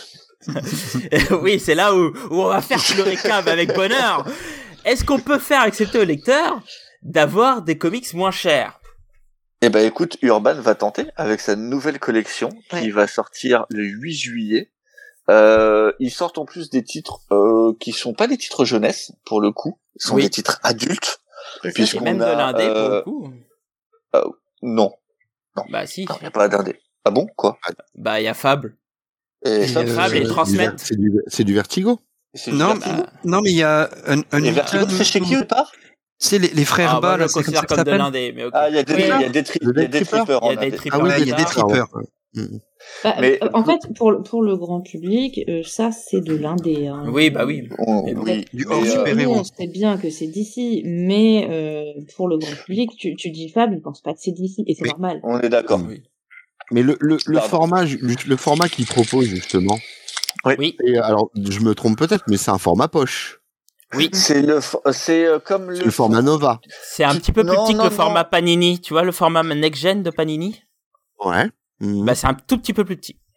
Oui, c'est là où, où on va faire pleurer Cab avec bonheur. Est-ce qu'on peut faire accepter au lecteur d'avoir des comics moins chers? Eh ben écoute, Urban va tenter avec sa nouvelle collection qui Ouais. va sortir le huit juillet. Euh, ils sortent en plus des titres euh, qui sont pas des titres jeunesse pour le coup, ils sont Oui. des titres adultes. C'est ça. Puisqu'on Et même de a, l'indé, pour euh, le coup. Non, Bah si. il n'y a pas d'indé. Ah bon, quoi? Bah, il y a Fable. Et Et ça, euh, Fable et c'est- transmettre. C'est du, c'est du vertigo. c'est du Non, Vertigo. bah, non, mais il y a un, un Et Vertigo, c'est chez qui au départ? C'est les, les frères Ah, moi, Ball, je le c'est comme ça considère que comme ça de s'appelle. l'indé, mais ok. Ah, il y a des, Oui. il y a des, tri- Le il y a Dead des Tripper. trippers Il y a en des indé. trippers. Ouais, il y a des Pardon. trippers. Mm. Bah, Mais- euh, en fait, pour, pour le grand public, euh, ça, c'est de l'indé. Hein. Oui, bah oui. On- Mais bon. oui, Du mais, hors euh, super- Nous, héros. on sait bien que c'est d'ici, mais euh, pour le grand public, tu, tu dis Fable, il pense pas que c'est d'ici, et c'est Mais- normal. on est d'accord. Oui. Mais le, le, le Pardon. format, ju- le format qu'il propose justement. Oui. Et alors, je me trompe peut-être, mais c'est un format poche. Oui. C'est le, f- c'est euh, comme le, C'est le format Nova. C'est un petit peu plus Non, petit que non, le non. format Panini. Tu vois, le format Next Gen de Panini? Ouais. Mm. Bah, c'est un tout petit peu plus petit.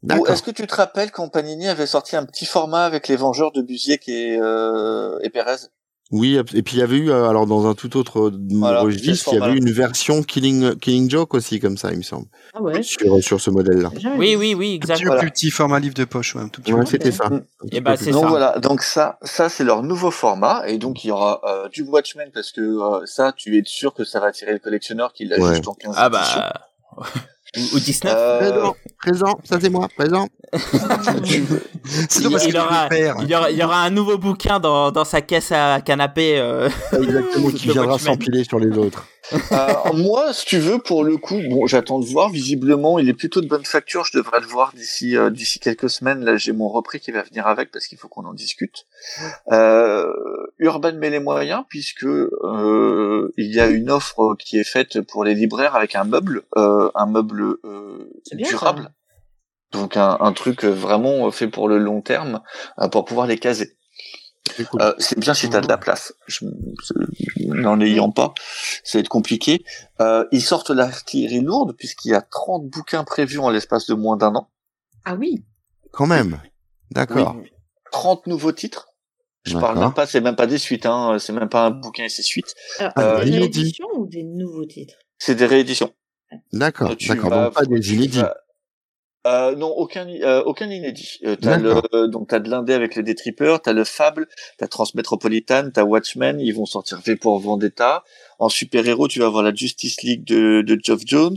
Ou est-ce que tu te rappelles quand Panini avait sorti un petit format avec les Vengeurs de Busiek et, euh, et Pérez? Oui, et puis il y avait eu, alors dans un tout autre Voilà, registre, il y avait eu une version Killing, Killing Joke aussi, comme ça, il me semble. Ah ouais. Sur, sur ce modèle-là. Oui, oui, oui, Tout petit, exactement. plus petit format livre de poche, ouais, un tout petit Ouais, peu. c'était ça. Et bah, c'est donc ça. voilà, donc ça, ça c'est leur nouveau format, et donc il y aura euh, du Watchmen, parce que euh, ça, tu es sûr que ça va attirer le collectionneur qui l'a Ouais. juste en quinze Ah éditions. bah... ou, ou dix-neuf. Euh, Présent, présent, ça c'est moi, présent. Sinon, parce il, que aura, tu le perds. il, y aura, il y aura un nouveau bouquin dans, dans sa caisse à canapé. Euh... Exactement, qui de viendra Watchmen. s'empiler sur les autres. Euh, moi, si tu veux, pour le coup, bon, j'attends de voir. Visiblement, il est plutôt de bonne facture. Je devrais le voir d'ici euh, d'ici quelques semaines. Là, j'ai mon repris qui va venir avec parce qu'il faut qu'on en discute. Euh, Urban met les moyens puisque euh, il y a une offre qui est faite pour les libraires avec un meuble, euh, un meuble euh, C'est bien, durable. ça. Donc un, un truc vraiment fait pour le long terme euh, pour pouvoir les caser. C'est cool. Euh, c'est bien si t'as de la place. Je, n'en ayant pas, ça va être compliqué. Euh, ils sortent l'artillerie lourde puisqu'il y a trente bouquins prévus en l'espace de moins d'un an. Ah oui. Quand même. D'accord. Oui, trente nouveaux titres. Je D'accord. parle même pas, c'est même pas des suites, hein. C'est même pas un bouquin et ses suites. Alors, Euh, des inédit. rééditions ou des nouveaux titres? C'est des rééditions. D'accord, Euh, tu d'accord. vas- Donc pas des tu inédits. vas- Euh, non, aucun, euh, aucun inédit. Euh, t'as le, D'accord. euh, donc t'as de l'indé avec le Détrippeur, t'as le Fable, t'as Transmétropolitan, t'as Watchmen, ils vont sortir V pour Vendetta. En super-héros, tu vas avoir la Justice League de, de Geoff Jones.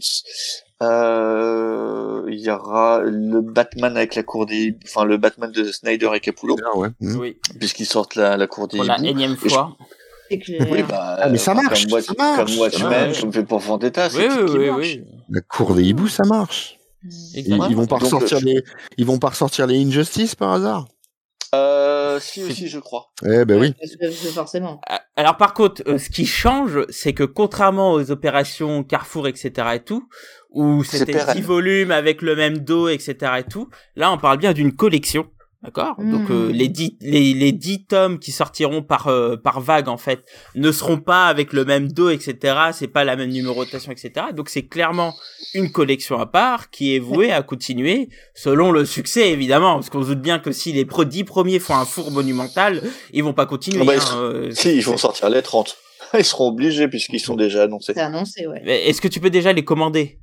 Euh, il y aura le Batman avec la cour des, enfin, le Batman de Snyder et Capullo, Ah ouais. Hmm. Oui, puisqu'ils sortent la, la cour des pour la hiboux. énième Et fois. C'est clair. Oui, bah, Ah, mais ça enfin, marche, comme, Watch- ça marche, comme ça Watchmen, marche. comme V pour Vendetta, c'est Oui, tout oui, qui oui, marche. oui. La cour des hiboux, ça marche. Mm. Ils, Exactement. ils vont pas Donc, ressortir euh, les, ils vont pas ressortir les Injustice par hasard? Euh, si C'est- aussi, je crois. Eh ben oui. Parce que, parce que forcément. Alors par contre, euh, ce qui change, c'est que contrairement aux opérations Carrefour, et cetera et tout, où C'est c'était pérenne. dix volumes avec le même dos, et cetera et tout, là on parle bien d'une collection. D'accord. Mm. Donc euh, les dix les les dix tomes qui sortiront par euh, par vague en fait ne seront pas avec le même dos, et cetera. C'est pas la même numérotation, et cetera. Donc c'est clairement une collection à part qui est vouée à continuer selon le succès évidemment, parce qu'on se doute bien que si les pro- dix premiers font un four monumental, ils vont pas continuer. Ah bah, ils hein, seront- euh, Si, ils vont sortir les trente. Ils seront obligés puisqu'ils sont déjà annoncés. C'est annoncé, ouais. Mais Est-ce que tu peux déjà les commander?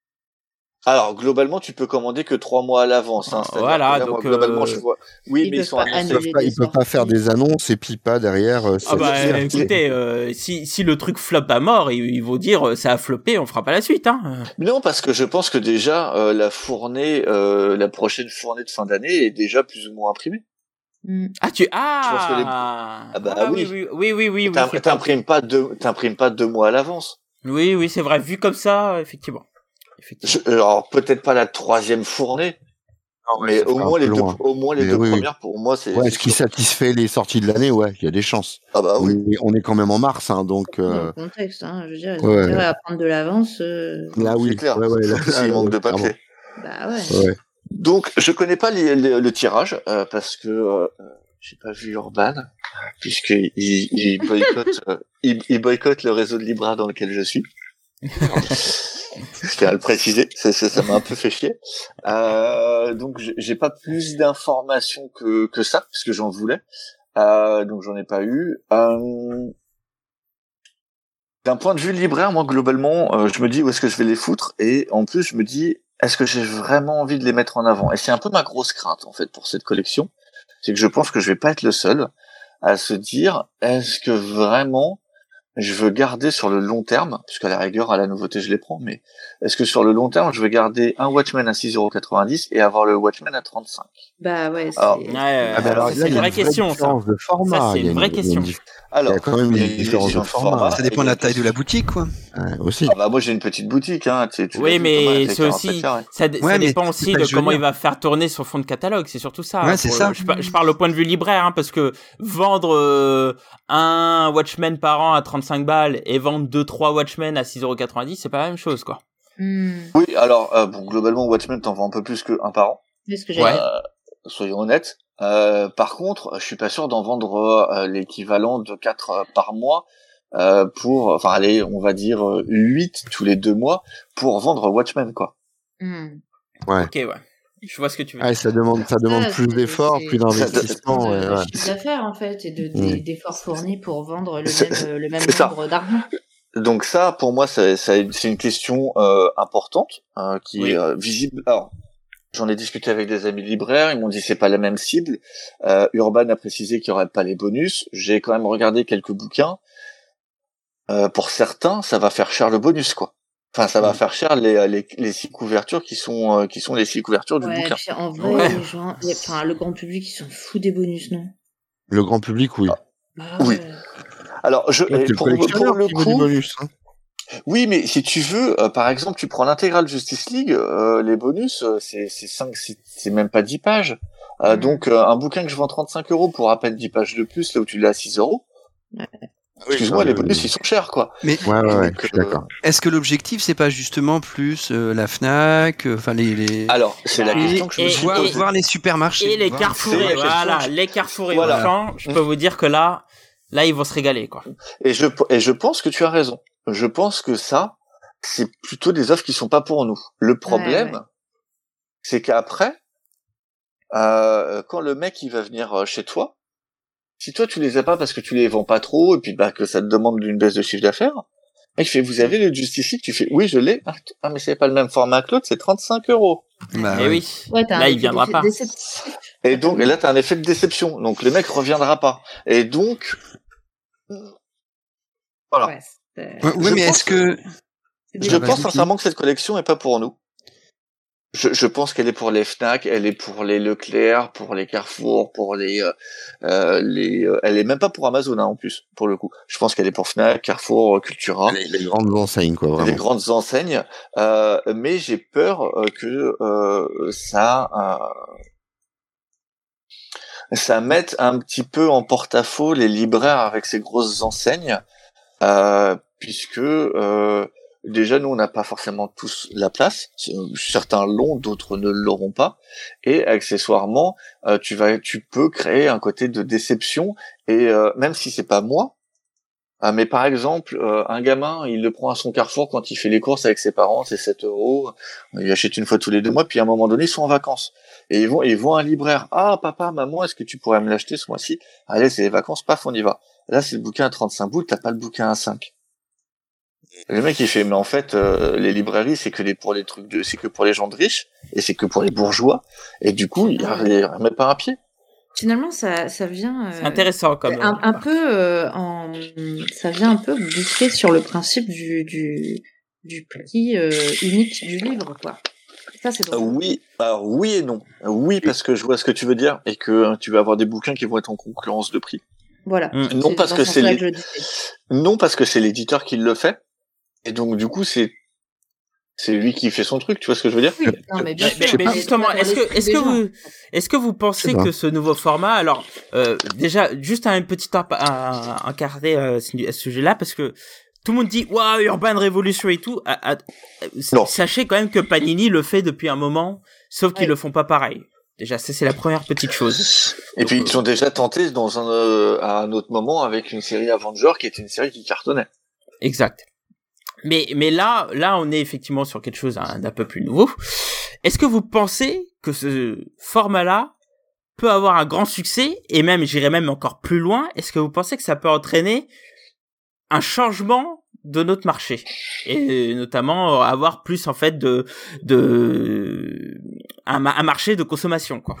Alors, globalement, tu peux commander que trois mois à l'avance. Hein, Ah, c'est-à-dire voilà, que là, donc, moi, globalement, euh, je vois. Oui, ils mais ils peuvent sont pas annoncés. Ils peuvent annuler pas, des ils peuvent pas faire sorties. des annonces et puis pas derrière. euh, Ah bah c'est- écoutez, euh, si si le truc floppe à mort, ils, ils vont dire euh, ça a floppé, on fera pas la suite, hein. Non, parce que je pense que déjà, euh, la fournée, euh, la prochaine fournée de fin d'année est déjà plus ou moins imprimée. Mm. Ah tu Je pense que les- ah Ah bah Ah oui. oui oui oui oui oui, T'im- c'est T'imprimes pas deux, t'imprimes pas deux mois à l'avance. oui oui c'est vrai, vu comme ça effectivement. Effectivement. Je- Alors, peut-être pas la troisième fournée, mais ça au fera un moins, peu les deux, loin. au moins les Mais deux oui, oui. premières, pour moi, c'est. Ouais, c'est ce qui sûr. satisfait les sorties de l'année, ouais, il y a des chances. Ah bah On oui. est, on est quand même en mars, hein, donc. Dans Euh... le contexte, hein, je veux dire, ils ont Ouais. intérêt à prendre de l'avance. euh, Là, C'est oui. clair. Ouais, ouais, là, S'il là, manque ouais, de papier. Bah ouais. clairement. Ouais. Donc, je connais pas les- les- le tirage euh, parce que euh, j'ai pas vu Urban puisqu'il il, il boycotte, euh, il, il boycotte le réseau de Libra dans lequel je suis. Je tiens à le préciser, ça ça- ça m'a un peu fait chier. Euh, donc, j'ai- j'ai pas plus d'informations que que ça parce que j'en voulais. Euh, donc, j'en ai pas eu. Euh, D'un point de vue libraire, moi globalement, euh, je me dis où est-ce que je vais les foutre et en plus je me dis est-ce que j'ai vraiment envie de les mettre en avant. Et c'est un peu ma grosse crainte en fait pour cette collection, c'est que je pense que je vais pas être le seul à se dire est-ce que vraiment je veux garder sur le long terme, puisqu'à la rigueur à la nouveauté je les prends, mais est-ce que sur le long terme je veux garder un Watchmen à six euros quatre-vingt-dix et avoir le Watchmen à trente-cinq. Bah ouais, c'est. Alors, Ouais, Ah, mais alors, alors, ça, là, c'est il une y a vraie question ça. différence de format. Ça, c'est il y a une vraie il y a question. dif- Alors, Il y a quand même il y a une une différence de différence de format. format. Ça dépend de la taille de la boutique, quoi. Ouais, aussi. Ah bah moi j'ai une petite boutique, hein. Tu, tu l'as Oui, vu, Thomas, mais elle fait c'est quarante mètres aussi, carrés. ça, d- Ouais, ça mais dépend c'est aussi pas de que je veux comment il dire. va faire tourner son fond de catalogue. C'est surtout ça. Ouais, hein, c'est pour- ça. Je, par- je parle au point de vue libraire, hein, parce que vendre euh, un Watchmen par an à trente-cinq balles et vendre deux trois Watchmen à six euros quatre-vingt-dix, c'est pas la même chose, quoi. Hmm. Oui, alors euh, bon, globalement Watchmen t'en vends un peu plus que un par an. C'est ce que Ouais. j'allais Euh, soyons honnêtes. Euh, par contre, je suis pas sûr d'en vendre euh, l'équivalent de quatre euh, par mois euh, pour, enfin allez, on va dire euh, huit tous les deux mois pour vendre Watchmen quoi. Hmm. Ouais. Ok, ouais. Je vois ce que tu veux Ah, dire. ça demande, ça demande Ah, plus c'est- d'efforts, c'est- plus c'est d'investissement. de- ouais, de ouais. chiffre d'affaires en fait et de, Mm. des- d'efforts fournis pour vendre le C'est- même, le même c'est ça. nombre d'argent. Donc ça, pour moi, ça, ça- c'est une question euh, importante euh, qui Oui. est euh, visible. Alors, j'en ai discuté avec des amis libraires, ils m'ont dit c'est pas la même cible. Euh, Urban a précisé qu'il y aurait pas les bonus. J'ai quand même regardé quelques bouquins. Euh, pour certains, ça va faire cher le bonus, quoi. Enfin, ça va Mm. faire cher les, les, les six couvertures qui sont euh, qui sont les six couvertures du Ouais, bouquin. puis en vrai, Ouais. les gens, les- enfin, le grand public, ils s'en fout des bonus, non? Le grand public, oui. Bah Oui. ouais. Alors, je, Ouais, et c'est le pour, pour collectionneur le qui veut du coup, bonus. Hein. oui, mais si tu veux, euh, par exemple, tu prends l'intégrale Justice League, euh, les bonus, euh, c'est c'est cinq, c'est c'est même pas dix pages. Euh, Mhm. Donc, euh, un bouquin que je vends trente-cinq euros pour à peine dix pages de plus, là où tu l'as à six euros. Excuse-moi, les bonus, ils sont chers, quoi. Mais Ouais, ouais, ouais, Donc, je suis euh, d'accord. est-ce que l'objectif, c'est pas justement plus euh, la Fnac, euh, enfin les, les... Alors, c'est la Bah, question que je me et- suis voir, et- posée. voir les supermarchés. Et les voir- Carrefour, c'est la et voilà, question. les Carrefour et Voilà. Auchan, je peux vous dire que là, là, ils vont se régaler, quoi. Et je, et je pense que tu as raison. Je pense que ça, c'est plutôt des offres qui sont pas pour nous. Le problème, ouais. c'est qu'après, euh, quand le mec il va venir euh, chez toi, si toi tu les as pas parce que tu les vends pas trop et puis bah que ça te demande une baisse de chiffre d'affaires, le mec fait vous avez le Justice League, tu fais oui je l'ai, ah, t- ah mais c'est pas le même format que l'autre, c'est trente-cinq euros. Bah, Eh ouais. oui. Ouais, t'as Là, un il effet viendra déce- pas. déceptif. Et donc et là t'as un effet de déception, donc le mec reviendra pas. Et donc voilà. Ouais, c'est- Ouais, ouais, Je mais pense est-ce que c'est des Je Ah, pense vas-y. sincèrement que cette collection est pas pour nous. Je, je pense qu'elle est pour les Fnac, elle est pour les Leclerc, pour les Carrefour, pour les, euh, euh, les, euh, elle est même pas pour Amazon hein, en plus pour le coup. Je pense qu'elle est pour Fnac, Carrefour, Cultura, Les, les grandes enseignes, quoi, les vraiment. grandes enseignes. Euh, mais j'ai peur euh, que euh, ça, euh, ça mette un petit peu en porte-à-faux les libraires avec ces grosses enseignes, euh, puisque euh, déjà nous on n'a pas forcément tous la place, certains l'ont, d'autres ne l'auront pas, et accessoirement euh, tu vas, tu peux créer un côté de déception et euh, même si c'est pas moi, euh, mais par exemple euh, un gamin il le prend à son Carrefour quand il fait les courses avec ses parents, c'est sept euros, il achète une fois tous les deux mois, puis à un moment donné ils sont en vacances et ils vont, ils vont à un libraire, ah papa maman est-ce que tu pourrais me l'acheter ce mois-ci, allez c'est les vacances, paf on y va. Là, c'est le bouquin à trente-cinq bouts, t'as pas le bouquin à cinq. Le mec, il fait, mais en fait, euh, les librairies, c'est que les, pour les trucs de, c'est que pour les gens de riches, et c'est que pour les bourgeois, et du coup, il ne remet pas un pied. Finalement, ça, ça vient. C'est euh, intéressant, comme. un, un peu euh, en, ça vient un peu booster sur le principe du du, du prix euh, unique du livre, quoi. Ça, c'est Euh, drôle. oui, alors oui et non. Oui, parce que je vois ce que tu veux dire, et que euh, tu vas avoir des bouquins qui vont être en concurrence de prix. Voilà. Mm. Non, parce dans que ce c'est sens-là les- que je le disais. Non, parce que c'est l'éditeur qui le fait, et donc, du coup, c'est, c'est lui qui fait son truc, tu vois ce que je veux dire? Oui, non, mais bien Mais, sûr. mais mais justement, pas dans est-ce que, l'esprit est-ce des que gens. vous, est-ce que vous pensez Je sais pas. que ce nouveau format, alors euh, déjà juste un petit un, un, un carré euh, à ce sujet-là, parce que tout le monde dit waouh Urban Révolution et tout. À, à, Non. sachez quand même que Panini le fait depuis un moment, sauf qu'ils Ouais. le font pas pareil. Déjà, ça c'est la première petite chose. Et puis, ils sont déjà tentés dans un, euh, à un autre moment avec une série Avenger qui était une série qui cartonnait. Exact. Mais mais là là on est effectivement sur quelque chose hein, d'un peu plus nouveau. Est-ce que vous pensez que ce format-là peut avoir un grand succès et même j'irais même encore plus loin, est-ce que vous pensez que ça peut entraîner un changement de notre marché et notamment avoir plus en fait de de un, un marché de consommation quoi.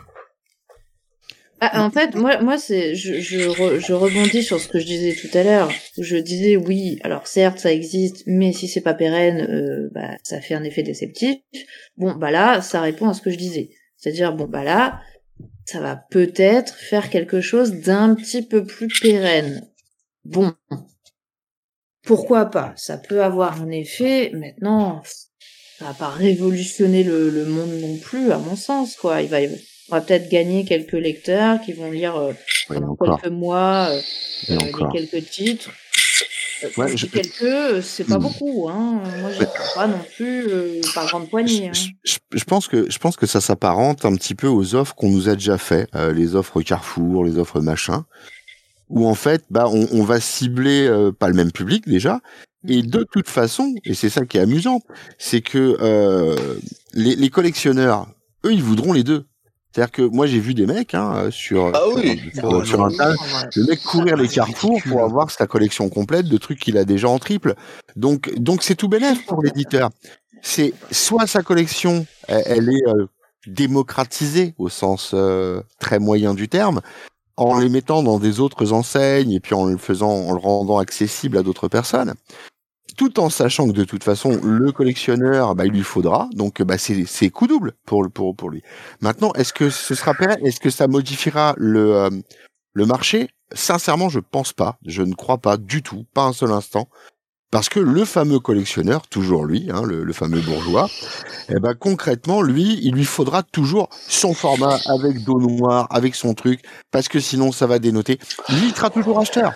Ah, en fait, moi, moi, c'est, je, je, re- je rebondis sur ce que je disais tout à l'heure. Où je disais, oui, alors certes, ça existe, mais si c'est pas pérenne, euh, bah, ça fait un effet déceptif. Bon, bah là, ça répond à ce que je disais. C'est-à-dire, bon, bah là, ça va peut-être faire quelque chose d'un petit peu plus pérenne. Bon. Pourquoi pas? Ça peut avoir un effet. Maintenant, ça va pas révolutionner le, le monde non plus, à mon sens, quoi. Il va, on va peut-être gagner quelques lecteurs qui vont lire euh, Oui, pendant encore. quelques mois euh, Et euh, encore. les quelques titres. Euh, quand Ouais, je dis je- quelques, euh, c'est pas Hmm. beaucoup, hein. Moi, je Mais- prends pas non plus euh, par grande poignée. Hein. Je, je- je pense que je pense que ça s'apparente un petit peu aux offres qu'on nous a déjà fait, euh, les offres Carrefour, les offres machin, où en fait, bah, on, on va cibler euh, pas le même public déjà, et de toute façon, et c'est ça qui est amusant, c'est que euh, les, les collectionneurs, eux, ils voudront les deux. C'est-à-dire que moi, j'ai vu des mecs hein, sur, ah sur, oui. sur, sur, sur Internet, le mec courir les carrefours pour avoir sa collection complète de trucs qu'il a déjà en triple. Donc, donc c'est tout bénef pour l'éditeur. C'est soit sa collection, elle, elle est euh, démocratisée au sens euh, très moyen du terme, en les mettant dans des autres enseignes et puis en le faisant, en le rendant accessible à d'autres personnes, tout en sachant que de toute façon le collectionneur, bah, il lui faudra, donc bah, c'est c'est coup double pour pour pour lui. Maintenant, est-ce que ce sera pérenne, est-ce que ça modifiera le euh, le marché? Sincèrement, je pense pas, je ne crois pas du tout, pas un seul instant. Parce que le fameux collectionneur, toujours lui, hein, le, le fameux bourgeois, eh ben concrètement, lui, il lui faudra toujours son format avec dos noir, avec son truc, parce que sinon ça va dénoter. Lui, il sera toujours acheteur.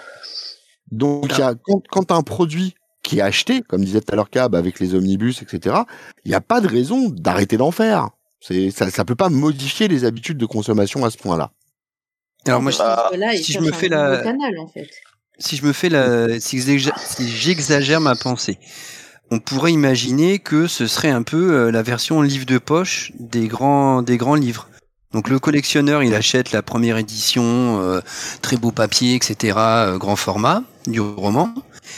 Donc, il y a, quand, quand t'as un produit qui est acheté, comme disait tout à l'heure Cab, avec les omnibus, et cetera, il n'y a pas de raison d'arrêter d'en faire. C'est, ça, ça peut pas modifier les habitudes de consommation à ce point-là. Alors moi, Parce que là, si il je cherche me un fais nouveau la, canal, en fait. si je me fais la, si j'exa- si j'exagère ma pensée, on pourrait imaginer que ce serait un peu euh, la version livre de poche des grands, des grands livres. Donc le collectionneur, il achète la première édition, euh, très beau papier, et cetera, euh, grand format du roman,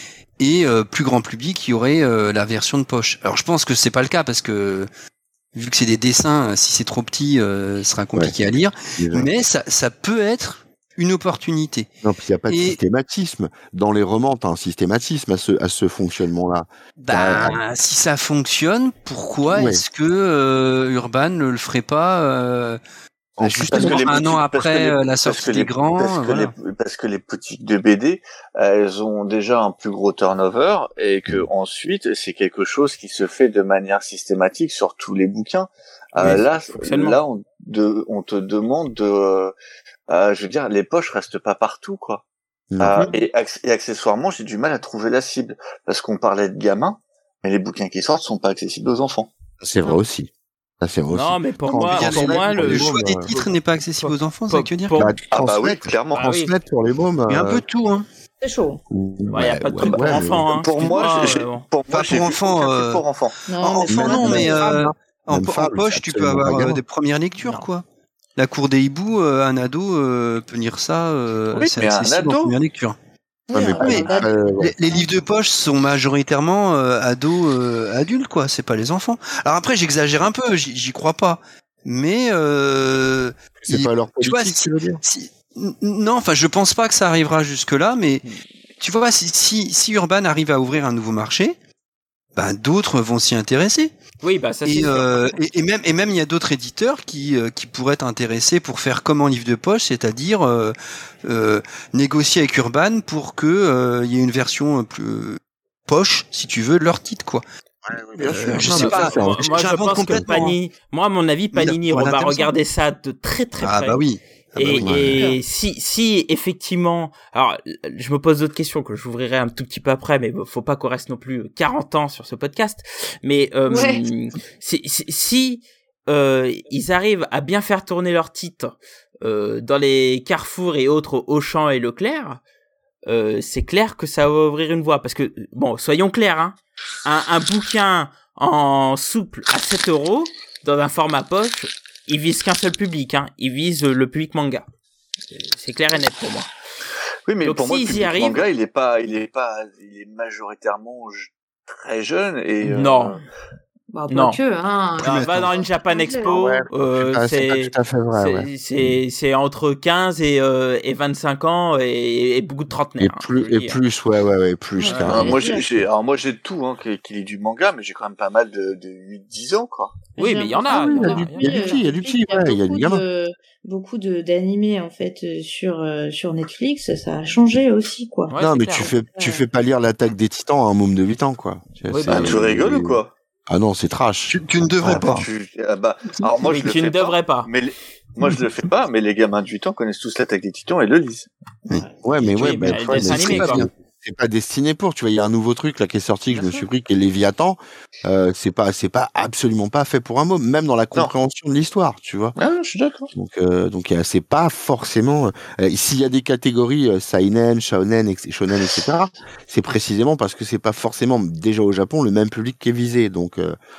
et euh, plus grand public, il y aurait euh, la version de poche. Alors je pense que c'est pas le cas parce que vu que c'est des dessins, si c'est trop petit, euh, ce sera compliqué Ouais. à lire. Déjà. Mais ça, ça peut être une opportunité. Non, puis il n'y a pas de Et- systématisme. Dans les romans, tu as un systématisme à ce, à ce fonctionnement-là. Bah, si ça fonctionne, pourquoi Ouais. est-ce que euh, Urban ne le ferait pas euh, En justement Parce que les un an boutiques- parce que après les- euh, la parce sortie que des les- grands parce que, voilà. les, parce que les boutiques de B D, elles ont déjà un plus gros turnover et que ensuite c'est quelque chose qui se fait de manière systématique sur tous les bouquins. Euh, Oui, là, fonctionnement. là, on, de, on te demande de, euh, euh, je veux dire, les poches restent pas partout, quoi. Non. Euh, et, acc- et accessoirement, j'ai du mal à trouver la cible parce qu'on parlait de gamins, mais les bouquins qui sortent sont pas accessibles aux enfants. C'est vrai aussi. Ça, c'est vrai aussi. Non, mais pour Non, moi, mais pour le, moi, le le, choix des euh, titres n'est pas accessible aux enfants, c'est pour- ça que tu veux dire pour- Bah, Ah bah oui, transmettre, clairement. Ah oui. transmettre pour les mômes. Il y a un euh, peu de tout, hein. C'est chaud. Ouais, y a pas de ouais, truc ouais, pour mais- enfants, hein. Pour moi, excuse-moi, j'ai, euh, bon. pour moi, Pas j'ai pour vu enfants, aucun euh, titre pour enfants. Non, En- mais enfant, c'est non, pas mais grave. euh, en, Même en femme, poche, c'est tu peux absolument avoir pas euh, gamin. des premières lectures, Non. quoi. La cour des hiboux, euh, un ado euh, peut lire ça, euh, Oui, c'est mais un accessible en ado. première lecture. Ouais, Oui, mais on pas- oui, parle euh, d'adultes. ouais. Les, les livres de poche sont majoritairement euh, ados, euh, adultes, quoi. C'est pas les enfants. Alors après, j'exagère un peu, j'y j'y crois pas. Mais euh, C'est il- pas leur tu vois, politique, si- tu veux dire si- n- non, enfin, je pense pas que ça arrivera jusque là. Mais tu vois, si, si, si Urban arrive à ouvrir un nouveau marché, ben d'autres vont s'y intéresser. Oui, bah ça c'est Et, sûr. euh, et, et même et même il y a d'autres éditeurs qui euh, qui pourraient être intéressés pour faire comme en livre de poche, c'est-à-dire euh, euh, négocier avec Urban pour que euh, il y ait une version euh, plus euh, poche, si tu veux, de leur titre, quoi. Bien Euh, sûr. je Non, sais mais pas. ça, c'est un- moi, moi, je j'invente pense que complètement, hein. Panini, moi à mon avis, Mais il a- Panini voilà, on va intéressant. regarder ça de très très Ah près. bah oui. Ah bah Et, oui. et si, si effectivement, alors je me pose d'autres questions que j'ouvrirai un tout petit peu après, mais faut pas qu'on reste non plus quarante ans sur ce podcast. Mais euh, Ouais. si, si, si euh, ils arrivent à bien faire tourner leur titre euh, dans les Carrefour et autres Auchan et Leclerc, euh, c'est clair que ça va ouvrir une voie. Parce que bon, soyons clairs, hein, un, un bouquin en souple à sept euros dans un format poche, il vise qu'un seul public, hein. Il vise le public manga. C'est- C'est clair et net pour moi. Oui, mais Donc, pour moi, le s'ils y public arrivent- manga, il est pas, il est pas, il est majoritairement je- très jeune et euh, Non. Bah, pas Non. que, hein. Ah, va dans une Japan Expo, Ouais, euh, Ah, c'est pas c'est tout à fait vrai, c'est ouais. c'est c'est entre quinze et euh, et vingt-cinq ans et, et beaucoup de trentenaires. Et hein, plus, je veux et dire. plus, ouais, ouais, ouais, plus, Ouais. carrément. euh, moi, Ouais. j'ai, j'ai- alors moi, j'ai de tout, hein, qu'il qu'il ait du manga, mais j'ai quand même pas mal de, de huit dix ans, quoi. Oui, J'ai mais il y en a, l'impression il y en a, que il y a du petit, il y a du petit, ouais, il y a du beaucoup gamin. de- Beaucoup de d'animés en fait euh, sur euh, sur Netflix, ça a changé aussi quoi. Ouais, non, c'est mais clair. tu fais, tu Ouais. fais pas lire l'attaque des titans à un môme de huit ans, quoi. Tu vois, Oui, c'est- bah, Ah, tu rigoles ou quoi? Ah non, c'est trash. Tu, tu ne devrais Ah, pas. tu- ah, bah, alors moi, Oui, je le tu fais ne devrais pas. Mais les- moi, je le fais pas, mais les gamins de huit ans connaissent tous l'attaque des titans et le lisent. Ouais, mais Oui, ouais, mais bah, le ouais, mais dessin c'est animé, pas quoi. bien. C'est pas destiné pour, tu vois, il y a un nouveau truc là qui est sorti que je Bien me sûr. suis pris qui est Léviathan, euh, c'est pas c'est pas absolument pas fait pour un môme, même dans la compréhension de l'histoire, tu vois. Ah, je suis d'accord. Donc euh, donc euh, c'est pas forcément euh, s'il y a des catégories euh, seinen, shonen, et- shonen et cetera, c'est précisément parce que c'est pas forcément déjà au Japon le même public qui est visé. Donc euh,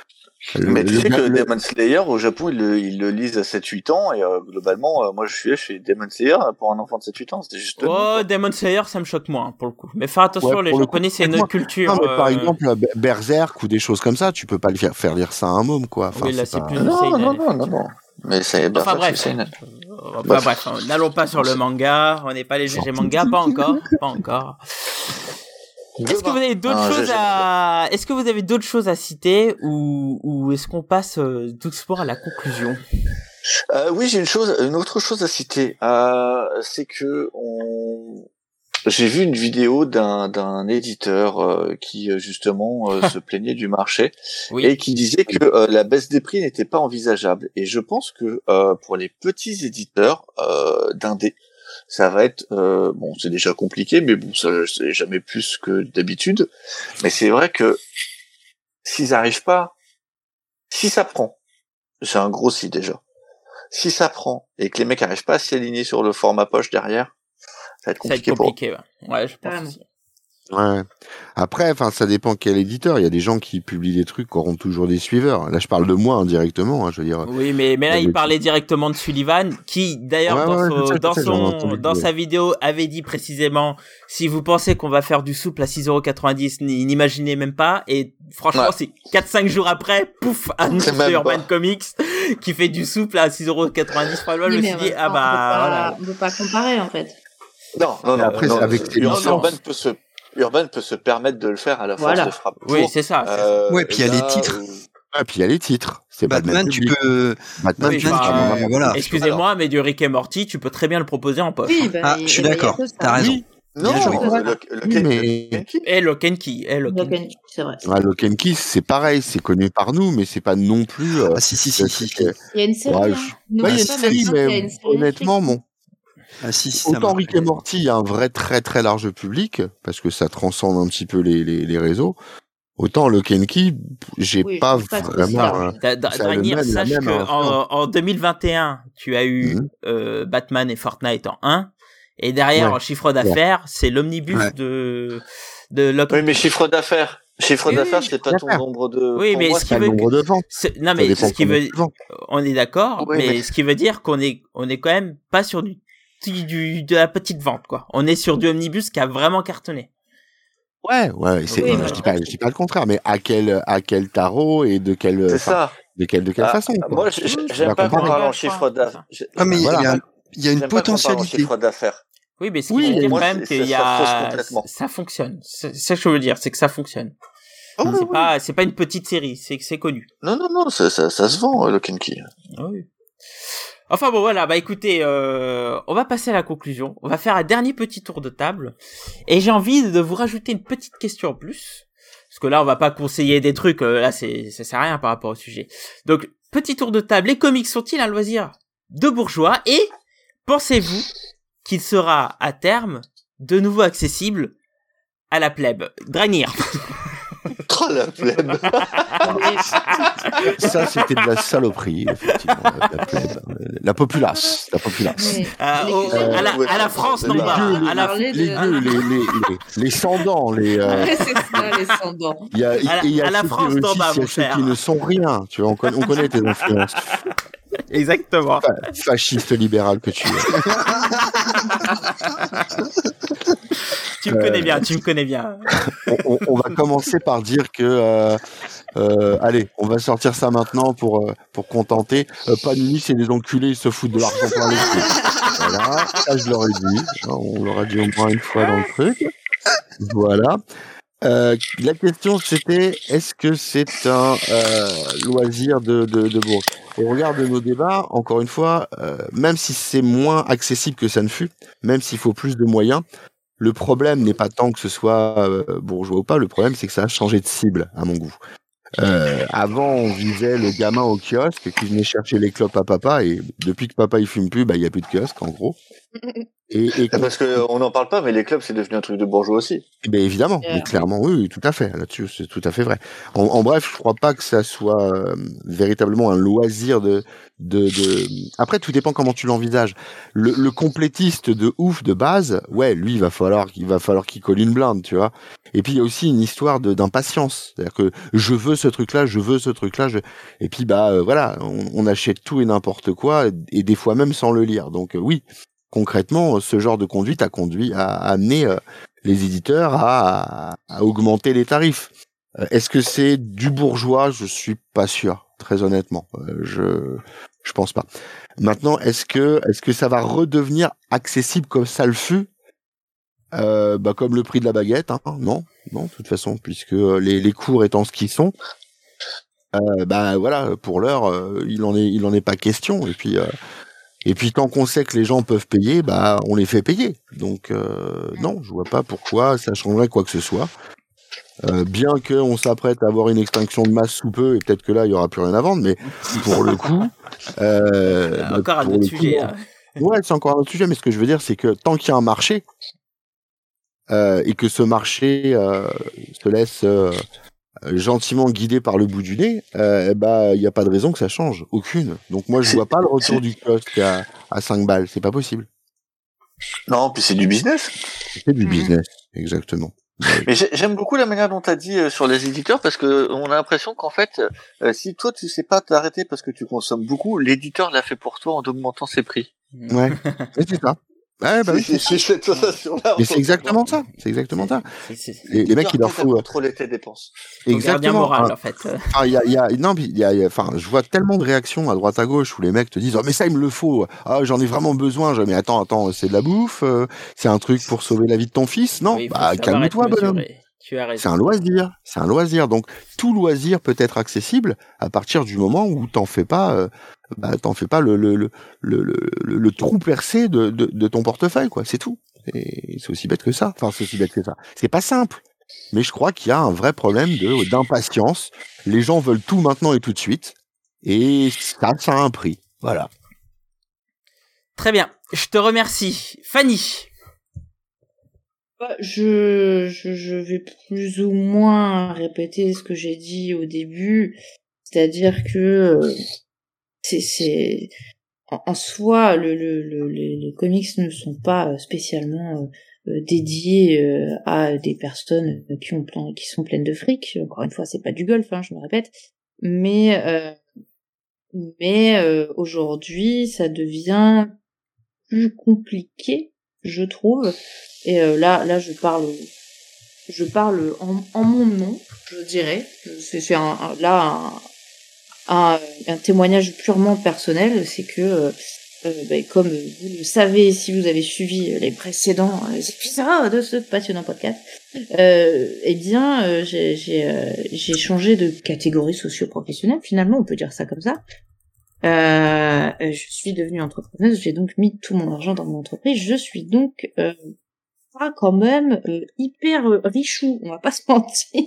Mais Le- tu sais le- que le- Demon Slayer, au Japon, ils le, ils le lisent à sept huit ans, et euh, globalement, euh, moi je suis là, je fais Demon Slayer pour un enfant de sept huit ans, c'était juste... Oh, Demon Slayer, ça me choque moins, pour le coup. Mais faire attention, Ouais, les pour le coup, Japonais, c'est une moi- autre culture. Non, mais par euh, exemple, euh, Berserk ou des choses comme ça, tu peux pas le faire, faire lire ça à un môme, quoi. Enfin, oui, là, c'est pas- plus Non, seinen, non, non, non, effectivement. non. Mais c'est Enfin Berserk, bref, c'est seinen. Enfin, Bref. bref, hein, n'allons pas sur le manga, on n'est pas les G G manga, pas encore, pas encore. Est-ce que vous avez d'autres Ah, choses G G. à, est-ce que vous avez d'autres choses à citer ou, ou est-ce qu'on passe euh, tout sport à la conclusion? Euh, oui, j'ai une chose, une autre chose à citer. Euh, c'est que on... j'ai vu une vidéo d'un d'un éditeur euh, qui euh, justement euh, se plaignait du marché Oui. et qui disait que euh, la baisse des prix n'était pas envisageable. Et je pense que euh, pour les petits éditeurs euh, d'indé, ça va être euh, bon, c'est déjà compliqué, mais bon, ça c'est jamais plus que d'habitude. Mais c'est vrai que s'ils arrivent pas, si ça prend, c'est un gros si déjà. Si ça prend et que les mecs arrivent pas à s'y aligner sur le format poche derrière, ça va être Ça va être compliqué pour eux. compliqué, ouais. Ouais, je pense Carrément. aussi. Ouais. Après, enfin, ça dépend quel éditeur. Il y a des gens qui publient des trucs qui auront toujours des suiveurs. Là, je parle de moi indirectement. Hein, je veux dire. Oui, mais, mais là, Ouais, il mais- parlait directement de Sullivan, qui, d'ailleurs, Ouais, dans, ouais, son- je sais, je dans, sais, j'en ai son, entendu dans parler. sa vidéo, avait dit précisément, si vous pensez qu'on va faire du souple à six euros quatre-vingt-dix, n- n'imaginez même pas. Et franchement, Ouais. c'est quatre cinq jours après, pouf, annonce C'est même de Urban pas. Comics, qui fait du souple à six euros quatre-vingt-dix. Franchement, je Oui, me mais suis en dit, même ah temps, bah, on peut pas, voilà. on peut pas comparer en fait. Non, non, Mais non. après, non, c'est avec euh, tes Ur- licences. Urban peut se Urban peut se permettre de le faire à la force Voilà. de frappe. Oui, pour, c'est ça. c'est ça. euh, Ouais, puis il y a les là titres. où- Ah, puis il y a les titres. C'est pas le Batman, même tu public. peux. Batman, Oui, tu enfin, peux euh, pas vraiment- voilà. Excusez-moi, mais du Rick et Morty, tu peux très bien le proposer en poche. Oui, bah, Ah, il- je suis eh ben, il y a d'accord. que ça. T'as raison. Oui, Non, Bien joué. le, le, le, Oui, Ken- mais- le Kenki. Et Lock and Key, eh, Lock and Lock Key. and Key, c'est vrai. Ouais, Lock and Key, c'est pareil, c'est connu par nous, mais c'est pas non plus. euh, Ah, si, si, si, le si. truc, si. euh, Il y a une série. Ouais, hein. je- Nous, ouais, il y a ça, une même série, pas, il y a mais une série honnêtement, Netflix. bon. Ah, si, si, ça Autant marche. Rick et Morty, il y a un vrai très très large public, parce que ça transcende un petit peu les, les, les réseaux. Autant Lock and Key, j'ai Oui, je pas pense pas que c'est vraiment. large. euh, Da- da- ça a le Dragnir, même- la sache même que influence. en, en deux mille vingt et un, tu as eu Mhm. euh, Batman et Fortnite en un, et derrière, Ouais. en chiffre d'affaires, c'est l'omnibus Ouais. de, de Lock Oui, and mais Key. chiffre d'affaires. Chiffre Oui, d'affaires, oui, c'est pas ton d'affaires. nombre de. Oui, pour mais moi, ce c'est qui Pas le veut- nombre de ventes. C'est- Non, Ça mais dépend ce qui comment veut, tu vends. on est d'accord, Oui, mais, mais- ce qui veut dire qu'on est, on est quand même pas sur du, du, du- de la petite vente, quoi. On est sur du omnibus qui a vraiment cartonné. Ouais, ouais, c'est, Oui, je bah, dis pas, je dis pas le contraire, mais à quel, à quel tarot et de quelle, C'est enfin, ça. de quelle, de quelle Ah, façon, quoi. Moi, j'ai- Oui, j'aime la pas qu'on comparer. parle en Je chiffre crois, d'affaires. Ah, mais il y a- Voilà. il y a une J'aime pas qu'on parle en potentialité. chiffre d'affaires. Oui, mais ce Oui, qui veut dire moi, quand même c'est- qu'il y ça fausse a, complètement. ça fonctionne. C'est c'est ça que je veux dire, c'est que ça fonctionne. Oh, C'est oui. pas, c'est pas une petite série, c'est que c'est connu. Non, non, non, ça, ça, ça se vend, euh, Lock and Key. Oui. Enfin bon voilà, bah écoutez, euh, on va passer à la conclusion. On va faire un dernier petit tour de table. Et j'ai envie de vous rajouter une petite question en plus. Parce que là, on va pas conseiller des trucs, euh, là c'est, ça sert à rien par rapport au sujet. Donc, petit tour de table, les comics sont-ils un loisir de bourgeois? Et pensez-vous qu'il sera à terme de nouveau accessible à la plèbe? Dragnir. Oh, la plèbe. Ça, c'était de la saloperie, effectivement, la, la plèbe. La populace, la populace. Mais- Euh, les- au- à, la, à la France, Les non Les pas. gueux, les, À la, Parler de- les gueux, les, les, les, les sans-dents, les, euh, Ouais, c'est ça, les sans-dents. il y a, À la- et il y a à la ceux France qui d'en bas, réussissent, il y mon a ceux cher. qui ne sont rien. Tu vois, on connaît, on connaît tes influences. Exactement. Fa- Fasciste libéral que tu es. Tu me connais bien, tu me connais bien. On, on- on va commencer par dire que, euh, euh, allez, on va sortir ça maintenant pour, euh, pour contenter. Euh, Panini, c'est des enculés, ils se foutent de l'argent plein les pieds. Voilà, ça je l'aurais dit. On l'aurait dit au moins une fois dans le truc. Voilà. Euh, la question c'était, est-ce que c'est un euh, loisir de, de, de bourge? Au regard de nos débats, encore une fois, euh, même si c'est moins accessible que ça ne fut, même s'il faut plus de moyens, le problème n'est pas tant que ce soit euh, bourgeois ou pas, le problème c'est que ça a changé de cible, à mon goût. Euh, avant, on visait le gamin au kiosque qui venait chercher les clopes à papa, et depuis que papa il fume plus, bah il y a plus de kiosque en gros. Et, et parce que on n'en parle pas, mais les clubs c'est devenu un truc de bourgeois aussi. Ben évidemment, Yeah. mais clairement, oui, oui, tout à fait. Là-dessus, c'est tout à fait vrai. En, en bref, je crois pas que ça soit euh, véritablement un loisir de, de, de. Après, tout dépend comment tu l'envisages. Le, le complétiste de ouf de base, ouais, lui, il va falloir, il va falloir qu'il colle une blinde, tu vois. Et puis il y a aussi une histoire de d'impatience, c'est-à-dire que je veux ce truc-là, je veux ce truc-là, je... et puis bah euh, voilà, on, on achète tout et n'importe quoi, et des fois même sans le lire. Donc euh, oui. Concrètement, ce genre de conduite a conduit à, à amener euh, les éditeurs à, à, à augmenter les tarifs. Euh, est-ce que c'est du bourgeois? Je suis pas sûr, très honnêtement. Euh, je je pense pas. Maintenant, est-ce que est-ce que ça va redevenir accessible comme ça le fut? Euh, bah comme le prix de la baguette, hein. Non, non, de toute façon, puisque les les cours étant ce qu'ils sont, euh, bah voilà, pour l'heure, euh, il en est il en est pas question. Et puis euh, Et puis tant qu'on sait que les gens peuvent payer, bah on les fait payer. Donc euh, non, je vois pas pourquoi ça changerait quoi que ce soit. Euh, bien qu'on s'apprête à avoir une extinction de masse sous peu, et peut-être que là il y aura plus rien à vendre, mais pour le coup, euh, Ah, bah, encore un pour autre le sujet. coup, Hein. ouais, c'est encore un autre sujet. Mais ce que je veux dire, c'est que tant qu'il y a un marché euh, et que ce marché euh, se laisse euh, gentiment guidé par le bout du nez, euh, bah il y a pas de raison que ça change, aucune. Donc moi je C'est- vois pas le retour c'est- du kiosque à, à cinq balles, c'est pas possible. Non, puis c'est du business. C'est du Mhm. business, exactement. Ouais. Mais j'ai- j'aime beaucoup la manière dont tu as dit euh, sur les éditeurs parce que on a l'impression qu'en fait, euh, si toi tu sais pas t'arrêter parce que tu consommes beaucoup, l'éditeur l'a fait pour toi en augmentant ses prix. Ouais, ouais, c'est ça. Ouais, bah oui, C'est c'est ça. c'est cette sensation-là. Mais c'est exactement ça, c'est exactement ça. C'est- c'est- c'est- Les, les mecs, il leur t'aide à faut euh, contrôler tes dépenses. Ton gardien exactement. moral, un- en fait. Ah, il y a, il y a, non, puis il y a, il y a- enfin, je vois tellement de réactions à droite à gauche où les mecs te disent, oh, mais ça, il me le faut. Ah, j'en ai vraiment besoin. Je, mais attends, attends, c'est de la bouffe. euh, c'est un truc pour sauver la vie de ton fils. Non, Oui, il faut bah, savoir être calme-toi, bonhomme. mesuré. Tu as raison. C'est un loisir, c'est un loisir. Donc tout loisir peut être accessible à partir du moment où t'en fais pas, euh, bah, t'en fais pas le le le le, le, le- le trou percé de, de de ton portefeuille, quoi. C'est tout. Et c'est aussi bête que ça. Enfin, c'est aussi bête que ça. C'est pas simple. Mais je crois qu'il y a un vrai problème de d'impatience. Les gens veulent tout maintenant et tout de suite. Et ça, ça a un prix. Voilà. Très bien. Je te remercie. Fanny. Bah, Je, je, je vais plus ou moins répéter ce que j'ai dit au début, c'est-à-dire que euh, c'est, c'est en, en soi, le, le, le, les, les comics ne sont pas spécialement euh, euh, dédiés euh, à des personnes qui ont plein, qui sont pleines de fric. Encore une fois, c'est pas du golf, hein, je me répète, mais euh, mais euh, aujourd'hui, ça devient plus compliqué, je trouve. Et euh, là, là, je parle, je parle en, en mon nom, je dirais. C'est, c'est un, un- là un, un, un témoignage purement personnel, c'est que, euh, euh, ben, comme vous le savez, si vous avez suivi les précédents épisodes de ce passionnant podcast, euh, eh bien, euh, j'ai, j'ai, euh, j'ai changé de catégorie socio-professionnelle. Finalement, on peut dire ça comme ça. Euh, je suis devenue entrepreneuse, j'ai donc mis tout mon argent dans mon entreprise. Je suis donc euh, pas quand même euh, hyper euh, richou, on va pas se mentir.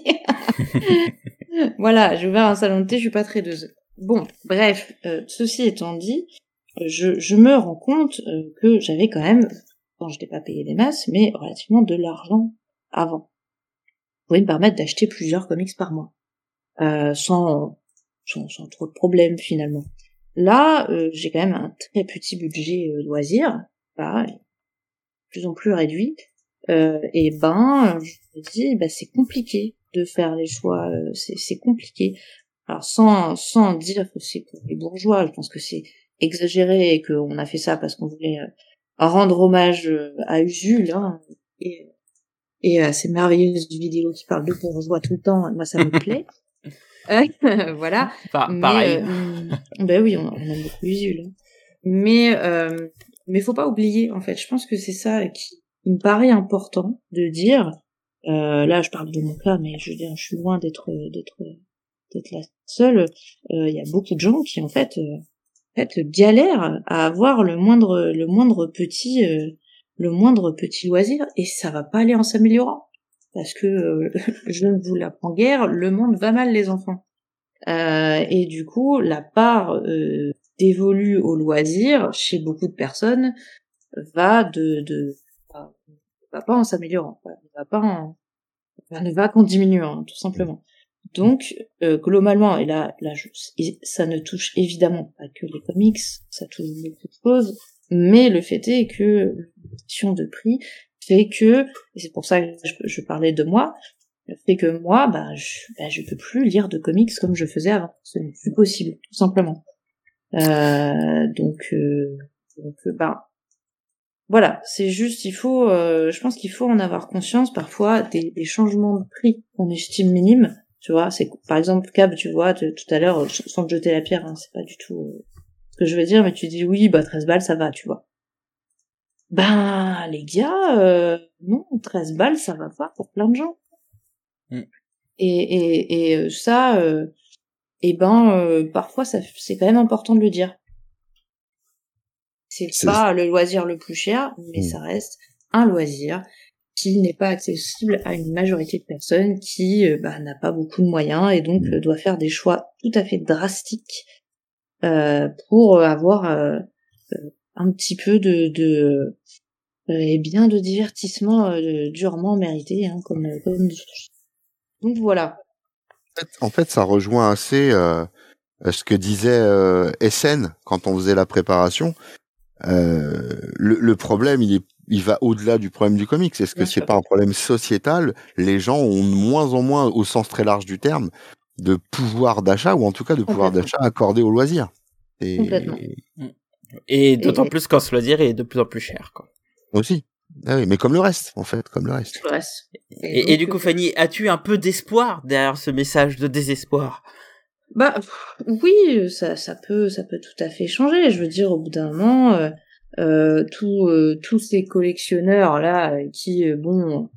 Voilà, j'ai ouvert un salon de thé, je suis pas tradeuse. Bon, bref, euh, ceci étant dit, je, je me rends compte euh, que j'avais quand même, quand je n'ai pas payé des masses, mais relativement de l'argent avant. Je pouvais me permettre d'acheter plusieurs comics par mois, euh, sans, sans, sans trop de problèmes finalement. Là, euh, j'ai quand même un très petit budget euh, loisir, bah, de plus en plus réduit, euh, et ben, je me dis, bah, c'est compliqué de faire les choix, euh, c'est, c'est compliqué. Alors sans, sans dire que c'est pour les bourgeois, je pense que c'est exagéré et qu'on a fait ça parce qu'on voulait euh, rendre hommage euh, à Usul, hein, et, et à ces merveilleuses vidéos qui parlent de bourgeois tout le temps, moi ça me plaît. Euh, voilà. Pa- Mais, pareil. euh, ben oui, on, on aime beaucoup Usul. Hein. Mais, euh, mais faut pas oublier, en fait. Je pense que c'est ça qui me paraît important de dire. Euh, là, je parle de mon cas, mais je veux dire, je suis loin d'être, d'être, d'être la seule. Il y a beaucoup de gens qui, en fait, euh, en fait, galèrent à avoir le moindre, le moindre petit, euh, le moindre petit loisir, et ça va pas aller en s'améliorant. Parce que, euh, je ne vous l'apprends guère, le monde va mal, les enfants. Euh, et du coup, la part euh, dévolue au loisir chez beaucoup de personnes va de, de, va, va pas en s'améliorant, va, va pas en, va, ne va qu'en diminuant, hein, tout simplement. Donc, euh, globalement, et là, là, je, et ça ne touche évidemment pas que les comics, ça touche beaucoup de choses, mais le fait est que l'augmentation de prix fait que, et c'est pour ça que je, je parlais de moi, fait que moi, bah, je, bah, je peux plus lire de comics comme je faisais avant. Ce n'est plus possible, tout simplement. Euh, donc, euh, donc, bah, voilà, c'est juste, il faut, euh, je pense qu'il faut en avoir conscience. Parfois, des, des changements de prix qu'on estime minimes, tu vois, c'est, par exemple, Cab, tu vois, de, tout à l'heure, sans te jeter la pierre, hein, c'est pas du tout euh, ce que je veux dire, mais tu dis oui, bah, treize balles, ça va, tu vois. Ben, les gars, euh, non, treize balles, ça va pas pour plein de gens. Mm. Et, et, et ça, euh, et ben, euh, parfois, ça, c'est quand même important de le dire. C'est, c'est pas le loisir le plus cher, mais mmh. ça reste un loisir qui n'est pas accessible à une majorité de personnes qui euh, bah, n'a pas beaucoup de moyens et donc euh, doit faire des choix tout à fait drastiques euh, pour avoir euh, un petit peu de, de euh, et bien de divertissement euh, durement mérité, hein, comme, comme donc voilà. En fait, en fait, ça rejoint assez euh, ce que disait euh, S N quand on faisait la préparation. Euh, le, le problème, il est, il va au-delà du problème du comics. Est-ce que Bien c'est sûr. Pas un problème sociétal? Les gens ont de moins en moins, au sens très large du terme, de pouvoir d'achat, ou en tout cas de pouvoir d'achat accordé aux loisirs. Et... Complètement. Et d'autant Et... plus quand ce loisir est de plus en plus cher, quoi. Aussi. Ah oui, mais comme le reste, en fait, comme le reste. Le reste. Et, et, donc, et du coup, Fanny, as-tu un peu d'espoir derrière ce message de désespoir? Bah oui, ça, ça peut, ça peut tout à fait changer. Je veux dire, au bout d'un moment, euh, euh, tous, euh, tous ces collectionneurs là, qui, euh, bon,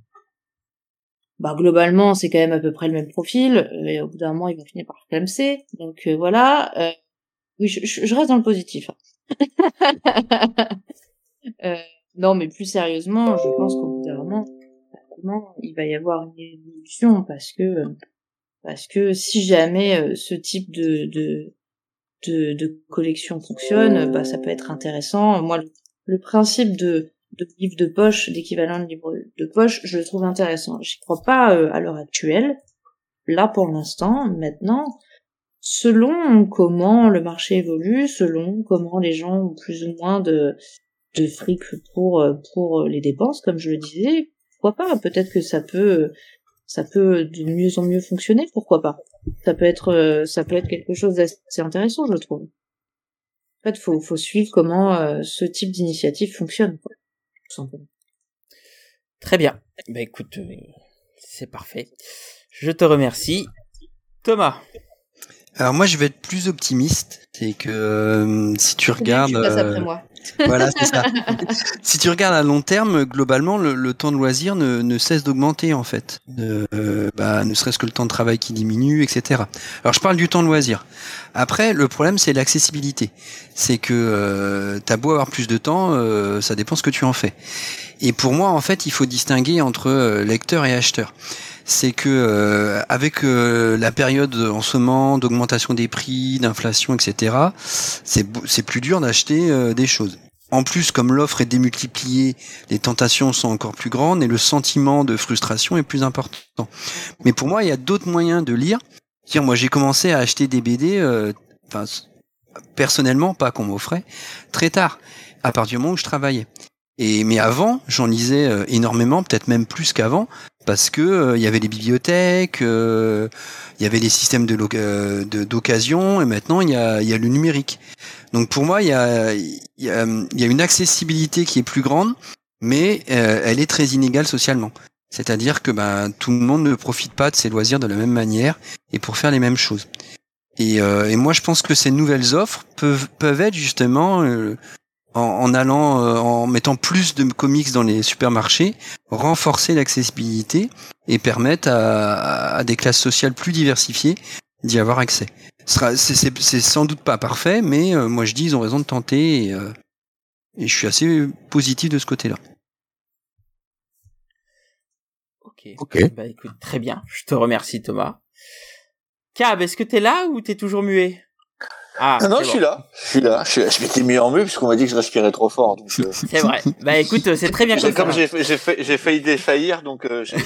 bah globalement, c'est quand même à peu près le même profil. Et au bout d'un moment, ils vont finir par clamser. Donc euh, voilà. Euh, oui, je, je reste dans le positif. euh, non, mais plus sérieusement, je pense qu'au bout d'un moment, il va y avoir une évolution parce que. Parce que si jamais euh, ce type de, de de de collection fonctionne, bah ça peut être intéressant. Moi, le, le principe de de livre de poche, d'équivalent de livre de poche, je le trouve intéressant. J'y crois pas euh, à l'heure actuelle. Là, pour l'instant, maintenant, selon comment le marché évolue, selon comment les gens ont plus ou moins de de fric pour pour les dépenses, comme je le disais, pourquoi pas? Peut-être que ça peut ça peut de mieux en mieux fonctionner, pourquoi pas. Ça peut être euh, ça peut être quelque chose d'assez intéressant, je trouve. En fait, faut faut suivre comment euh, ce type d'initiative fonctionne, quoi, tout simplement. Très bien. Bah écoute, euh, c'est parfait. Je te remercie. Thomas. Alors moi je vais être plus optimiste, c'est que euh, si tu regardes, tu passes après moi. Voilà, c'est ça. Si tu regardes à long terme, globalement, le, le temps de loisir ne, ne cesse d'augmenter en fait. Euh, bah, ne serait-ce que le temps de travail qui diminue, et cetera. Alors je parle du temps de loisir. Après, le problème c'est l'accessibilité. C'est que euh, t'as beau avoir plus de temps, euh, ça dépend ce que tu en fais. Et pour moi, en fait, il faut distinguer entre euh, lecteur et acheteur. C'est que euh, avec euh, la période en ce moment d'augmentation des prix, d'inflation, et cetera, c'est c'est plus dur d'acheter euh, des choses. En plus, comme l'offre est démultipliée, les tentations sont encore plus grandes et le sentiment de frustration est plus important. Mais pour moi, il y a d'autres moyens de lire. Dire, moi, j'ai commencé à acheter des B D, euh, enfin personnellement, pas qu'on m'offrait, très tard, à partir du moment où je travaillais. Et mais avant, j'en lisais euh, énormément, peut-être même plus qu'avant, parce que il euh, y avait les bibliothèques, il euh, y avait les systèmes de, euh, de d'occasion, et maintenant il y a, y a le numérique. Donc pour moi, il y a, y, a, y a une accessibilité qui est plus grande, mais euh, elle est très inégale socialement. C'est-à-dire que ben tout le monde ne profite pas de ses loisirs de la même manière et pour faire les mêmes choses. Et, euh, et moi, je pense que ces nouvelles offres peuvent peuvent être justement euh, En, en allant, euh, en mettant plus de comics dans les supermarchés, renforcer l'accessibilité et permettre à, à des classes sociales plus diversifiées d'y avoir accès. Ce sera, c'est, c'est, c'est sans doute pas parfait, mais euh, moi je dis ils ont raison de tenter et, euh, et je suis assez positif de ce côté-là. Ok. Ok. Bah écoute, très bien. Je te remercie Thomas. Cab, est-ce que t'es là ou t'es toujours muet? Ah, non, c'est je bon. suis là. Je suis là. Je, suis là. Je m'étais mis en mute puisqu'on m'a dit que je respirais trop fort. Donc, euh... C'est vrai. Bah écoute, c'est très bien j'ai, comme comme ça. j'ai, j'ai, fait, j'ai failli défaillir, donc euh, j'ai...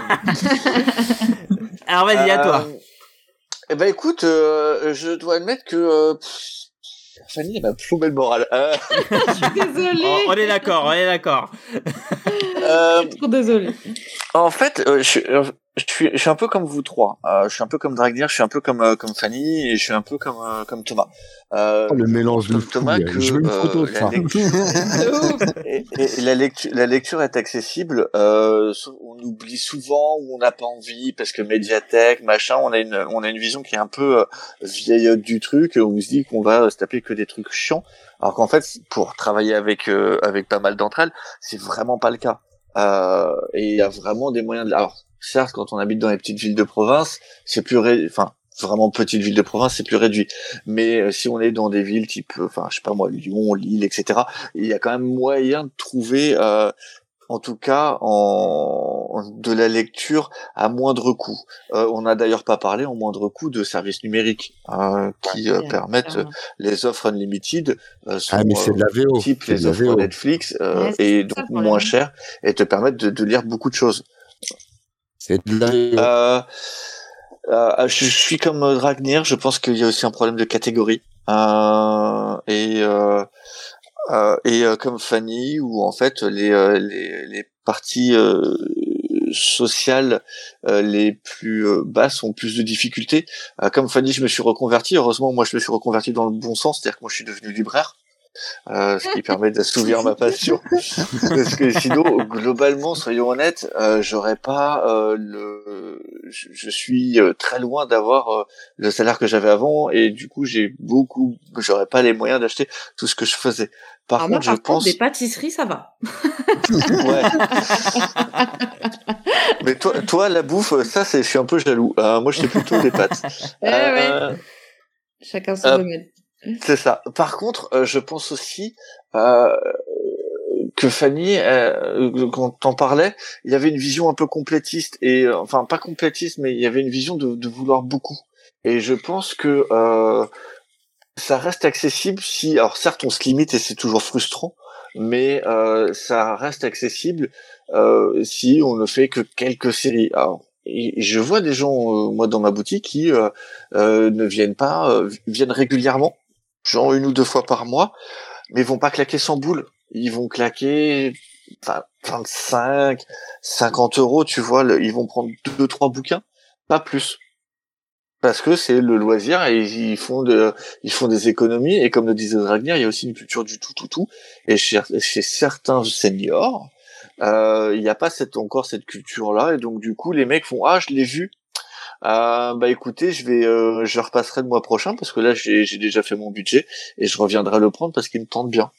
Alors vas-y, à toi. Euh, eh ben écoute, euh, je dois admettre que euh, pff, Fanny elle m'a plombé le moral. Euh, Je suis désolée. Oh, on est d'accord, on est d'accord. euh, Je suis trop désolée. en fait, euh, je, suis- euh, je suis, je suis un peu comme vous trois. Euh, je suis un peu comme Dragnir, je suis un peu comme euh, comme Fanny et je suis un peu comme euh, comme Thomas. Euh, Oh, le mélange de comme fou. Thomas là. que Je veux une euh, photo de la ça. lecture et, et la lecture la lecture est accessible. Euh, on oublie souvent ou on n'a pas envie parce que médiathèque machin, on a une on a une vision qui est un peu euh, vieillotte du truc où on se dit qu'on va se taper que des trucs chiants, alors qu'en fait pour travailler avec euh, avec pas mal d'entre elles, c'est vraiment pas le cas. Euh, et il y a vraiment des moyens de... Alors, certes, quand on habite dans les petites villes de province, c'est plus ré... enfin, vraiment petites villes de province, c'est plus réduit. Mais euh, si on est dans des villes type, euh, enfin, je sais pas moi, Lyon, Lille, et cetera, il y a quand même moyen de trouver, euh, en tout cas, en de la lecture à moindre coût. Euh, on n'a d'ailleurs pas parlé en moindre coût de services numériques euh, qui euh, Ouais, permettent clairement. les offres unlimited, euh, sont Ah, mais c'est de la V O. type C'est les de la offres V O. Netflix euh, Ouais, c'est et ça, donc le problème. moins chères et te permettent de, de lire beaucoup de choses. C'est de la V O. Euh, euh, je suis comme euh, Dragnir, je pense qu'il y a aussi un problème de catégorie. Euh, et euh, euh, et euh, comme Fanny, où en fait les euh, les, les parties euh, sociales euh, les plus euh, basses ont plus de difficultés. Euh, comme Fanny, je me suis reconverti. Heureusement, moi, je me suis reconverti dans le bon sens, c'est-à-dire que moi, je suis devenu libraire. Euh, ce qui permet d'assouvir ma passion, parce que sinon globalement, soyons honnêtes, euh, j'aurais pas euh, le je, je suis euh, très loin d'avoir euh, le salaire que j'avais avant et du coup j'ai beaucoup j'aurais pas les moyens d'acheter tout ce que je faisais. Par Alors moi, contre, par je contre, pense des pâtisseries, ça va. ouais. Mais toi toi la bouffe, ça c'est je suis un peu jaloux. Euh, moi j'étais plutôt des pâtes. Eh ouais. Euh, Chacun son euh, domaine. C'est ça. Par contre, euh, je pense aussi euh, que Fanny, euh, quand t'en parlais, il y avait une vision un peu complétiste et euh, enfin pas complétiste, mais il y avait une vision de, de vouloir beaucoup. Et je pense que euh, ça reste accessible si, alors certes, on se limite et c'est toujours frustrant, mais euh, ça reste accessible euh, si on ne fait que quelques séries. Alors, et je vois des gens, euh, moi, dans ma boutique, qui euh, euh, ne viennent pas, euh, viennent régulièrement, genre une ou deux fois par mois, mais vont pas claquer cent boules. Ils vont claquer enfin, vingt-cinq, cinquante euros, tu vois, le, ils vont prendre deux, trois bouquins, pas plus. Parce que c'est le loisir et ils font de, ils font des économies et comme le disait Dragnir, il y a aussi une culture du tout, tout, tout. Et chez, chez certains seniors, euh, il n'y a pas cette, encore cette culture-là et donc du coup les mecs font ah je l'ai vu. Euh, bah écoutez, je vais, euh, je repasserai le mois prochain parce que là j'ai, j'ai déjà fait mon budget et je reviendrai le prendre parce qu'il me tente bien.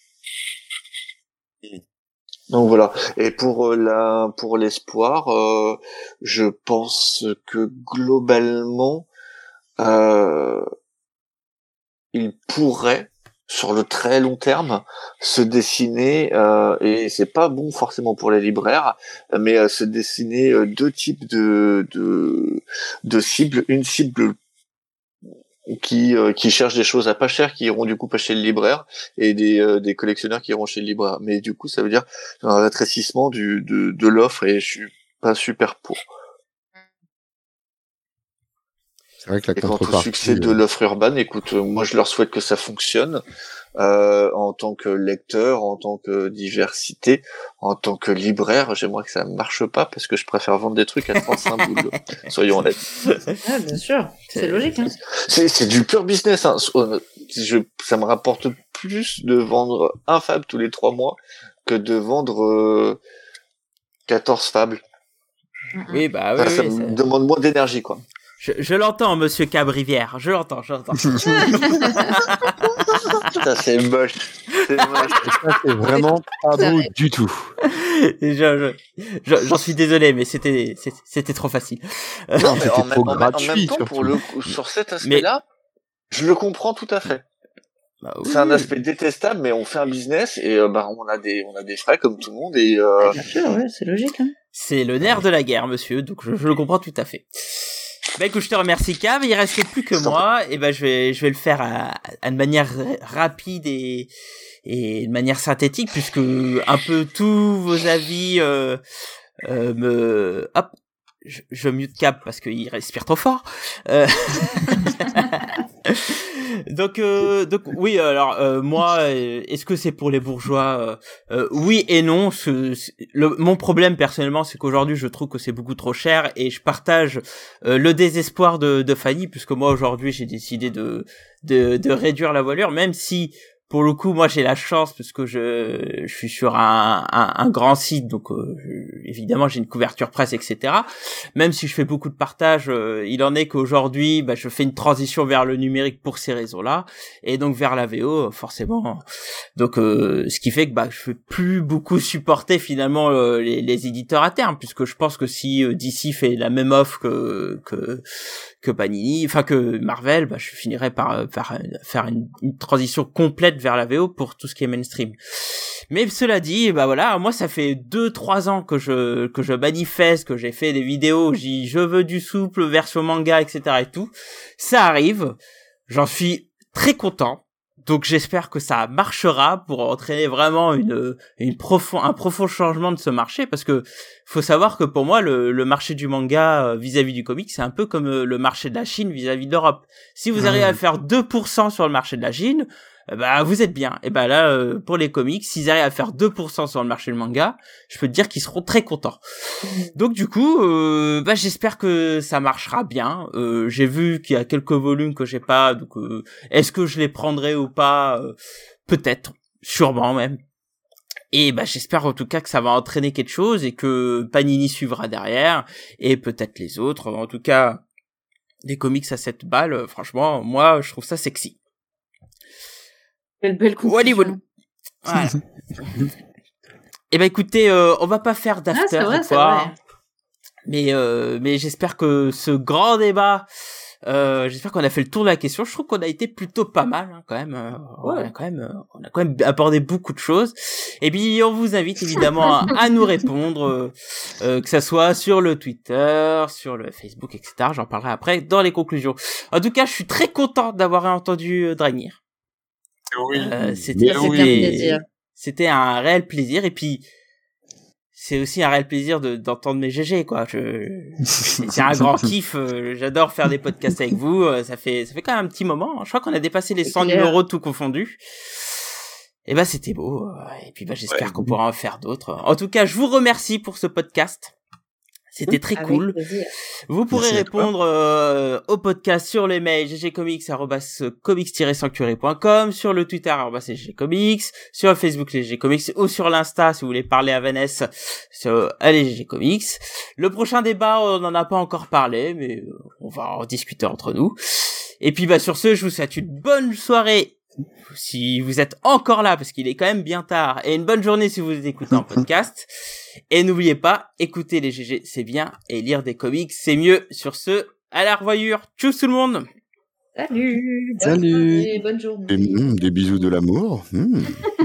Donc voilà. Et pour euh, la, pour l'espoir, euh, je pense que globalement, euh, il pourrait, sur le très long terme, se dessiner, euh, et c'est pas bon forcément pour les libraires, mais euh, se dessiner euh, deux types de, de, de cibles. Une cible qui euh, qui cherchent des choses à pas cher, qui iront du coup pas chez le libraire, et des euh, des collectionneurs qui iront chez le libraire. Mais du coup, ça veut dire un rétrécissement du de, de l'offre, et je suis pas super pour. C'est vrai que la Et quant au contrepartie. succès de euh, l'offre urbaine, écoute, euh, moi je leur souhaite que ça fonctionne. Euh, en tant que lecteur, en tant que diversité, en tant que libraire, j'aimerais que ça marche pas parce que je préfère vendre des trucs à trente-cinq boules. Soyons honnêtes. Ah, bien sûr. C'est logique. Hein. C'est, c'est du pur business. Hein. Je, ça me rapporte plus de vendre un fable tous les trois mois que de vendre euh, quatorze fables. Oui, bah oui, Ça, ça oui, me c'est- demande moins d'énergie, quoi. Je, je l'entends, monsieur Cabrivière. Je l'entends, je l'entends. Ça, c'est moche. C'est moche. Ça, c'est vraiment pas Ça beau arrête. du tout. je, je, je- j'en suis désolé, mais c'était, c'était, c'était trop facile. Non, mais C'était en, même, trop en, même- en gratuit, même temps, surtout. pour le coup, sur cet aspect-là, je le comprends tout à fait. Bah oui. C'est un aspect détestable, mais on fait un business et euh, bah on a des on a des frais comme tout le monde et euh, Bien sûr, ouais, c'est logique. Hein. C'est le nerf de la guerre, monsieur, donc je, je le comprends tout à fait. Bah écoute, je te remercie Cave, il reste plus que moi, et ben je vais je vais le faire à, à de manière rapide et et de manière synthétique, puisque un peu tous vos avis euh, euh, me hop, je, je mute Cave parce qu'il respire trop fort. Euh... donc euh, donc oui, alors euh, moi, est-ce que c'est pour les bourgeois? euh, euh, Oui et non. Ce, le, mon problème personnellement, c'est qu'aujourd'hui je trouve que c'est beaucoup trop cher, et je partage euh, le désespoir de, de Fanny, puisque moi aujourd'hui j'ai décidé de, de de réduire la voilure, même si pour le coup moi j'ai la chance parce que je je suis sur un un, un grand site, donc euh, je, évidemment j'ai une couverture presse, et cetera. Même si je fais beaucoup de partage, euh, il en est qu'aujourd'hui bah je fais une transition vers le numérique pour ces raisons-là, et donc vers la V O forcément. Donc euh, ce qui fait que bah je peux plus beaucoup supporter finalement euh, les, les éditeurs à terme, puisque je pense que si euh, D C fait la même offre que que que Panini, enfin que Marvel, bah je finirai par, par faire une, une transition complète vers la V O pour tout ce qui est mainstream. Mais cela dit, bah voilà, moi ça fait deux trois ans que je que je manifeste, que j'ai fait des vidéos, j'ai je veux du souple version manga, et cetera et tout. Ça arrive, j'en suis très content. Donc j'espère que ça marchera pour entraîner vraiment une une profond un profond changement de ce marché, parce que faut savoir que pour moi le le marché du manga vis-à-vis du comic, c'est un peu comme le marché de la Chine vis-à-vis de l'Europe. Si vous arrivez à faire deux pour cent sur le marché de la Chine, bah vous êtes bien. Et bah là euh, pour les comics, s'ils arrivent à faire deux pour cent sur le marché du manga, je peux te dire qu'ils seront très contents. Donc du coup, euh, bah j'espère que ça marchera bien. Euh, j'ai vu qu'il y a quelques volumes que j'ai pas, donc euh, est-ce que je les prendrai ou pas? euh, Peut-être, sûrement même. Et bah j'espère en tout cas que ça va entraîner quelque chose et que Panini suivra derrière, et peut-être les autres. En tout cas, des comics à sept balles, franchement, moi je trouve ça sexy. Quelle belle conclusion. Voilà. Et ben écoutez, euh, on va pas faire d'after, ah, vrai, quoi. Mais euh, mais j'espère que ce grand débat, euh, j'espère qu'on a fait le tour de la question. Je trouve qu'on a été plutôt pas mal hein, quand même. Euh, ouais. On a quand même, on a quand même abordé beaucoup de choses. Et puis on vous invite évidemment à, à nous répondre, euh, euh, que ça soit sur le Twitter, sur le Facebook, et cetera. J'en parlerai après dans les conclusions. En tout cas, je suis très content d'avoir entendu euh, Dragnir. Oui, euh, c'était, oui. c'était un réel plaisir, et puis c'est aussi un réel plaisir de, d'entendre mes G G quoi. Je, c'est un grand kiff. Euh, j'adore faire des podcasts avec vous. Euh, ça fait, ça fait quand même un petit moment. Je crois qu'on a dépassé les cent numéros tout confondus. Et ben c'était beau. Et puis bah j'espère ouais. qu'on pourra en faire d'autres. En tout cas, je vous remercie pour ce podcast. C'était très Avec cool. plaisir. Vous pourrez Merci répondre euh, au podcast sur les mails ggcomics arobase comics tiret sanctuary point com, sur le Twitter arobase ggcomics, sur le Facebook les ggcomics, ou sur l'Insta si vous voulez parler à Vanessa sur allez ggcomics. Le prochain débat, on n'en a pas encore parlé, mais on va en discuter entre nous. Et puis bah sur ce, je vous souhaite une bonne soirée si vous êtes encore là, parce qu'il est quand même bien tard, et une bonne journée si vous écoutez en podcast. Et n'oubliez pas, écouter les G G c'est bien, et lire des comics c'est mieux. Sur ce, à la revoyure. Tchuss tout le monde. Salut. Bonne Salut. soirée, bonne journée. Des, mm, des bisous de l'amour. Mm.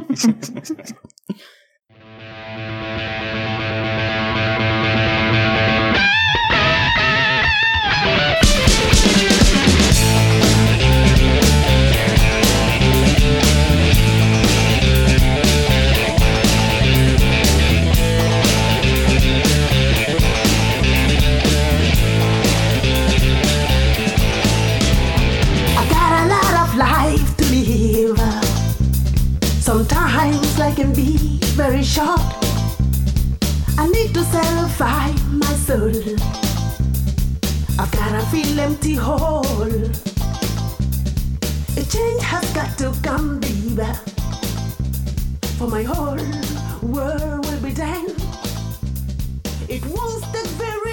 Sometimes life can be very short. I need to satisfy my soul. I've gotta feel empty hole. A change has got to come, baby, for my whole world will be done. It won't take very